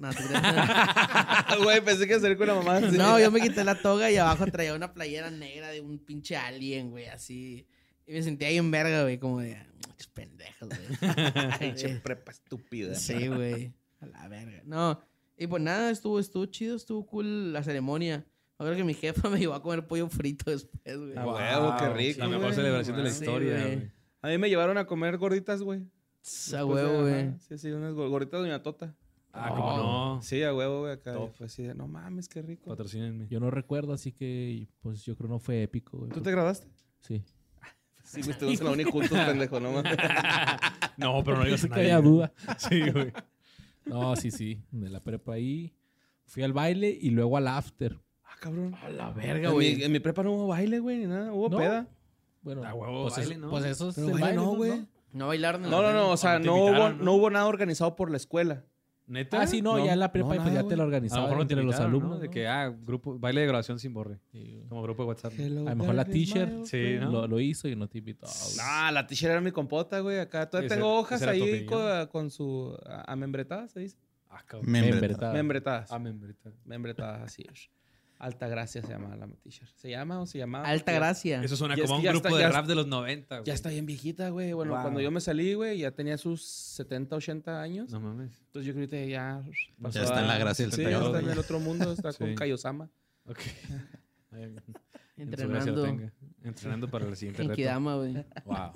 Güey, pensé que iba a salir con la mamá. Sí. No, yo me quité la toga y abajo traía una playera negra de un pinche alien, güey, así. Y me sentía ahí en verga, güey, como de... Muchos pendejos, güey. Pinche prepa estúpida. Sí, güey. A la verga. No. Y pues nada, estuvo chido, estuvo cool la ceremonia. Me acuerdo que mi jefa me llevó a comer pollo frito después, güey. Ah, huevo, qué rico, La mejor güey. celebración de la Sí, historia, güey. güey. A mí me llevaron a comer gorditas, güey. A huevo, güey. Sí, unas gorditas de Doña Tota. ¿Cómo no? Sí, a huevo, güey, acá. Top. Fue así de, no mames, qué rico. Patrocínenme. Yo no recuerdo, así que pues yo creo no fue épico, güey. ¿Tú te graduaste? Sí. Sí, güey, estuvimos en la uni juntos, pendejo, no mames. No, pero no digas a Que nadie. haya duda. Sí, güey. No, sí. De la prepa ahí. Fui al baile y luego al after. Ah, cabrón. A la verga, En güey. mi prepa no hubo baile, güey, ni nada. Hubo ¿No? peda. Bueno, A huevo, pues, baile, eso, ¿no? pues eso es Pero el baile baile, no, güey. No bailaron en No, o sea, te no invitaron, hubo, ¿no? no hubo nada organizado por la escuela. ¿Neta? Ah, sí, no, No, ya en la prepa no, y pues nada, ya te güey. lo A lo organizaban mejor no te entre los invitaron, alumnos. ¿no? De ¿no? que, grupo, baile de graduación sin borre. Sí, güey. Como grupo de WhatsApp. ¿no? A lo mejor la teacher Sí, ¿no? lo hizo y no te invitó. güey. No, la teacher era mi compota, güey. Acá todavía Ese- tengo hojas ese era tu ahí apellido. con su... Amembretadas, ¿se dice? Cabrón. Membreta. Membretadas. Membreta. Membretadas, así es. Altagracia se llama la teacher. ¿Se llama o se llamaba? Alta gracia. Eso suena Ya es como que un ya grupo está- de ya rap de los 90, güey. Ya está bien viejita, güey. Bueno, Wow. cuando yo me salí, güey, ya tenía sus 70, 80 años. No mames. Entonces yo creo que ya... Ya está en la gracia del Sí, ya 72, está en güey. el otro mundo. Está con Sí. Kaiosama. Ok. Ay, en su gracia lo Entrenando tenga. Entrenando para el siguiente en reto. Kidama, güey. Wow.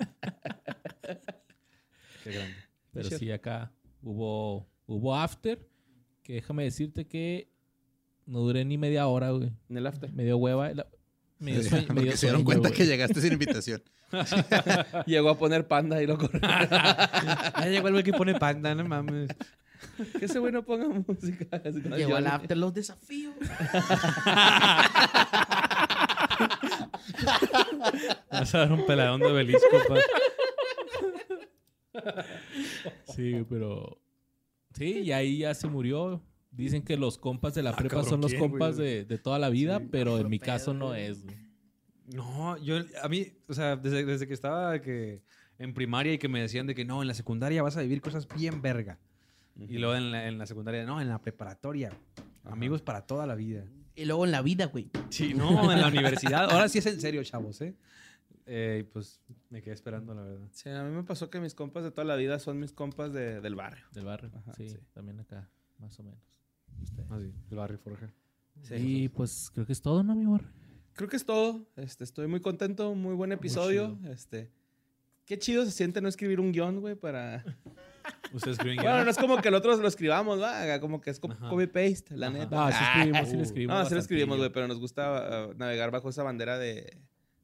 Qué grande. Pero Teacher. sí, acá hubo after. Que déjame decirte que no duré ni media hora, güey. En el after. Me dio hueva. Me dio sueño, me dio Porque se dieron sueño, cuenta güey. que llegaste sin invitación. Llegó a poner panda y lo corrió. Ya llegó el güey que pone panda, no mames. Que ese güey no ponga música. Así como Llegó al Johnny. after los desafíos. Vas a dar un peladón de obelisco, pa. Sí, pero... Sí, y ahí ya se murió. Dicen que los compas de la prepa cabrón, son los ¿quién, compas güey? de toda la vida, Sí, pero en otro mi pedo, caso no güey. es, güey. No, a mí, o sea, desde que estaba de que en primaria y que me decían de que no, en la secundaria vas a vivir cosas bien verga. Y luego en la secundaria, no, en la preparatoria. Amigos para toda la vida. Y luego en la vida, güey. Sí, no, en la universidad. Ahora sí es en serio, chavos, ¿eh? Pues me quedé esperando, la verdad. Sí, a mí me pasó que mis compas de toda la vida son mis compas del barrio. Del barrio. Ajá, sí, sí. también acá, más o menos. Usted. Ah, sí, el barrio Forja. Sí. Y pues creo que es todo, ¿no, mi amor? Creo que es todo. Estoy muy contento, muy buen episodio. Qué chido se siente no escribir un guión, güey, para... Ustedes escriben Bueno, no es como que nosotros lo escribamos, ¿va? Como que es Ajá. copy-paste, la Ajá. neta. No, sí le escribimos No, sí lo escribimos, bastantillo. güey, pero nos gusta navegar bajo esa bandera de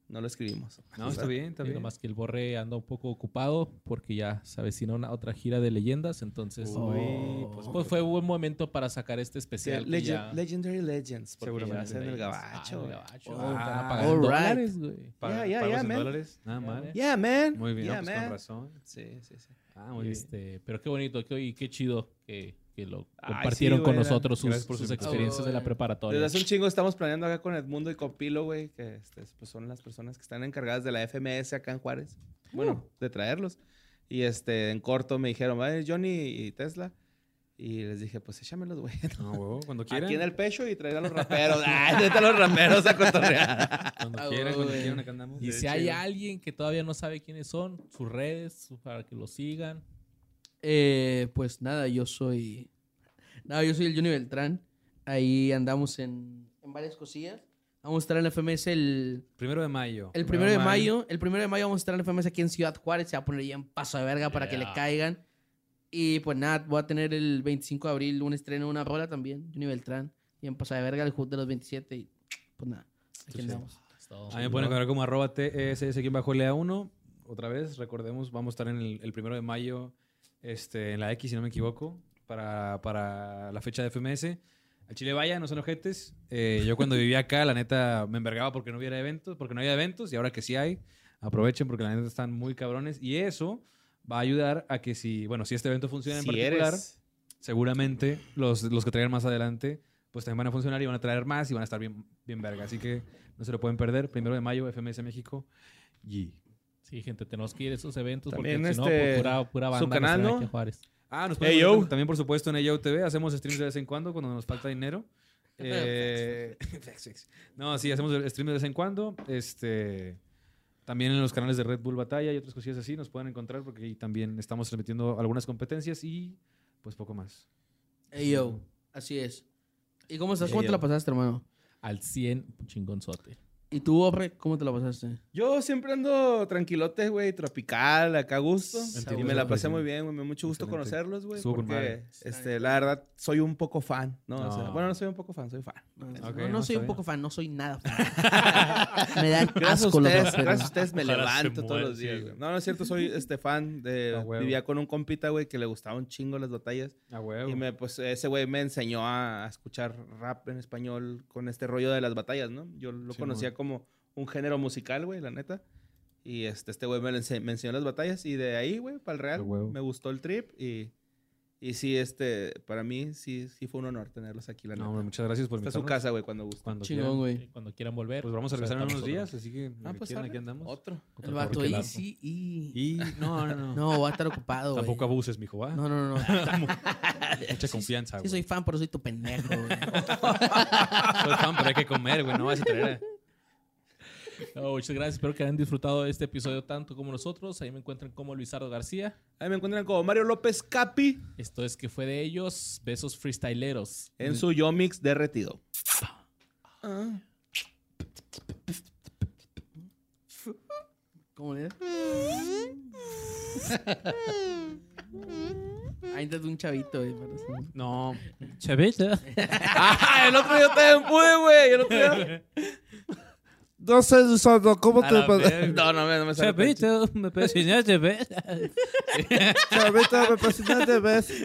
No lo escribimos. No, está bien, está Sí, bien. nomás que el Borre anda un poco ocupado porque ya se avecina otra gira de leyendas. Entonces, pues fue un buen momento para sacar este especial. que ya- Legendary Legends. Porque Seguramente. ya hacen el Ah, gabacho. el güey. gabacho. Oh, Están all pagando right. dólares, güey. Yeah, Pagos en man. dólares. Nada mal. Yeah, man. Muy bien, Yeah, no, pues con man. razón. Sí, sí, sí. Ah, muy bien. Pero qué bonito, y qué chido que lo Ay, compartieron sí, con güey, nosotros gracias sus, por su sus invitación. experiencias de la Desde preparatoria. hace un chingo estamos planeando acá con Edmundo y con Pilo, güey, que pues son las personas que están encargadas de la FMS acá en Juárez. Bueno, de traerlos. Y en corto me dijeron, ¿vale, Johnny y Tesla? Y les dije, pues échamelos, güey. No, huevo, cuando quieran. Aquí en el pecho y traer a los raperos. Ay, neta a los raperos a cotorrear. Cuando quieran, acá andamos. Y si hay alguien que todavía no sabe quiénes son, sus redes, para que los sigan. Pues nada, yo soy el Johnny Beltrán. Ahí andamos en varias cosillas. Vamos a estar en la FMS el 1 de mayo. El 1 de mayo. El 1 de mayo vamos a estar en la FMS aquí en Ciudad Juárez. Se va a poner ya en paso de verga para que le caigan. Y pues nada, voy a tener el 25 de abril un estreno de una rola también, Johnny Beltrán. Y en paso de verga el Hood de los 27. Y pues nada, aquí andamos. A mí me pueden encontrar como @TSS_LEA1. Otra vez, recordemos, vamos a estar en el 1 de mayo en la X, si no me equivoco, para la fecha de FMS. Al Chile vaya, no son ojetes. Yo cuando vivía acá, la neta, me envergaba porque no había eventos. Y ahora que sí hay, aprovechen porque la neta están muy cabrones. Y eso va a ayudar a que si este evento funciona en particular, seguramente los que traigan más adelante, pues también van a funcionar y van a traer más y van a estar bien, bien verga. Así que no se lo pueden perder. 1 de mayo, FMS México. Y... Sí, gente, tenemos que ir a esos eventos También porque si no, pues, pura banda su canal, nos trae ¿no? aquí a Juárez. nos pueden Hey, yo. ver también, por supuesto, en Ayo TV. Hacemos streams de vez en cuando nos falta dinero. No, sí, hacemos streams de vez en cuando. También en los canales de Red Bull Batalla y otras cosillas así nos pueden encontrar porque ahí también estamos transmitiendo algunas competencias y pues poco más. Ey, yo, así es. ¿Y cómo estás? Ey, ¿Cómo te yo. la pasaste, hermano? Al 100, chingonzote. ¿Y tú, Borre, cómo te la pasaste? Yo siempre ando tranquilote, güey, tropical, acá a gusto. Entiendo, Y me la pasé sí. muy bien, güey. Me dio mucho gusto Excelente. conocerlos, güey. Estuvo con Porque, madre. la verdad, soy un poco fan, ¿no? O sea, No. bueno, no soy un poco fan, soy fan. No, Ok, no no, soy está un bien. poco fan, no soy nada fan. Me dan Gracias a asco los ustedes, raperos. gracias a ustedes me Ojalá levanto se todos muera, los días, sí, güey. No, no es cierto, soy fan de... A huevo. Vivía con un compita, güey, que le gustaba un chingo las batallas. A huevo. Y pues ese güey me enseñó a escuchar rap en español con este rollo de las batallas, ¿no? Yo lo Sí, conocía mon. como un género musical, güey, la neta. Y este güey me enseñó las batallas y de ahí, güey, para el Real, A huevo. me gustó el trip y sí, para mí sí fue un honor tenerlos aquí, la No, neta. hombre, muchas gracias por Esta es su invitarnos. casa, güey, cuando guste. Cuando Chingón, quieran. güey. Cuando quieran volver. Pues vamos a regresar en estar unos con días, así que Ah, pues quieran, arre. aquí andamos. Otro. El vato Porque ahí la- sí y... Y no. No, voy a estar ocupado, güey. Tampoco abuses, mijo, ¿va? No. Mucha confianza, Sí güey. soy fan, pero soy tu pendejo, güey. Soy fan, pero hay que comer, güey. No vas a traer. No, muchas gracias. Espero que hayan disfrutado de este episodio tanto como nosotros. Ahí me encuentran como Luisardo García. Ahí me encuentran como Mario López Capi Esto es que fue de ellos. Besos freestyleros. en su Yomix derretido. ¿Cómo le? Ahí te un chavito, güey. parece. No. Chavita. ¡Ah! El otro día también pude, güey. El otro día. No sé, Luisardo, ¿cómo A la verga. No me sale. Chavita. Me presionaste, ¿ves? Chavita, me fascinaste, ¿ves?